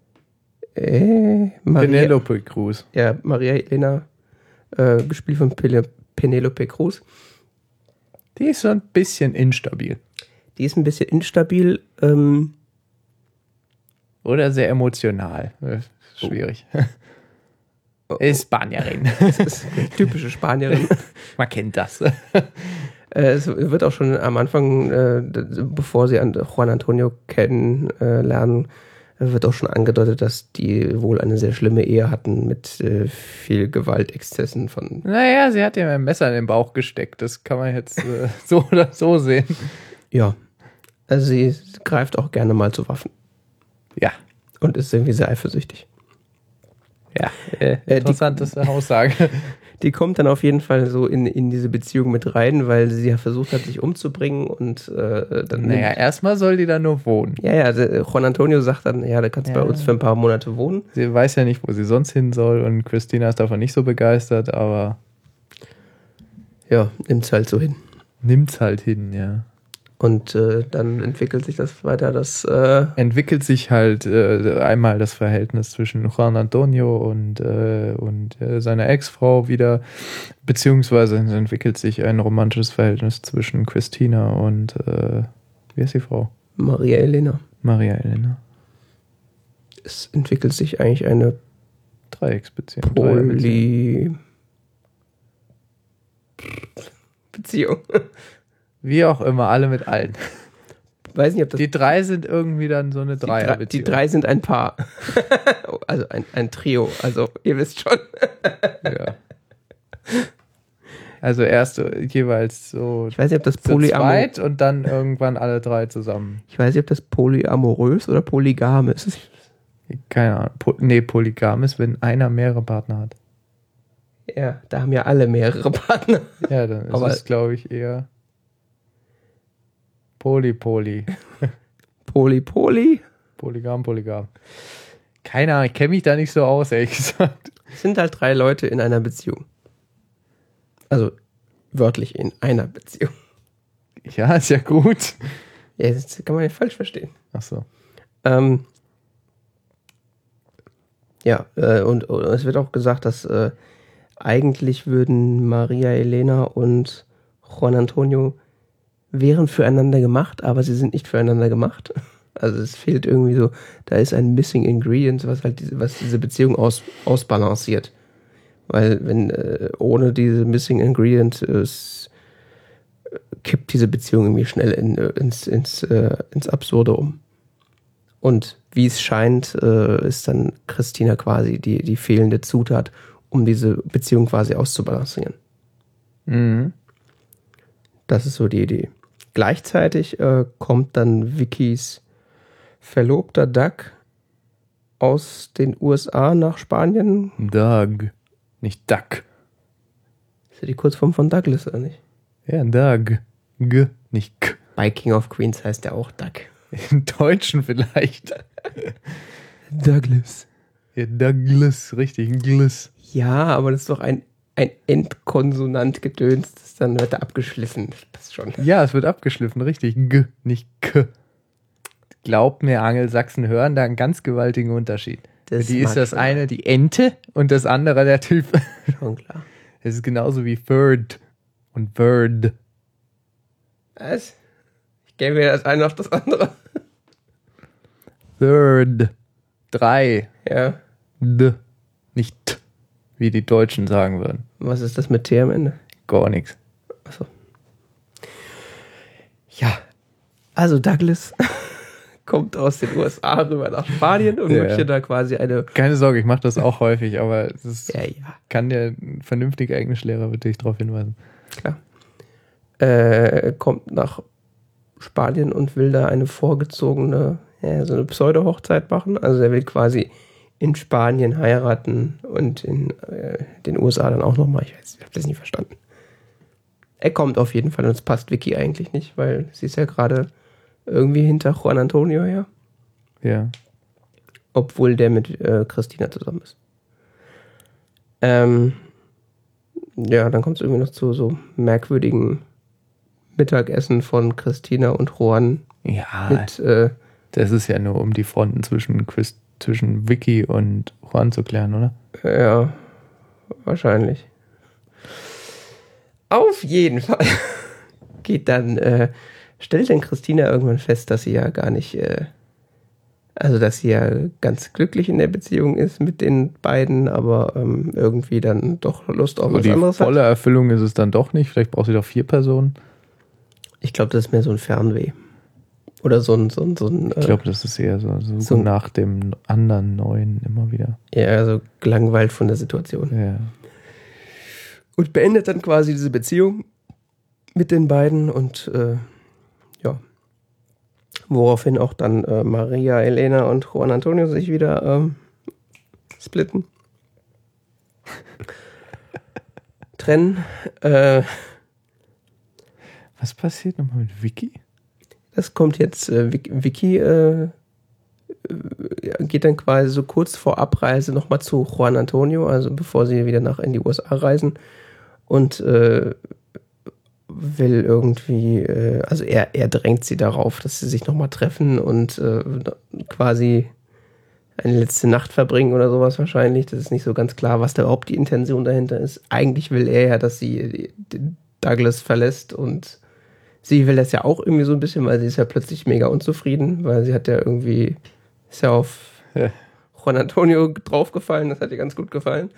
Penelope Cruz. Ja, Maria Elena, gespielt von Penelope Cruz. Die ist so ein bisschen instabil. Die ist ein bisschen instabil. Oder sehr emotional. Schwierig. Ist Spanierin. Das ist eine typische Spanierin. Man kennt das. Es wird auch schon am Anfang, bevor sie Juan Antonio kennenlernen, wird auch schon angedeutet, dass die wohl eine sehr schlimme Ehe hatten mit viel Gewaltexzessen von... Naja, sie hat ihm ein Messer in den Bauch gesteckt. Das kann man jetzt so oder so sehen. Ja, also sie greift auch gerne mal zu Waffen. Ja. Und ist irgendwie sehr eifersüchtig. Ja, interessante Aussage. Die kommt dann auf jeden Fall so in diese Beziehung mit rein, weil sie ja versucht hat, sich umzubringen und dann. Naja, erstmal soll die da nur wohnen. Ja, Juan Antonio sagt dann, ja, da kannst du bei uns für ein paar Monate wohnen. Sie weiß ja nicht, wo sie sonst hin soll und Christina ist davon nicht so begeistert, aber. Ja, nimmt's halt so hin. Nimmt's halt hin, ja. Und dann entwickelt sich das weiter, entwickelt sich halt einmal das Verhältnis zwischen Juan Antonio und seiner Ex-Frau wieder, beziehungsweise es entwickelt sich ein romantisches Verhältnis zwischen Christina und wie heißt die Frau? Maria Elena. Maria Elena. Es entwickelt sich eigentlich eine Dreiecksbeziehung. Beziehung. Wie auch immer, alle mit allen. Weiß nicht, ob das die drei sind irgendwie dann so eine Dreierbeziehung. Die drei sind ein Paar. Also ein Trio. Also ihr wisst schon. Ja. Also erst jeweils so ich weiß nicht, ob das zweit und dann irgendwann alle drei zusammen. Ich weiß nicht, ob das polyamorös oder polygam ist. Keine Ahnung. Polygam ist, wenn einer mehrere Partner hat. Ja, da haben ja alle mehrere Partner. Ja, dann ist es, glaube ich, eher Poly. Poly? Polygam. Keine Ahnung, ich kenne mich da nicht so aus, ehrlich gesagt. Es sind halt 3 Leute in einer Beziehung. Also wörtlich in einer Beziehung. Ja, ist ja gut. Ja, das kann man ja falsch verstehen. Ach so. Ja, und es wird auch gesagt, dass eigentlich würden Maria Elena und Juan Antonio wären füreinander gemacht, aber sie sind nicht füreinander gemacht. Also es fehlt irgendwie so, da ist ein Missing Ingredient, was diese Beziehung ausbalanciert. Weil wenn ohne diese Missing Ingredient kippt diese Beziehung irgendwie schnell ins Absurde um. Und wie es scheint, ist dann Christina quasi die fehlende Zutat, um diese Beziehung quasi auszubalancieren. Mhm. Das ist so die Idee. Gleichzeitig kommt dann Vickys Verlobter Doug aus den USA nach Spanien. Doug, nicht Duck. Ist ja die Kurzform von Douglas, oder nicht? Ja, Doug. G, nicht K. Bei King of Queens heißt er auch Doug. Im Deutschen vielleicht. Douglas. Ja, Douglas, richtig, Gliss. Ja, aber das ist doch ein Endkonsonant gedönst, dann wird er abgeschliffen. Das passt schon. Ja, es wird abgeschliffen, richtig. G, nicht K. Glaubt mir, Angelsachsen hören da einen ganz gewaltigen Unterschied. Für die ist das eine die Ente und das andere der Typ. Schon klar. Es ist genauso wie Third und Bird. Was? Ich gebe mir das eine auf das andere. Third. 3. Ja. D. Nicht T, wie die Deutschen sagen würden. Was ist das mit T am Ende? Gar nichts. Achso. Ja. Also Douglas kommt aus den USA rüber nach Spanien und möchte da quasi eine... Keine Sorge, ich mache das auch häufig, aber das ja. kann der vernünftige Englischlehrer wirklich darauf hinweisen. Klar. Kommt nach Spanien und will da eine vorgezogene, so eine Pseudo-Hochzeit machen. Also er will quasi in Spanien heiraten und in den USA dann auch nochmal. Ich habe das nicht verstanden. Er kommt auf jeden Fall und es passt Vicky eigentlich nicht, weil sie ist ja gerade irgendwie hinter Juan Antonio her. Ja. Obwohl der mit Christina zusammen ist. Ja, dann kommt es irgendwie noch zu so merkwürdigen Mittagessen von Christina und Juan. Ja, mit, das ist ja nur, um die Fronten zwischen Vicky und Juan zu klären, oder? Ja, wahrscheinlich. Auf jeden Fall stellt dann Christina irgendwann fest, dass sie ja gar nicht, dass sie ja ganz glücklich in der Beziehung ist mit den beiden, aber irgendwie dann doch Lust auf was anderes hat. Die volle Erfüllung ist es dann doch nicht. Vielleicht braucht sie doch 4 Personen. Ich glaube, das ist mehr so ein Fernweh. Oder so ein ich glaube, das ist eher so nach dem anderen Neuen immer wieder. Ja, also gelangweilt von der Situation. Ja. Und beendet dann quasi diese Beziehung mit den beiden und woraufhin auch dann Maria Elena und Juan Antonio sich wieder splitten. trennen. Was passiert nochmal mit Vicky? Das kommt jetzt, Vicky geht dann quasi so kurz vor Abreise nochmal zu Juan Antonio, also bevor sie wieder in die USA reisen und will irgendwie, also er drängt sie darauf, dass sie sich nochmal treffen und quasi eine letzte Nacht verbringen oder sowas wahrscheinlich. Das ist nicht so ganz klar, was da überhaupt die Intention dahinter ist. Eigentlich will er ja, dass sie Douglas verlässt und sie will das ja auch irgendwie so ein bisschen, weil sie ist ja plötzlich mega unzufrieden, weil sie hat ja irgendwie, ist ja auf Juan Antonio draufgefallen, das hat ihr ganz gut gefallen.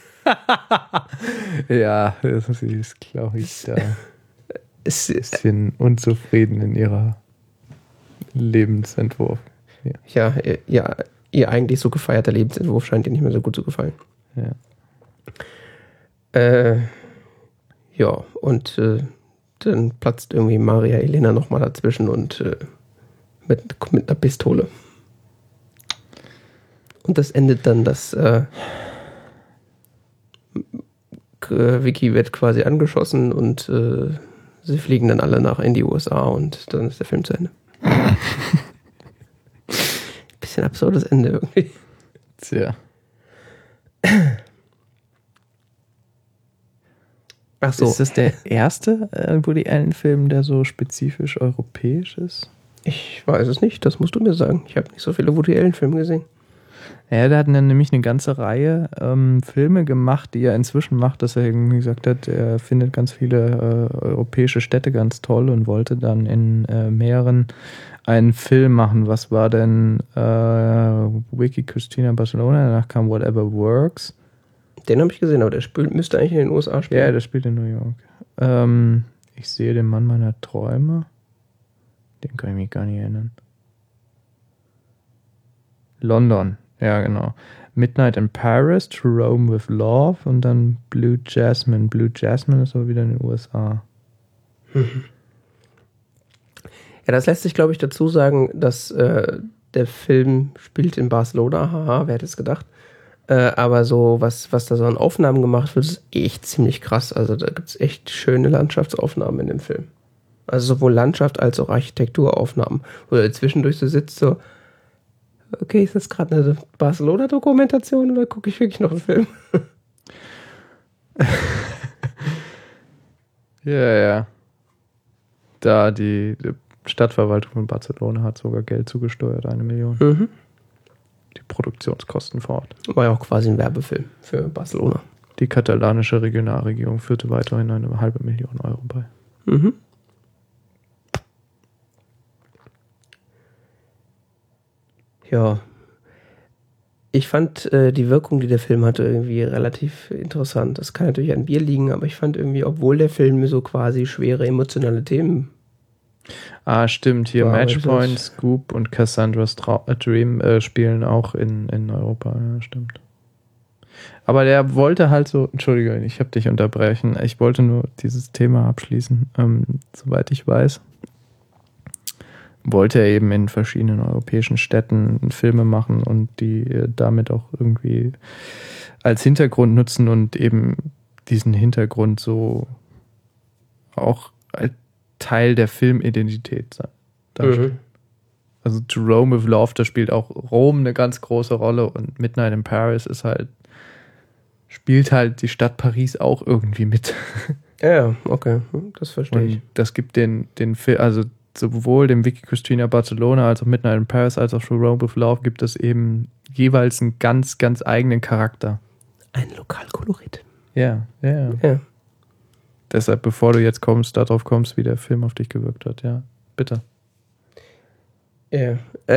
Ja, sie ist, glaube ich, da ein bisschen unzufrieden in ihrer Lebensentwurf. Ja, ihr eigentlich so gefeierter Lebensentwurf scheint ihr nicht mehr so gut zu gefallen. Ja. Und dann platzt irgendwie Maria Elena nochmal dazwischen und mit einer Pistole. Und das endet dann, dass Vicky wird quasi angeschossen und sie fliegen dann alle in die USA und dann ist der Film zu Ende. Bisschen absurdes Ende irgendwie. Tja. Ach so. Ist das der erste Woody Allen-Film, der so spezifisch europäisch ist? Ich weiß es nicht, das musst du mir sagen. Ich habe nicht so viele Woody Allen-Filme gesehen. Ja, der hat dann nämlich eine ganze Reihe Filme gemacht, die er inzwischen macht, dass er irgendwie gesagt hat, er findet ganz viele europäische Städte ganz toll und wollte dann in mehreren einen Film machen. Was war denn Vicky Cristina Barcelona? Danach kam Whatever Works. Den habe ich gesehen, aber der müsste eigentlich in den USA spielen. Ja, der spielt in New York. Ich sehe den Mann meiner Träume. Den kann ich mich gar nicht erinnern. London, ja genau. Midnight in Paris, To Rome with Love und dann Blue Jasmine. Blue Jasmine ist aber wieder in den USA. Ja, das lässt sich, glaube ich, dazu sagen, dass der Film spielt in Barcelona. Haha, wer hätte es gedacht? Aber so, was da so an Aufnahmen gemacht wird, ist echt ziemlich krass. Also da gibt es echt schöne Landschaftsaufnahmen in dem Film. Also sowohl Landschaft als auch Architekturaufnahmen. Wo du zwischendurch so sitzt, so, okay, ist das gerade eine Barcelona-Dokumentation oder gucke ich wirklich noch einen Film? Ja. Da die Stadtverwaltung von Barcelona hat sogar Geld zugesteuert, 1 Million. Mhm. Die Produktionskosten vor Ort. War ja auch quasi ein Werbefilm für Barcelona. Die katalanische Regionalregierung führte weiterhin 500.000 Euro bei. Mhm. Ja. Ich fand die Wirkung, die der Film hatte, irgendwie relativ interessant. Das kann natürlich an Bier liegen, aber ich fand irgendwie, obwohl der Film so quasi schwere emotionale Themen. Ah, stimmt. Hier Matchpoint, Scoop und Cassandra's Dream spielen auch in Europa. Ja, stimmt. Aber der wollte halt so, Entschuldige, ich habe dich unterbrechen. Ich wollte nur dieses Thema abschließen. Soweit ich weiß, wollte er eben in verschiedenen europäischen Städten Filme machen und die damit auch irgendwie als Hintergrund nutzen und eben diesen Hintergrund so auch als Teil der Filmidentität darstellen. Also To Rome with Love, da spielt auch Rom eine ganz große Rolle und Midnight in Paris spielt halt die Stadt Paris auch irgendwie mit. Ja, okay, das verstehe ich. Und das gibt den Film, also sowohl dem Vicky Cristina Barcelona als auch Midnight in Paris als auch To Rome with Love gibt es eben jeweils einen ganz, ganz eigenen Charakter. Ein Lokalkolorit. Ja. Deshalb, bevor du jetzt darauf kommst, wie der Film auf dich gewirkt hat, ja, bitte. Ja,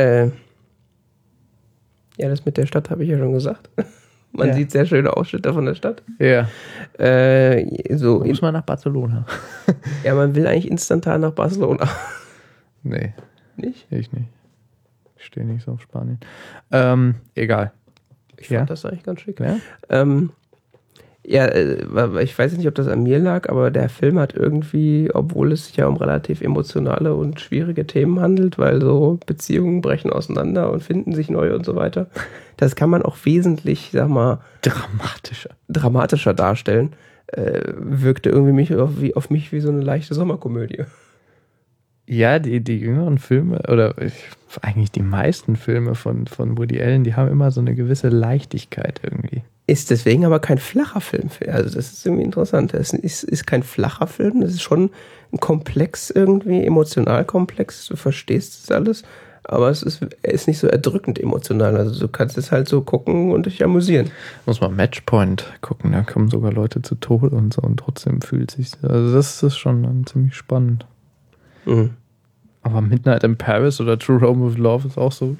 das mit der Stadt habe ich ja schon gesagt. Man sieht sehr schöne Ausschnitte von der Stadt. Ja. Muss man nach Barcelona? Ja, man will eigentlich instantan nach Barcelona. Nee. Nicht? Ich nicht. Ich stehe nicht so auf Spanien. Egal. Ich fand das eigentlich ganz schick. Ja? Ja, ich weiß nicht, ob das an mir lag, aber der Film hat irgendwie, obwohl es sich ja um relativ emotionale und schwierige Themen handelt, weil so Beziehungen brechen auseinander und finden sich neu und so weiter, das kann man auch wesentlich, sag mal, dramatischer darstellen. Wirkte irgendwie auf mich wie so eine leichte Sommerkomödie. Ja, die jüngeren Filme, eigentlich die meisten Filme von Woody Allen, die haben immer so eine gewisse Leichtigkeit irgendwie. Ist deswegen aber kein flacher Film. Also das ist irgendwie interessant. Es ist kein flacher Film, das ist schon ein Komplex irgendwie, emotional komplex. Du verstehst das alles, aber es ist nicht so erdrückend emotional. Also du kannst es halt so gucken und dich amüsieren. Muss man Matchpoint gucken, da kommen sogar Leute zu Tode und so und trotzdem fühlt sich, also das ist schon dann ziemlich spannend. Mhm. Aber Midnight in Paris oder True Romance of Love ist auch so.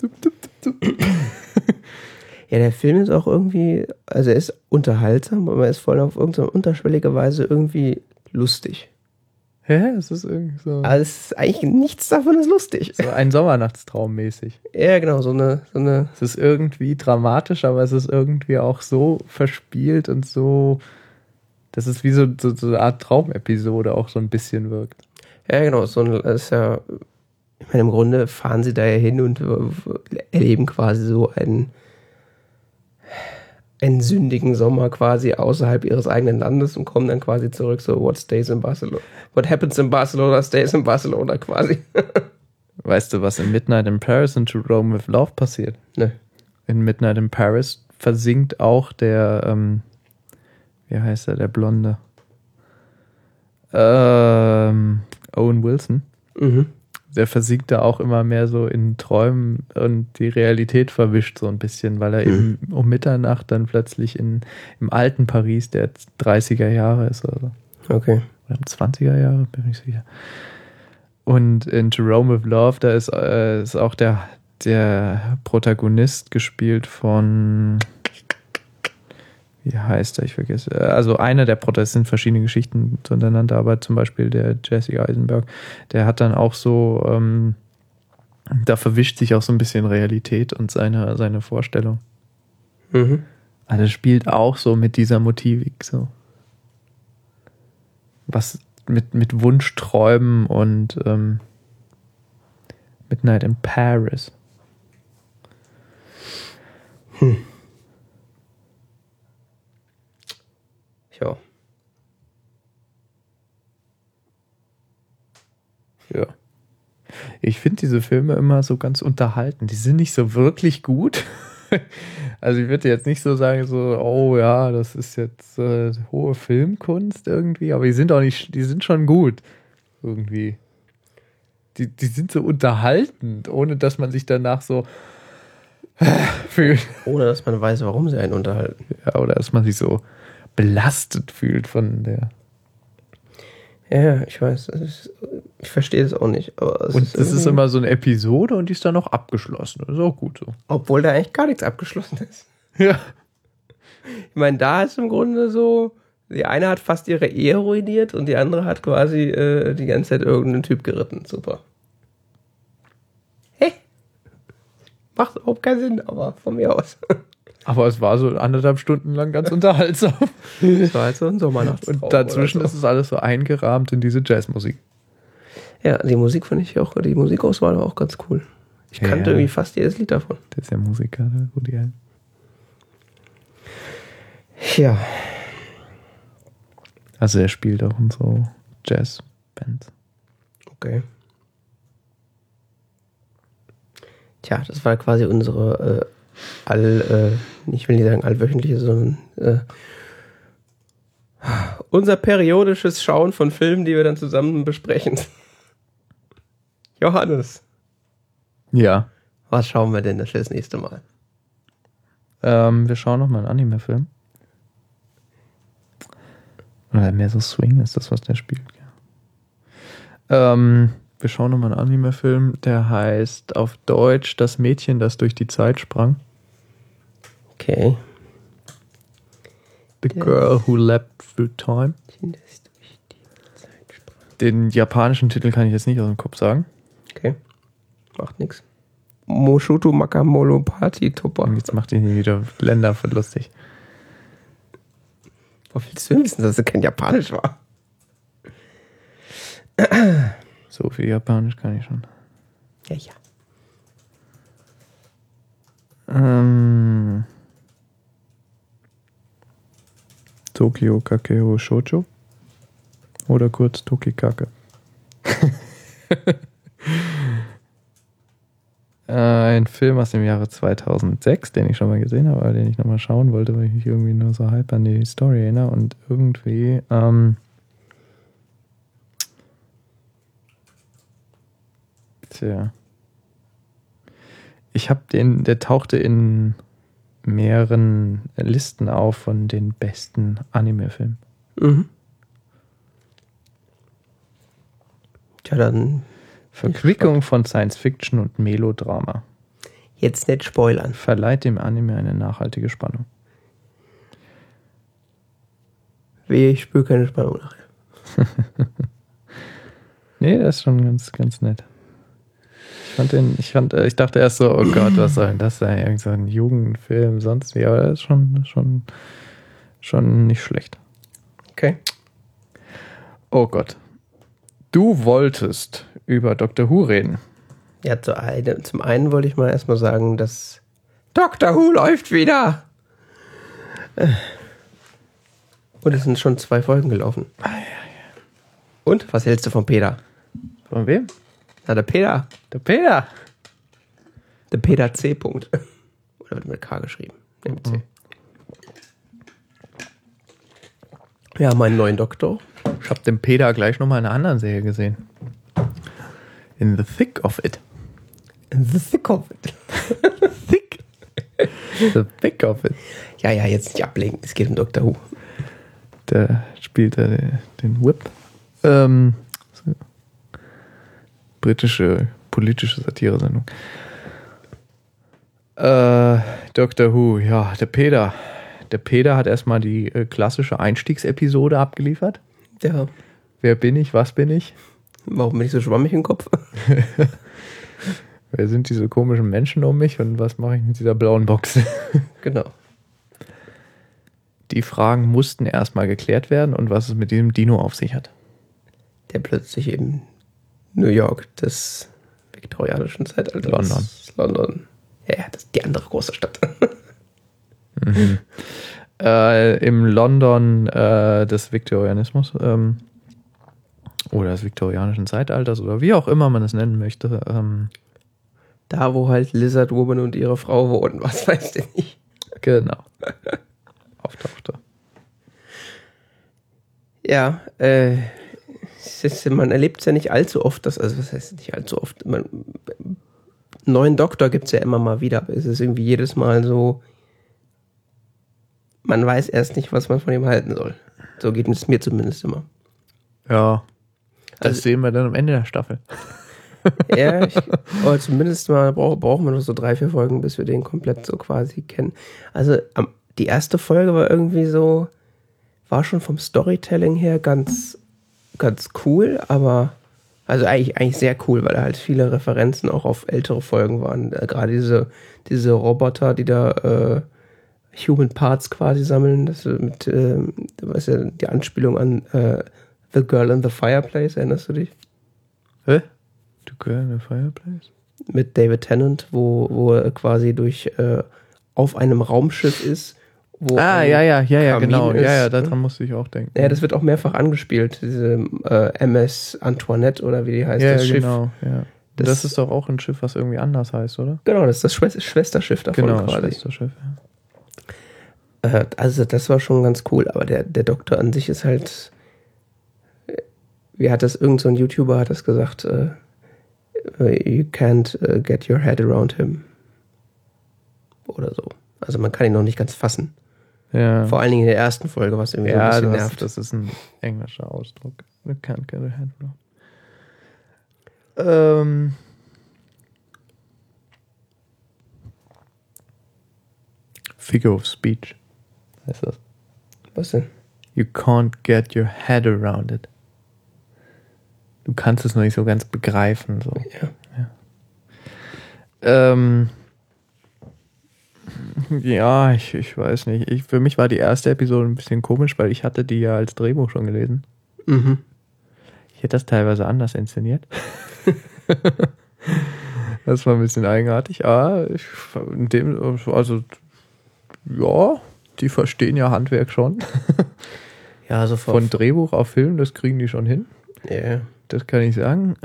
Ja, der Film ist auch irgendwie, also er ist unterhaltsam, aber er ist vor allem auf irgendeine unterschwellige Weise irgendwie lustig. Ja, es ist irgendwie so. Also es ist eigentlich nichts davon ist lustig. So ein Sommernachtstraum mäßig. Ja, genau, so eine. Es ist irgendwie dramatisch, aber es ist irgendwie auch so verspielt und so, dass es wie so eine Art Traumepisode auch so ein bisschen wirkt. Ja, genau, das ist ja, ich meine, im Grunde fahren sie da ja hin und erleben quasi so einen sündigen Sommer quasi außerhalb ihres eigenen Landes und kommen dann quasi zurück, so what happens in Barcelona stays in Barcelona quasi. Weißt du, was in Midnight in Paris und To Rome with Love passiert? Ne. In Midnight in Paris versinkt auch der, wie heißt er, der Blonde? Owen Wilson. Mhm. Der versinkt da auch immer mehr so in Träumen und die Realität verwischt so ein bisschen, weil er eben um Mitternacht dann plötzlich im alten Paris der 30er Jahre ist oder so. Okay. Oder 20er Jahre, bin ich sicher. Und in To Rome with Love, da ist auch der Protagonist gespielt von, wie heißt er, ich vergesse. Also einer der Protagonisten, sind verschiedene Geschichten zueinander, aber zum Beispiel der Jesse Eisenberg, der hat dann auch so, da verwischt sich auch so ein bisschen Realität und seine Vorstellung. Mhm. Also spielt auch so mit dieser Motivik so. Was mit Wunschträumen und Midnight in Paris. Ja. Ja. Ich finde diese Filme immer so ganz unterhalten. Die sind nicht so wirklich gut. Also ich würde jetzt nicht so sagen, so, oh ja, das ist jetzt hohe Filmkunst irgendwie, aber die sind schon gut. Irgendwie. Die sind so unterhaltend, ohne dass man sich danach so fühlt. Ohne dass man weiß, warum sie einen unterhalten. Ja, oder dass man sich so belastet fühlt von der. Ja, ich weiß. Ich verstehe das auch nicht. Aber und das ist immer so eine Episode und die ist dann auch abgeschlossen. Das ist auch gut so. Obwohl da eigentlich gar nichts abgeschlossen ist. Ja. Ich meine, da ist im Grunde so, die eine hat fast ihre Ehe ruiniert und die andere hat quasi die ganze Zeit irgendeinen Typ geritten. Super. Hey. Macht überhaupt keinen Sinn, aber von mir aus. Aber es war so 1,5 Stunden lang ganz unterhaltsam. Es war halt so ein Sommernachtstraum. Und dazwischen ist es alles so eingerahmt in diese Jazzmusik. Ja, die Musik fand ich auch, die Musikauswahl war auch ganz cool. Ich kannte irgendwie fast jedes Lied davon. Der ist ja Musiker, der Woody Allen. Ja. Also er spielt auch in so Jazzbands. Okay. Tja, das war quasi unsere ich will nicht sagen allwöchentliche, sondern unser periodisches Schauen von Filmen, die wir dann zusammen besprechen. Johannes. Ja. Was schauen wir denn das nächste Mal? Wir schauen nochmal einen Anime-Film. Oder mehr so Swing ist das, was der spielt. Ja. Wir schauen nochmal einen Anime-Film, der heißt auf Deutsch Das Mädchen, das durch die Zeit sprang. Okay. The Girl Who Leapt Through Time. Den japanischen Titel kann ich jetzt nicht aus dem Kopf sagen. Okay. Macht nichts. Moshuto Makamolo Party Topper. Jetzt macht ihn wieder Länder für lustig. Wo willst du wissen, dass es kein Japanisch war? So viel Japanisch kann ich schon. Ja, ja. Tokyo Kakeo Shoujo oder kurz Tokikake. Ein Film aus dem Jahre 2006, den ich schon mal gesehen habe, aber den ich nochmal schauen wollte, weil ich mich irgendwie nur so halb an die Story erinnere und irgendwie ich habe der tauchte in mehreren Listen auf von den besten Anime-Filmen. Mhm. Tja, dann Verquickung von Science-Fiction und Melodrama. jetzt nicht spoilern. Verleiht dem Anime eine nachhaltige Spannung. Wehe, ich spüre keine Spannung nachher. Nee, das ist schon ganz, ganz nett. Ich dachte erst so, oh Gott, was soll denn das sein? Irgend so ein Jugendfilm, sonst wie, aber das ist schon nicht schlecht. Okay. Oh Gott. Du wolltest über Doctor Who reden. Ja, zum einen wollte ich mal erstmal sagen, dass Doctor Who läuft wieder. Und es sind schon 2 Folgen gelaufen. Und, was hältst du von Peter? Von wem? Na, der Peter. Der Peter. Der Peter C. Punkt. Oder wird mit K geschrieben? Nee, mit C. Wir haben einen neuen Doktor. Ich habe den Peter gleich nochmal in einer anderen Serie gesehen. In the thick of it. The thick of it. Thick. The thick of it. Ja, jetzt nicht ablenken. Es geht um Doctor Who. Da spielt er den Whip. Britische politische Satire-Sendung. Doctor Who, ja, der Peter. Der Peter hat erstmal die klassische Einstiegsepisode abgeliefert. Ja. Wer bin ich, was bin ich? Warum bin ich so schwammig im Kopf? Wer sind diese komischen Menschen um mich und was mache ich mit dieser blauen Box? Genau. Die Fragen mussten erstmal geklärt werden und was es mit diesem Dino auf sich hat. Der plötzlich in New York des viktorianischen Zeitalters. London. Ja, das ist die andere große Stadt. Mhm. Im London des Viktorianismus oder des viktorianischen Zeitalters oder wie auch immer man es nennen möchte. Da, wo halt Lizard Woman und ihre Frau wohnen, was weiß ich nicht. Genau. Auftauchte. Ja, man erlebt es ja nicht allzu oft, also was heißt nicht allzu oft, neuen Doktor gibt es ja immer mal wieder, aber es ist irgendwie jedes Mal so, man weiß erst nicht, was man von ihm halten soll. So geht es mir zumindest immer. Ja, das Also, sehen wir dann am Ende der Staffel. Ja, aber zumindest mal brauchen wir noch so 3-4 Folgen, bis wir den komplett so quasi kennen. Also die erste Folge war irgendwie so, war schon vom Storytelling her ganz, ganz cool, aber also eigentlich sehr cool, weil da halt viele Referenzen auch auf ältere Folgen waren. Gerade diese Roboter, die da Human Parts quasi sammeln, das mit was ja die Anspielung an The Girl in the Fireplace, erinnerst du dich? Hä? The Girl in the Fireplace? Mit David Tennant, wo er quasi auf einem Raumschiff ist. Wo ja, Kamin genau. ist, Ja, daran musste ich auch denken. Ja, das wird auch mehrfach angespielt, diese MS Antoinette oder wie die heißt, ja, das Schiff. Genau, ja. Das ist doch auch ein Schiff, was irgendwie anders heißt, oder? Genau, das ist das Schwesterschiff davon Genau, quasi. Schwesterschiff, ja. Also das war schon ganz cool, aber der Doktor an sich ist halt, wie hat das, irgend so ein YouTuber hat das gesagt, you can't get your head around him. Oder so. Also man kann ihn noch nicht ganz fassen. Ja. Vor allen Dingen in der ersten Folge, was irgendwie so ein bisschen nervt. Das ist ein englischer Ausdruck. You can't get a head around. Figure of Speech heißt das. Was denn? You can't get your head around it. Du kannst es noch nicht so ganz begreifen. So. Ja. Ja, ich weiß nicht. Für mich war die erste Episode ein bisschen komisch, weil ich hatte die ja als Drehbuch schon gelesen. Mhm. Ich hätte das teilweise anders inszeniert. Das war ein bisschen eigenartig. Aber ja, die verstehen ja Handwerk schon. Ja, also von Drehbuch auf Film, das kriegen die schon hin. Yeah. Das kann ich sagen.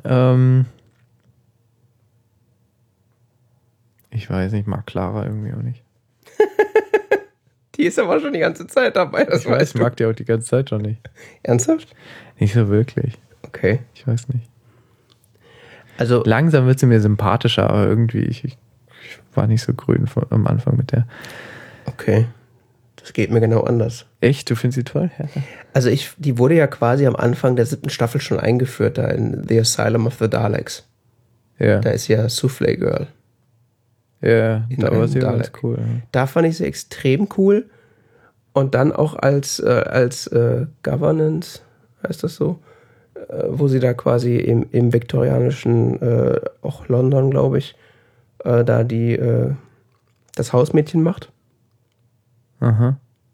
Ich weiß nicht, mag Clara irgendwie auch nicht. Die ist aber schon die ganze Zeit dabei. Das ich weiß, mag die auch die ganze Zeit schon nicht. Ernsthaft? Nicht so wirklich. Okay. Ich weiß nicht. Also langsam wird sie mir sympathischer, aber irgendwie, ich war nicht so grün am Anfang mit der. Okay. Das geht mir genau anders. Echt? Du findest sie toll? Ja. Also die wurde ja quasi am Anfang der 7. Staffel schon eingeführt, da in The Asylum of the Daleks. Ja. Da ist ja Soufflé Girl. Ja, da war sie ganz cool. Ja. Da fand ich sie extrem cool. Und dann auch als Governance, heißt das so, wo sie da quasi im viktorianischen, auch London, glaube ich, da das Hausmädchen macht. Aha.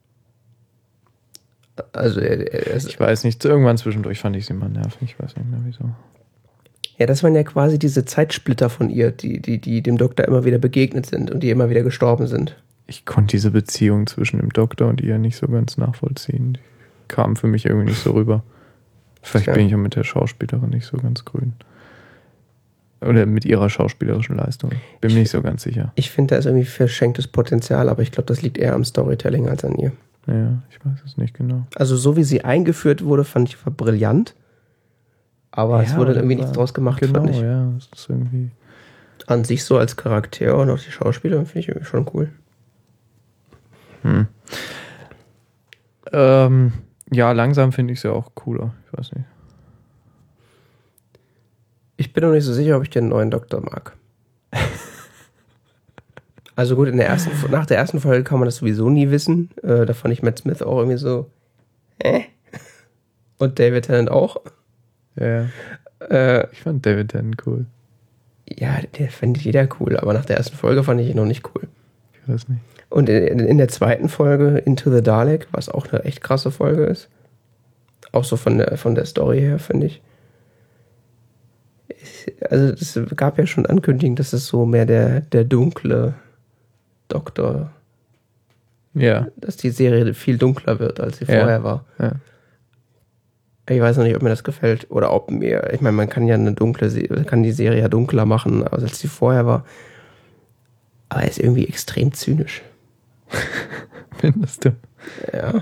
Also ich weiß nicht, irgendwann zwischendurch fand ich sie mal nervig, ich weiß nicht mehr wieso. Ja, das waren ja quasi diese Zeitsplitter von ihr, die dem Doktor immer wieder begegnet sind und die immer wieder gestorben sind. Ich konnte diese Beziehung zwischen dem Doktor und ihr nicht so ganz nachvollziehen. Die kam für mich irgendwie nicht so rüber. Vielleicht bin ich auch mit der Schauspielerin nicht so ganz grün. Oder mit ihrer schauspielerischen Leistung. Bin mir nicht so ganz sicher. Ich finde, da ist irgendwie verschenktes Potenzial, aber ich glaube, das liegt eher am Storytelling als an ihr. Ja, ich weiß es nicht genau. Also so wie sie eingeführt wurde, fand ich, war brillant. Aber es wurde irgendwie nichts draus gemacht, fand ich. Ja, es ist irgendwie... An sich so als Charakter und auch die Schauspielerin finde ich irgendwie schon cool. Ja, langsam finde ich sie auch cooler. Ich weiß nicht. Ich bin noch nicht so sicher, ob ich den neuen Doktor mag. Also gut, nach der ersten Folge kann man das sowieso nie wissen. Da fand ich Matt Smith auch irgendwie so Und David Tennant auch. Ja. Ich fand David Tennant cool. Ja, der fand jeder cool, aber nach der ersten Folge fand ich ihn noch nicht cool. Ich weiß nicht. Und in der zweiten Folge, Into the Dalek, was auch eine echt krasse Folge ist, auch so von der Story her, finde ich. Also es gab ja schon Ankündigungen, dass es so mehr der dunkle Doktor, ja, dass die Serie viel dunkler wird, als sie vorher war. Ja. Ich weiß noch nicht, ob mir das gefällt oder ob mir, ich meine, man kann ja kann die Serie ja dunkler machen, als sie vorher war. Aber er ist irgendwie extrem zynisch. Findest du? Ja.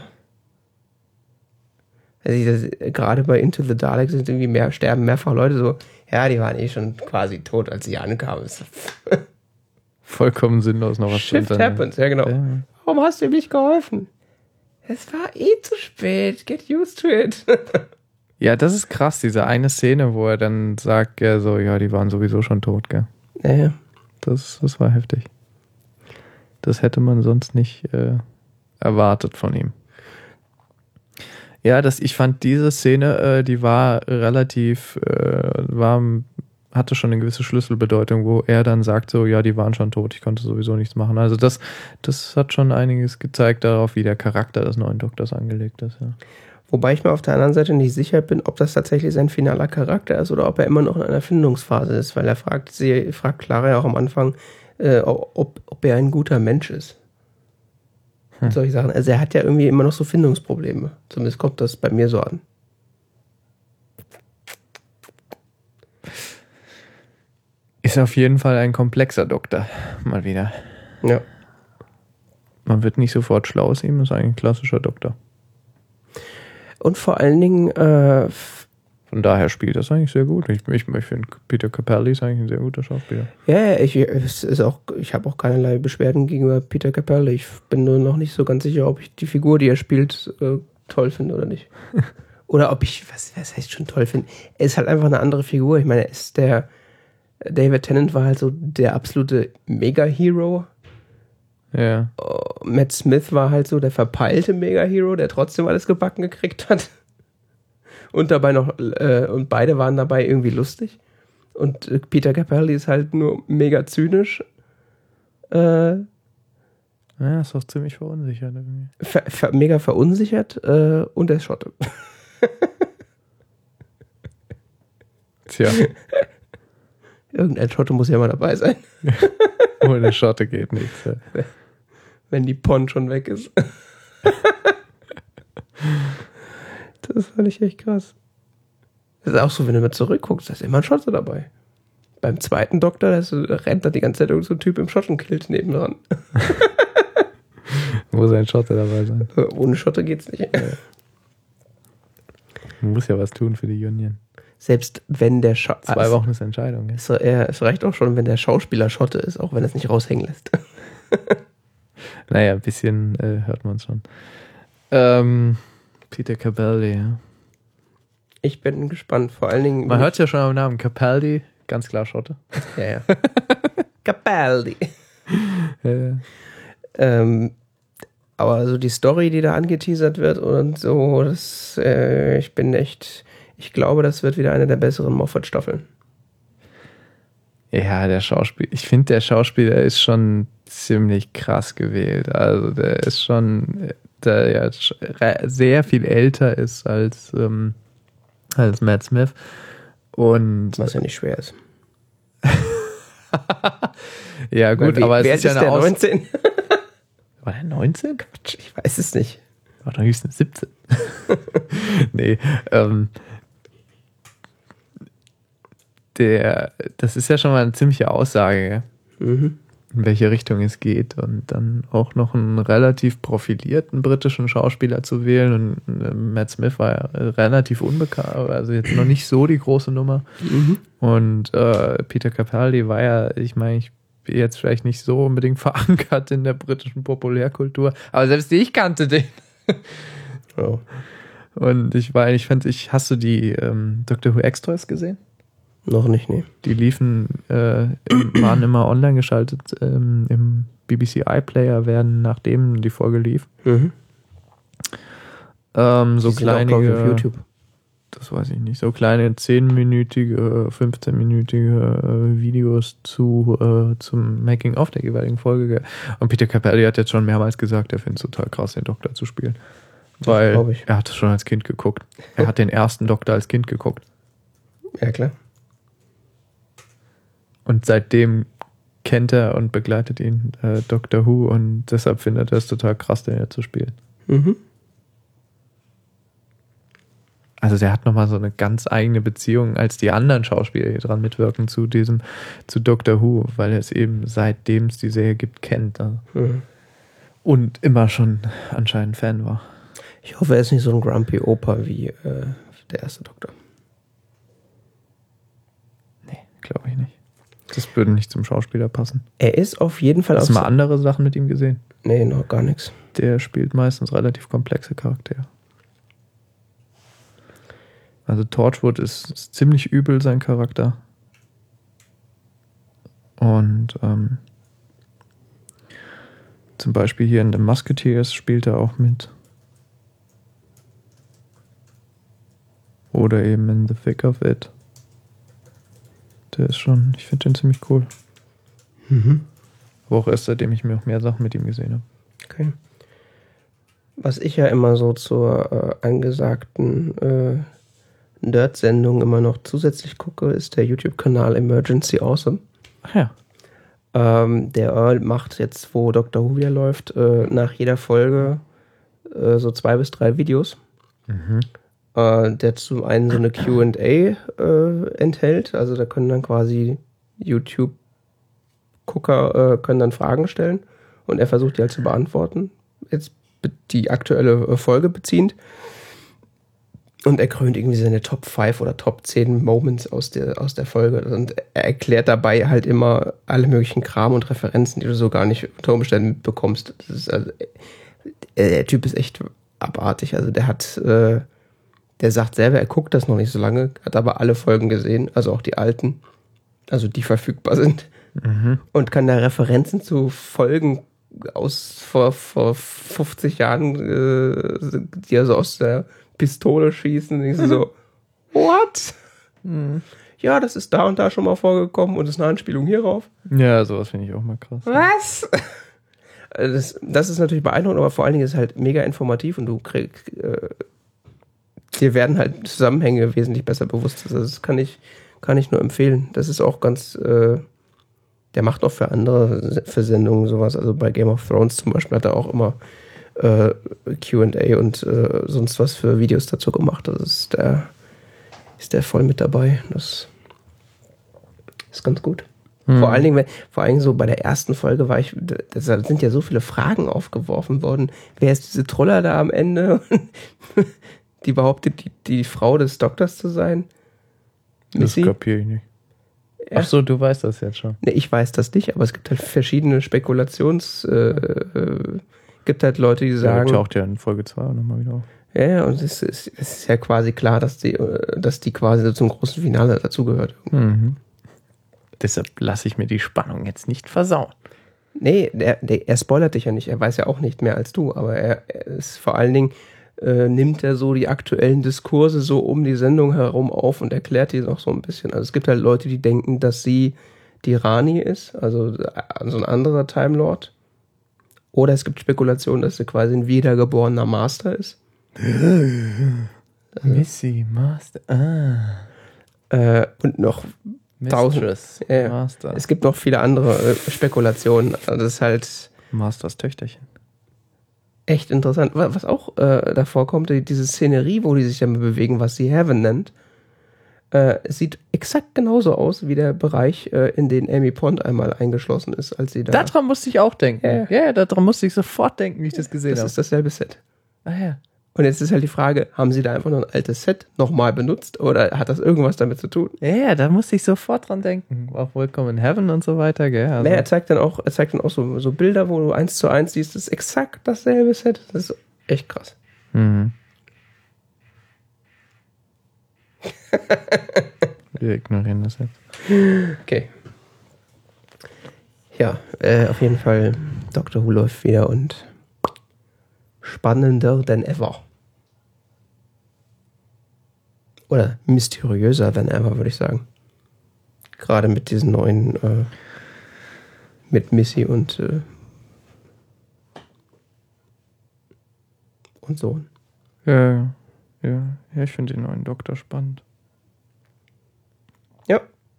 Also gerade bei Into the Daleks sind irgendwie sterben mehrfach Leute so, ja, die waren schon quasi tot, als sie ankamen. Vollkommen sinnlos noch was Shift happens, ja genau. Ja. Warum hast du ihm nicht geholfen? Es war zu spät, get used to it. Ja, das ist krass, diese eine Szene, wo er dann sagt, ja, so, ja, die waren sowieso schon tot, gell? Ja. Das war heftig. Das hätte man sonst nicht erwartet von ihm. Ja, ich fand diese Szene, die war relativ, hatte schon eine gewisse Schlüsselbedeutung, wo er dann sagt so, ja, die waren schon tot, ich konnte sowieso nichts machen. Also das hat schon einiges gezeigt darauf, wie der Charakter des neuen Doktors angelegt ist. Ja. Wobei ich mir auf der anderen Seite nicht sicher bin, ob das tatsächlich sein finaler Charakter ist oder ob er immer noch in einer Findungsphase ist, weil er fragt Clara ja auch am Anfang, ob er ein guter Mensch ist. Und solche Sachen. Also er hat ja irgendwie immer noch so Findungsprobleme. Zumindest kommt das bei mir so an. Ist auf jeden Fall ein komplexer Doktor. Mal wieder. Ja. Man wird nicht sofort schlau aus ihm, ist eigentlich ein klassischer Doktor. Und vor allen Dingen, von daher spielt das eigentlich sehr gut. Ich finde, Peter Capaldi ist eigentlich ein sehr guter Schauspieler. Ja, ich habe auch keinerlei Beschwerden gegenüber Peter Capaldi. Ich bin nur noch nicht so ganz sicher, ob ich die Figur, die er spielt, toll finde oder nicht. Oder ob ich, was heißt schon toll finde? Er ist halt einfach eine andere Figur. Ich meine, David Tennant war halt so der absolute Mega-Hero. Ja. Matt Smith war halt so der verpeilte Mega-Hero, der trotzdem alles gebacken gekriegt hat. Und dabei und beide waren dabei irgendwie lustig. Und Peter Capaldi ist halt nur mega zynisch. Ja, ist auch ziemlich verunsichert irgendwie. Mega verunsichert und er ist Schotte. Tja. Irgendein Schotte muss ja mal dabei sein. Ohne Schotte geht nichts. Ja. Wenn die Pond schon weg ist. Das fand ich echt krass. Das ist auch so, wenn du mal zurückguckst, da ist immer ein Schotte dabei. Beim zweiten Doktor, rennt da die ganze Zeit irgend so ein Typ im Schottenkilt nebendran. Muss ein Schotte dabei sein. Ohne Schotte geht's nicht. Man muss ja was tun für die Union. Selbst wenn der 2 Wochen ist Entscheidung. Ja. Es reicht auch schon, wenn der Schauspieler Schotte ist, auch wenn er es nicht raushängen lässt. Naja, ein bisschen hört man es schon. Peter Capaldi, ja. Ich bin gespannt, vor allen Dingen... Man hört ja schon am Namen Capaldi, ganz klar Schotte. Ja. Capaldi. Aber so die Story, die da angeteasert wird und so, ich glaube, das wird wieder eine der besseren Moffat-Staffeln. Ja, ich finde, der Schauspieler ist schon ziemlich krass gewählt. Also der ist schon, der ja sehr viel älter ist als Matt Smith. Und was ja nicht schwer ist. Ja gut, aber es ist ja der 19? War der 19? Quatsch, ich weiß es nicht. War doch höchstens 17. Nee, das ist ja schon mal eine ziemliche Aussage, in welche Richtung es geht. Und dann auch noch einen relativ profilierten britischen Schauspieler zu wählen. Und Matt Smith war ja relativ unbekannt, also jetzt noch nicht so die große Nummer. Und Peter Capaldi war ja, ich meine, ich bin jetzt vielleicht nicht so unbedingt verankert in der britischen Populärkultur, aber selbst ich kannte den. Oh. Und hast du die Doctor Who Extras gesehen? Noch nicht, nee. Die liefen, waren immer online geschaltet im BBC iPlayer, nachdem die Folge lief. So kleine, auf YouTube. Das weiß ich nicht, so kleine 10-minütige, 15-minütige Videos zum Making-of der jeweiligen Folge. Und Peter Capaldi hat jetzt schon mehrmals gesagt, er findet es total krass, den Doktor zu spielen. Weil er hat es schon als Kind geguckt. Er hat den ersten Doktor als Kind geguckt. Ja, klar. Und seitdem kennt er und begleitet ihn Doctor Who und deshalb findet er es total krass, den jetzt zu spielen. Also der hat nochmal so eine ganz eigene Beziehung als die anderen Schauspieler, die dran mitwirken, zu Doctor Who, weil er es eben seitdem es die Serie gibt, kennt. Also. Und immer schon anscheinend Fan war. Ich hoffe, er ist nicht so ein Grumpy Opa wie der erste Doktor. Nee, glaube ich nicht. Das würde nicht zum Schauspieler passen. Er ist auf jeden Fall... Hast du mal andere Sachen mit ihm gesehen? Nee, noch gar nichts. Der spielt meistens relativ komplexe Charaktere. Also Torchwood ist ziemlich übel, sein Charakter. Und zum Beispiel hier in The Musketeers spielt er auch mit. Oder eben in The Thick of It. Der ist schon, ich finde den ziemlich cool. Aber auch erst seitdem ich mir auch mehr Sachen mit ihm gesehen habe. Okay. Was ich ja immer so zur angesagten Nerd-Sendung immer noch zusätzlich gucke, ist der YouTube-Kanal Emergency Awesome. Ach ja. Der Earl macht jetzt, wo Doctor Who wieder läuft, nach jeder Folge so 2 bis 3 Videos. Der zum einen so eine Q&A enthält, also da können dann quasi YouTube-Gucker können dann Fragen stellen und er versucht die halt zu beantworten, jetzt die aktuelle Folge beziehend. Und er krönt irgendwie seine Top 5 oder Top 10 Moments aus der Folge. Und er erklärt dabei halt immer alle möglichen Kram und Referenzen, die du so gar nicht unter Umständen mitbekommst. Das ist also, der Typ ist echt abartig. Also der sagt selber, er guckt das noch nicht so lange, hat aber alle Folgen gesehen, also auch die alten, also die verfügbar sind. Und kann da Referenzen zu Folgen aus vor 50 Jahren, die er so aus der Pistole schießen. Und ich so, what? Ja, das ist da und da schon mal vorgekommen und ist eine Anspielung hierauf. Ja, sowas finde ich auch mal krass. Was? das ist natürlich beeindruckend, aber vor allen Dingen ist es halt mega informativ und dir werden halt Zusammenhänge wesentlich besser bewusst. Also das kann ich nur empfehlen. Das ist auch ganz, der macht auch für Sendungen sowas. Also bei Game of Thrones zum Beispiel hat er auch immer Q&A und sonst was für Videos dazu gemacht. Das ist der voll mit dabei. Das ist ganz gut. Vor allen Dingen so bei der ersten Folge da sind ja so viele Fragen aufgeworfen worden. Wer ist diese Troller da am Ende? Die behauptet, die Frau des Doktors zu sein. Das kapiere ich nicht. Ja. Ach so, du weißt das jetzt schon. Nee, ich weiß das nicht, aber es gibt halt verschiedene gibt halt Leute, die sagen... Ja, taucht ja in Folge 2 nochmal wieder auf. Ja, und es ist ja quasi klar, dass die quasi so zum großen Finale dazugehört. Mhm. Deshalb lasse ich mir die Spannung jetzt nicht versauen. Nee, er spoilert dich ja nicht. Er weiß ja auch nicht mehr als du, aber er ist vor allen Dingen... nimmt er so die aktuellen Diskurse so um die Sendung herum auf und erklärt die noch so ein bisschen. Also es gibt halt Leute, die denken, dass sie die Rani ist, also so ein anderer Time Lord. Oder es gibt Spekulationen, dass sie quasi ein wiedergeborener Master ist. Missy, Master, und noch Mistress, Master. Es gibt noch viele andere Spekulationen. Also das ist halt Masters Töchterchen. Echt interessant. Was auch davor kommt, diese Szenerie, wo die sich dann bewegen, was sie Heaven nennt, sieht exakt genauso aus wie der Bereich, in den Amy Pond einmal eingeschlossen ist, als sie da... Daran musste ich auch denken. Ja, daran musste ich sofort denken, wie ich das gesehen habe. Das ist dasselbe Set. Ah ja. Und jetzt ist halt die Frage, haben sie da einfach nur ein altes Set nochmal benutzt oder hat das irgendwas damit zu tun? Ja, da musste ich sofort dran denken. Auch Welcome in Heaven und so weiter, gell? Also. Er zeigt dann auch so Bilder, wo du 1:1 siehst, das ist exakt dasselbe Set. Das ist echt krass. Mhm. Wir ignorieren das jetzt. Okay. Ja, auf jeden Fall Doctor Who läuft wieder und spannender than ever. Oder mysteriöser than ever, würde ich sagen. Gerade mit diesen neuen, mit Missy und Sohn. Ja, ich finde den neuen Doktor spannend. Ja.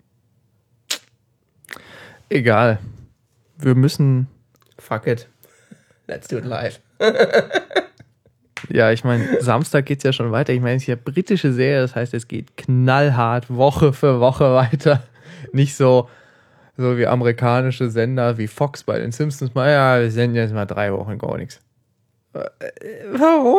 Egal. Wir müssen... Fuck it. Let's do it live. Ja, ich meine, Samstag geht's ja schon weiter. Ich meine, es ist ja britische Serie, das heißt, es geht knallhart Woche für Woche weiter. Nicht so wie amerikanische Sender wie Fox bei den Simpsons. Wir senden jetzt mal 3 Wochen gar nichts. Warum?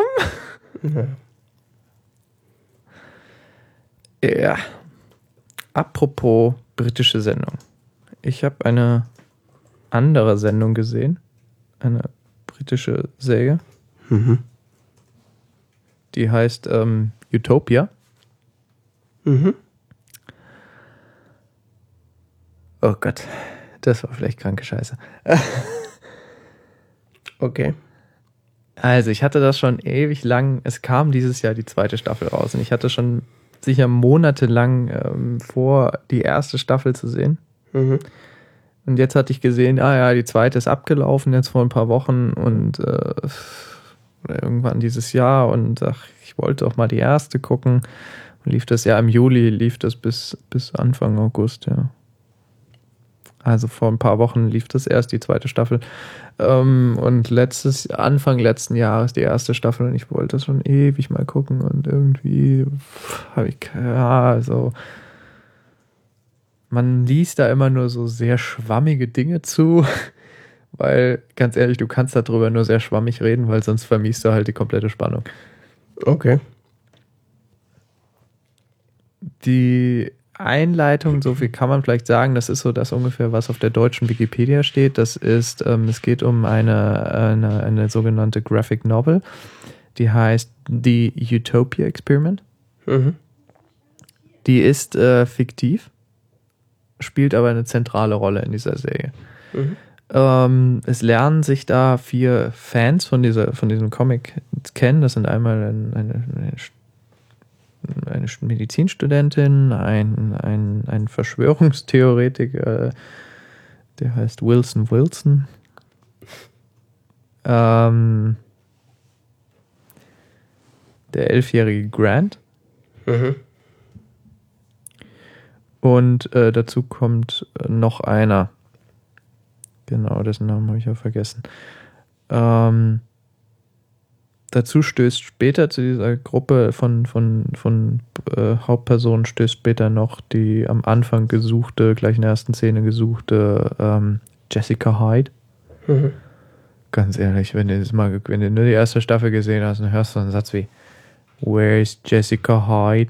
Ja. Apropos britische Sendung. Ich habe eine andere Sendung gesehen. Eine britische Serie. Mhm. Die heißt Utopia. Mhm. Oh Gott, das war vielleicht kranke Scheiße. Okay. Also ich hatte das schon ewig lang, es kam dieses Jahr die 2. Staffel raus und ich hatte schon sicher monatelang vor, die 1. Staffel zu sehen. Mhm. Und jetzt hatte ich gesehen, die 2. ist abgelaufen, jetzt vor ein paar Wochen und irgendwann dieses Jahr und ich wollte auch mal die 1. gucken. Und lief das ja im Juli, lief das bis Anfang August, ja. Also vor ein paar Wochen lief das erst, die 2. Staffel. Und Anfang letzten Jahres die 1. Staffel und ich wollte das schon ewig mal gucken und irgendwie habe ich, man liest da immer nur so sehr schwammige Dinge zu, weil, ganz ehrlich, du kannst darüber nur sehr schwammig reden, weil sonst vermiest du halt die komplette Spannung. Okay. Die Einleitung, so viel kann man vielleicht sagen, das ist so das ungefähr, was auf der deutschen Wikipedia steht. Das ist, es geht um eine sogenannte Graphic Novel, die heißt The Utopia Experiment. Mhm. Die ist fiktiv, spielt aber eine zentrale Rolle in dieser Serie. Mhm. Es lernen sich da 4 Fans von diesem Comic kennen. Das sind einmal eine Medizinstudentin, ein Verschwörungstheoretiker, der heißt Wilson. Der 11-jährige Grant. Und dazu kommt noch einer. Genau, dessen Namen habe ich ja vergessen. Dazu stößt später zu dieser Gruppe von Hauptpersonen stößt später noch die am Anfang gesuchte, gleich in der ersten Szene gesuchte Jessica Hyde. Ganz ehrlich, wenn du nur die erste Staffel gesehen hast, dann hörst du einen Satz wie Where is Jessica Hyde?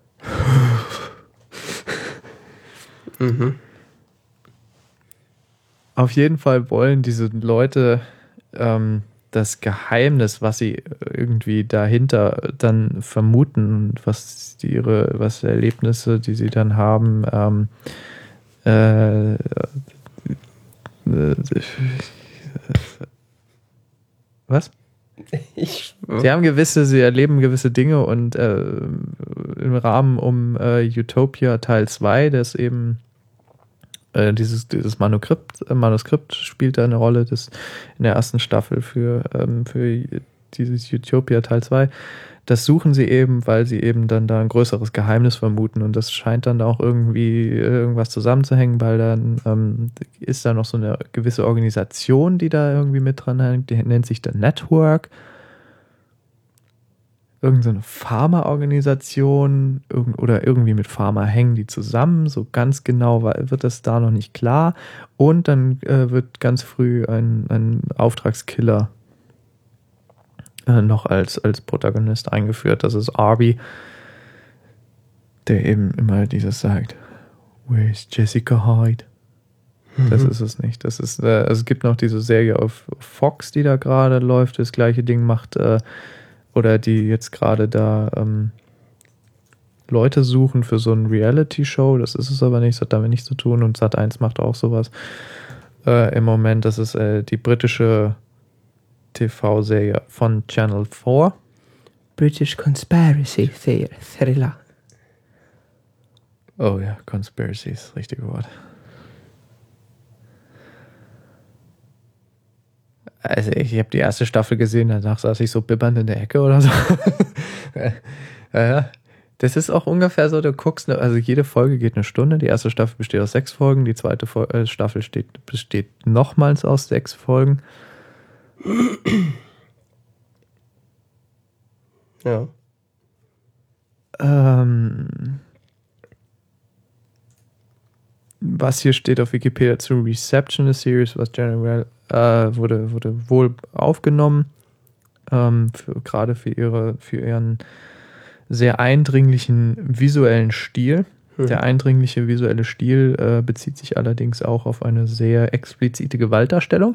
Auf jeden Fall wollen diese Leute das Geheimnis, was sie irgendwie dahinter dann vermuten, was Erlebnisse, die sie dann haben, was? Sie erleben gewisse Dinge und im Rahmen um Utopia Teil 2, das eben dieses Manuskript spielt da eine Rolle, das in der ersten Staffel für dieses Utopia Teil 2. Das suchen sie eben, weil sie eben dann da ein größeres Geheimnis vermuten und das scheint dann auch irgendwie irgendwas zusammenzuhängen, weil dann ist da noch so eine gewisse Organisation, die da irgendwie mit dran hängt, die nennt sich The Network. Irgend so eine Pharma-Organisation oder irgendwie mit Pharma hängen die zusammen, so ganz genau wird das da noch nicht klar und dann wird ganz früh ein Auftragskiller noch als Protagonist eingeführt. Das ist Arby, der eben immer dieses sagt, Where is Jessica Hyde? Das ist es nicht. Das ist, es gibt noch diese Serie auf Fox, die da gerade läuft, das gleiche Ding macht, oder die jetzt gerade da Leute suchen für so ein Reality-Show. Das ist es aber nicht, das hat damit nichts zu tun und Sat.1 macht auch sowas im Moment. Das ist die britische TV-Serie von Channel 4. British Conspiracy Thriller. Oh ja, Conspiracy ist das richtige Wort. Also ich habe die erste Staffel gesehen, danach saß ich so bibbernd in der Ecke oder so. Ja, das ist auch ungefähr so, du guckst, also jede Folge geht eine Stunde, die erste Staffel besteht aus 6 Folgen, die zweite Staffel besteht nochmals aus 6 Folgen. Ja. Was hier steht auf Wikipedia zu Reception, a series was general wurde wohl aufgenommen, gerade für ihren sehr eindringlichen visuellen Stil. Der eindringliche visuelle Stil bezieht sich allerdings auch auf eine sehr explizite Gewaltdarstellung.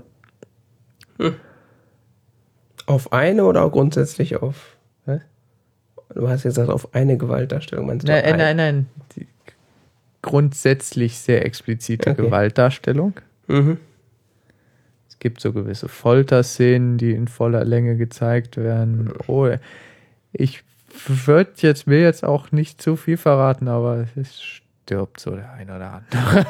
Auf eine oder auch grundsätzlich auf? Was? Du hast gesagt, auf eine Gewaltdarstellung. Meinst du Nein. Die grundsätzlich sehr explizite Gewaltdarstellung. Es gibt so gewisse Folterszenen, die in voller Länge gezeigt werden. Oh, ich will jetzt auch nicht zu viel verraten, aber es stirbt so der ein oder andere.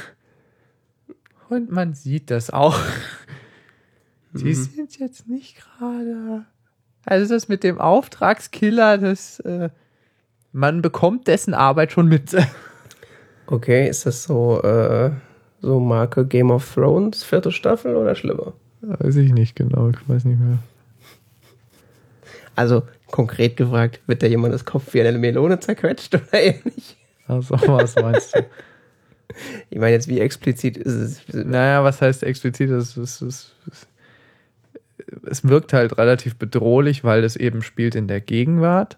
Und man sieht das auch. Die sind jetzt nicht gerade... Also das mit dem Auftragskiller, man bekommt dessen Arbeit schon mit. Okay, ist das so Marke Game of Thrones, 4. Staffel oder schlimmer? Weiß ich nicht genau, ich weiß nicht mehr. Also konkret gefragt, wird da jemand das Kopf wie eine Melone zerquetscht oder ähnlich? Also was meinst du? Ich meine jetzt, wie explizit ist es? Naja, was heißt explizit? Es wirkt halt relativ bedrohlich, weil es eben spielt in der Gegenwart.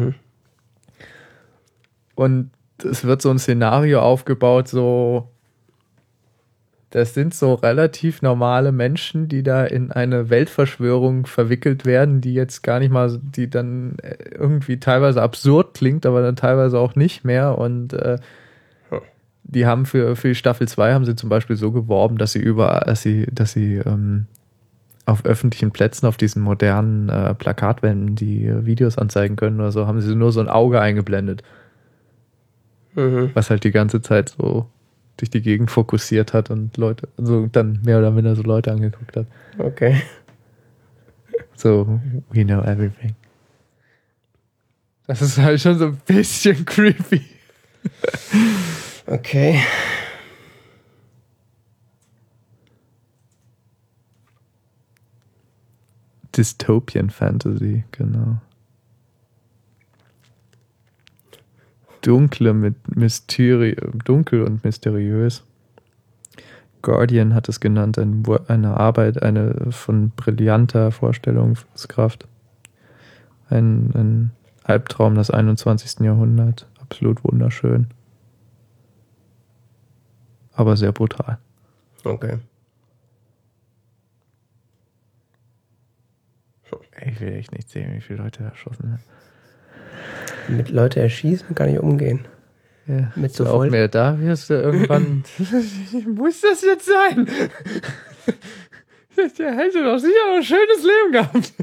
Und es wird so ein Szenario aufgebaut, so das sind so relativ normale Menschen, die da in eine Weltverschwörung verwickelt werden, die jetzt gar nicht mal, die dann irgendwie teilweise absurd klingt, aber dann teilweise auch nicht mehr. Und die haben für Staffel 2 haben sie zum Beispiel so geworben, dass sie auf öffentlichen Plätzen, auf diesen modernen Plakatwänden, die Videos anzeigen können oder so, haben sie nur so ein Auge eingeblendet. Was halt die ganze Zeit so durch die Gegend fokussiert hat und Leute, also dann mehr oder minder so Leute angeguckt hat. Okay. So, we know everything. Das ist halt schon so ein bisschen creepy. Okay. Dystopian Fantasy, genau. Dunkel und mysteriös. Guardian hat es genannt, eine Arbeit, eine von brillanter Vorstellungskraft. Ein Albtraum des 21. Jahrhunderts. Absolut wunderschön. Aber sehr brutal. Okay. Ich will echt nicht sehen, wie viele Leute erschossen werden. Mit Leute erschießen kann ich umgehen. Ja, mit so auch mehr. Da wirst du irgendwann. Muss das jetzt sein? Der hätte doch sicher noch ein schönes Leben gehabt.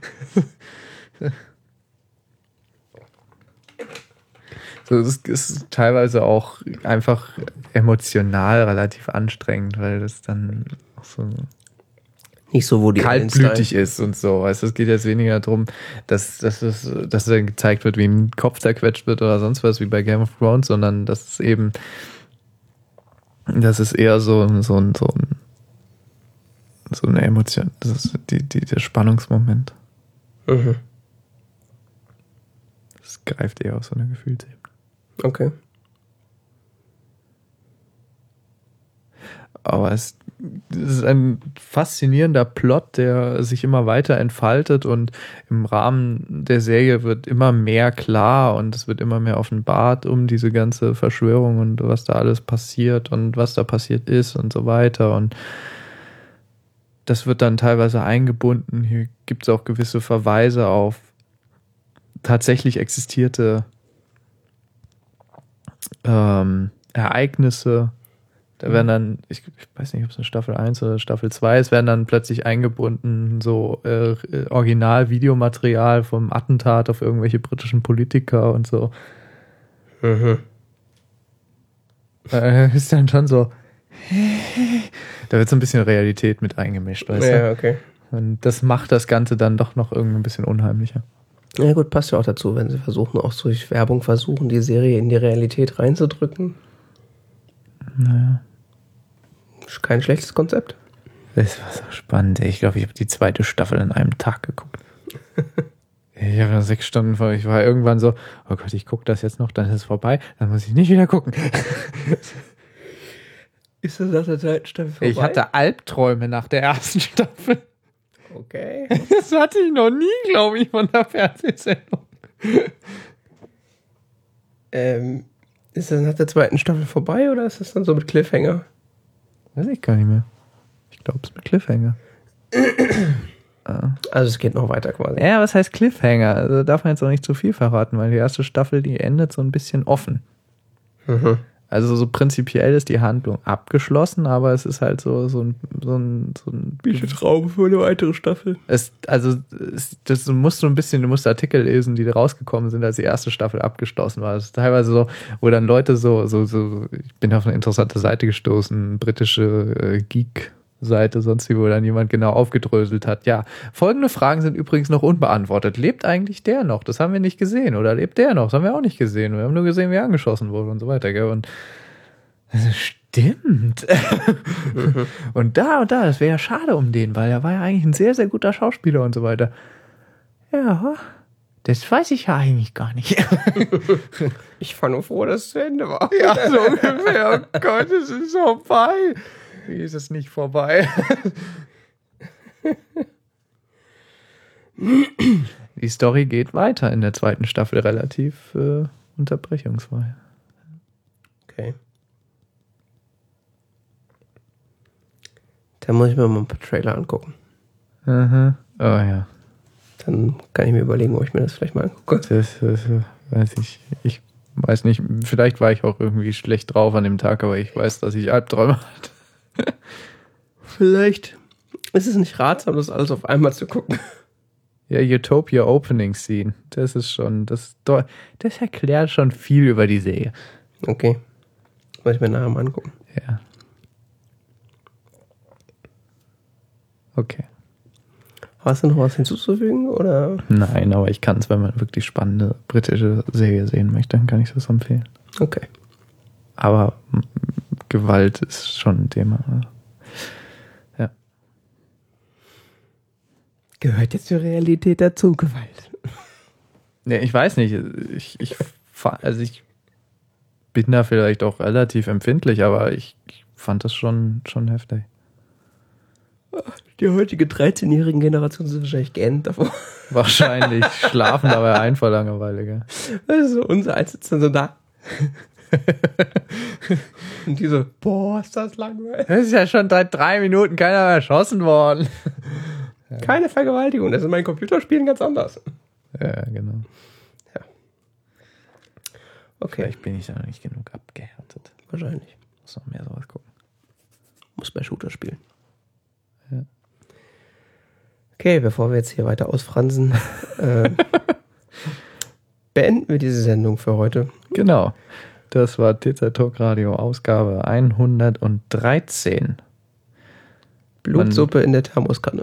So, das ist teilweise auch einfach emotional relativ anstrengend, weil das dann auch so nicht so, wo die kaltblütig ist und so. Weißt du, es geht jetzt weniger darum, dass dann gezeigt wird, wie ein Kopf zerquetscht wird oder sonst was, wie bei Game of Thrones, sondern das ist eben, das ist eher so eine Emotion, das ist der Spannungsmoment. Mhm. Das greift eher auf so eine Gefühlsebene. Okay. Aber es ist ein faszinierender Plot, der sich immer weiter entfaltet und im Rahmen der Serie wird immer mehr klar und es wird immer mehr offenbart um diese ganze Verschwörung und was da alles passiert und was da passiert ist und so weiter. Und das wird dann teilweise eingebunden. Hier gibt es auch gewisse Verweise auf tatsächlich existierte Ereignisse. Da werden dann, ich weiß nicht, ob es eine Staffel 1 oder Staffel 2 ist, werden dann plötzlich eingebunden so Original-Videomaterial vom Attentat auf irgendwelche britischen Politiker und so. Mhm. Ist dann schon so, da wird so ein bisschen Realität mit eingemischt, weißt du? Ja, okay. Und das macht das Ganze dann doch noch irgendwie ein bisschen unheimlicher. Ja gut, passt ja auch dazu, wenn sie versuchen, auch durch Werbung die Serie in die Realität reinzudrücken. Naja. Ist kein schlechtes Konzept. Das war so spannend. Ich glaube, ich habe die 2. Staffel an einem Tag geguckt. Ich habe 6 Stunden vor. Ich war irgendwann so, oh Gott, ich gucke das jetzt noch, dann ist es vorbei, dann muss ich nicht wieder gucken. Ist das nach der 2. Staffel vorbei? Ich hatte Albträume nach der 1. Staffel. Okay. Das hatte ich noch nie, glaube ich, von der Fernsehsendung. Ist das nach der 2. Staffel vorbei oder ist das dann so mit Cliffhanger? Weiß ich gar nicht mehr. Ich glaube, es ist mit Cliffhanger. Also es geht noch weiter quasi. Ja, was heißt Cliffhanger? Also darf man jetzt auch nicht zu viel verraten, weil die 1. Staffel, die endet so ein bisschen offen. Mhm. Also so prinzipiell ist die Handlung abgeschlossen, aber es ist halt so ein Traum für eine weitere Staffel. Du musst Artikel lesen, die rausgekommen sind, als die 1. Staffel abgeschlossen war. Das ist teilweise so, wo dann Leute ich bin auf eine interessante Seite gestoßen, britische Geek-Seite, sonst wie, wo dann jemand genau aufgedröselt hat. Ja, folgende Fragen sind übrigens noch unbeantwortet. Lebt eigentlich der noch? Das haben wir nicht gesehen. Oder lebt der noch? Das haben wir auch nicht gesehen. Wir haben nur gesehen, wie er angeschossen wurde und so weiter. Gell? Und das stimmt. Mhm. Und da, das wäre ja schade um den, weil er war ja eigentlich ein sehr, sehr guter Schauspieler und so weiter. Ja, das weiß ich ja eigentlich gar nicht. Ich war nur froh, dass es zu Ende war. Ja, so ungefähr. Oh Gott, es ist vorbei. Wie ist es nicht vorbei? Die Story geht weiter in der 2. Staffel relativ unterbrechungsfrei. Okay. Dann muss ich mir mal ein paar Trailer angucken. Aha. Oh ja. Dann kann ich mir überlegen, ob ich mir das vielleicht mal angucke. Das weiß ich. Ich weiß nicht, vielleicht war ich auch irgendwie schlecht drauf an dem Tag, aber ich weiß, dass ich Albträume hatte. Vielleicht ist es nicht ratsam, das alles auf einmal zu gucken. Ja, Utopia Opening Scene. Das ist schon, das erklärt schon viel über die Serie. Okay. Muss ich mir nachher mal angucken. Ja. Okay. Hast du noch was hinzuzufügen? Oder? Nein, aber ich kann es, wenn man wirklich spannende britische Serie sehen möchte, dann kann ich das empfehlen. Okay. Aber Gewalt ist schon ein Thema. Ja. Gehört jetzt zur Realität dazu, Gewalt? Nee, ich weiß nicht. Ich bin da vielleicht auch relativ empfindlich, aber ich fand das schon heftig. Die heutige 13-jährigen Generation sind wahrscheinlich gähnend davor. Wahrscheinlich schlafen dabei ein vor Langeweile, gell? Also unser Eins sitzt dann so da. Und die so, boah, ist das langweilig. Es ist ja schon seit 3 Minuten keiner mehr erschossen worden. Keine Vergewaltigung, das ist in meinen Computerspielen ganz anders. Ja, genau. Ja. Okay. Vielleicht bin ich da noch nicht genug abgehärtet. Wahrscheinlich. Muss noch mehr sowas gucken. Muss bei Shooter spielen. Ja. Okay, bevor wir jetzt hier weiter ausfransen, beenden wir diese Sendung für heute. Genau. Das war TZ Talk Radio Ausgabe 113. Blutsuppe in der Thermoskanne.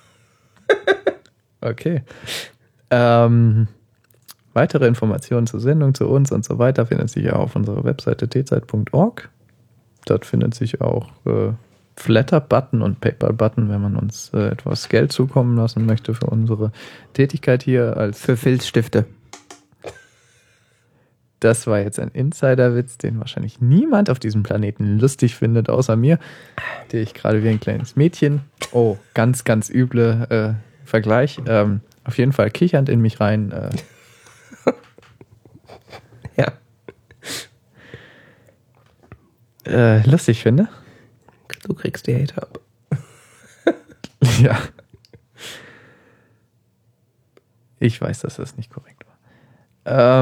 Okay. Weitere Informationen zur Sendung, zu uns und so weiter findet sich auf unserer Webseite tzeit.org. Dort findet sich auch Flatter-Button und PayPal-Button, wenn man uns etwas Geld zukommen lassen möchte für unsere Tätigkeit hier als Für Filzstifte. Das war jetzt ein Insider-Witz, den wahrscheinlich niemand auf diesem Planeten lustig findet, außer mir, der ich gerade wie ein kleines Mädchen. Oh, ganz, ganz üble Vergleich. Auf jeden Fall kichernd in mich rein. Ja. Lustig finde. Du kriegst die Hater ab. Ja. Ich weiß, dass das nicht korrekt war.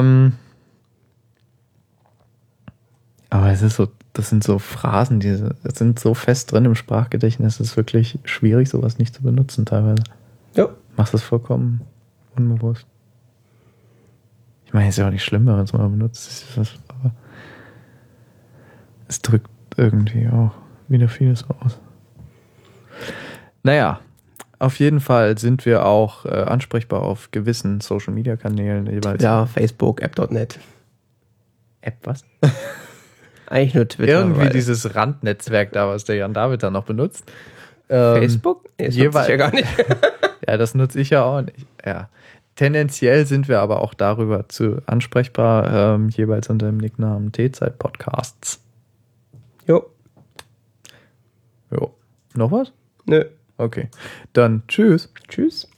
Aber es ist so, das sind so Phrasen, die sind so fest drin im Sprachgedächtnis, es ist wirklich schwierig, sowas nicht zu benutzen teilweise. Ja. Machst das vollkommen unbewusst. Ich meine, es ist ja auch nicht schlimm, wenn man es mal benutzt, aber es drückt irgendwie auch wieder vieles aus. Naja, auf jeden Fall sind wir auch ansprechbar auf gewissen Social-Media-Kanälen jeweils. Ja, Facebook, App.net. App was? Eigentlich nur Twitter. Irgendwie dieses Randnetzwerk da, was der Jan David dann noch benutzt. Facebook? Nee, das nutze ich ja gar nicht. Ja, das nutze ich ja auch nicht. Ja. Tendenziell sind wir aber auch darüber ansprechbar, jeweils unter dem Nicknamen T-Zeit-Podcasts. Jo. Jo. Noch was? Nö. Okay. Dann tschüss. Tschüss.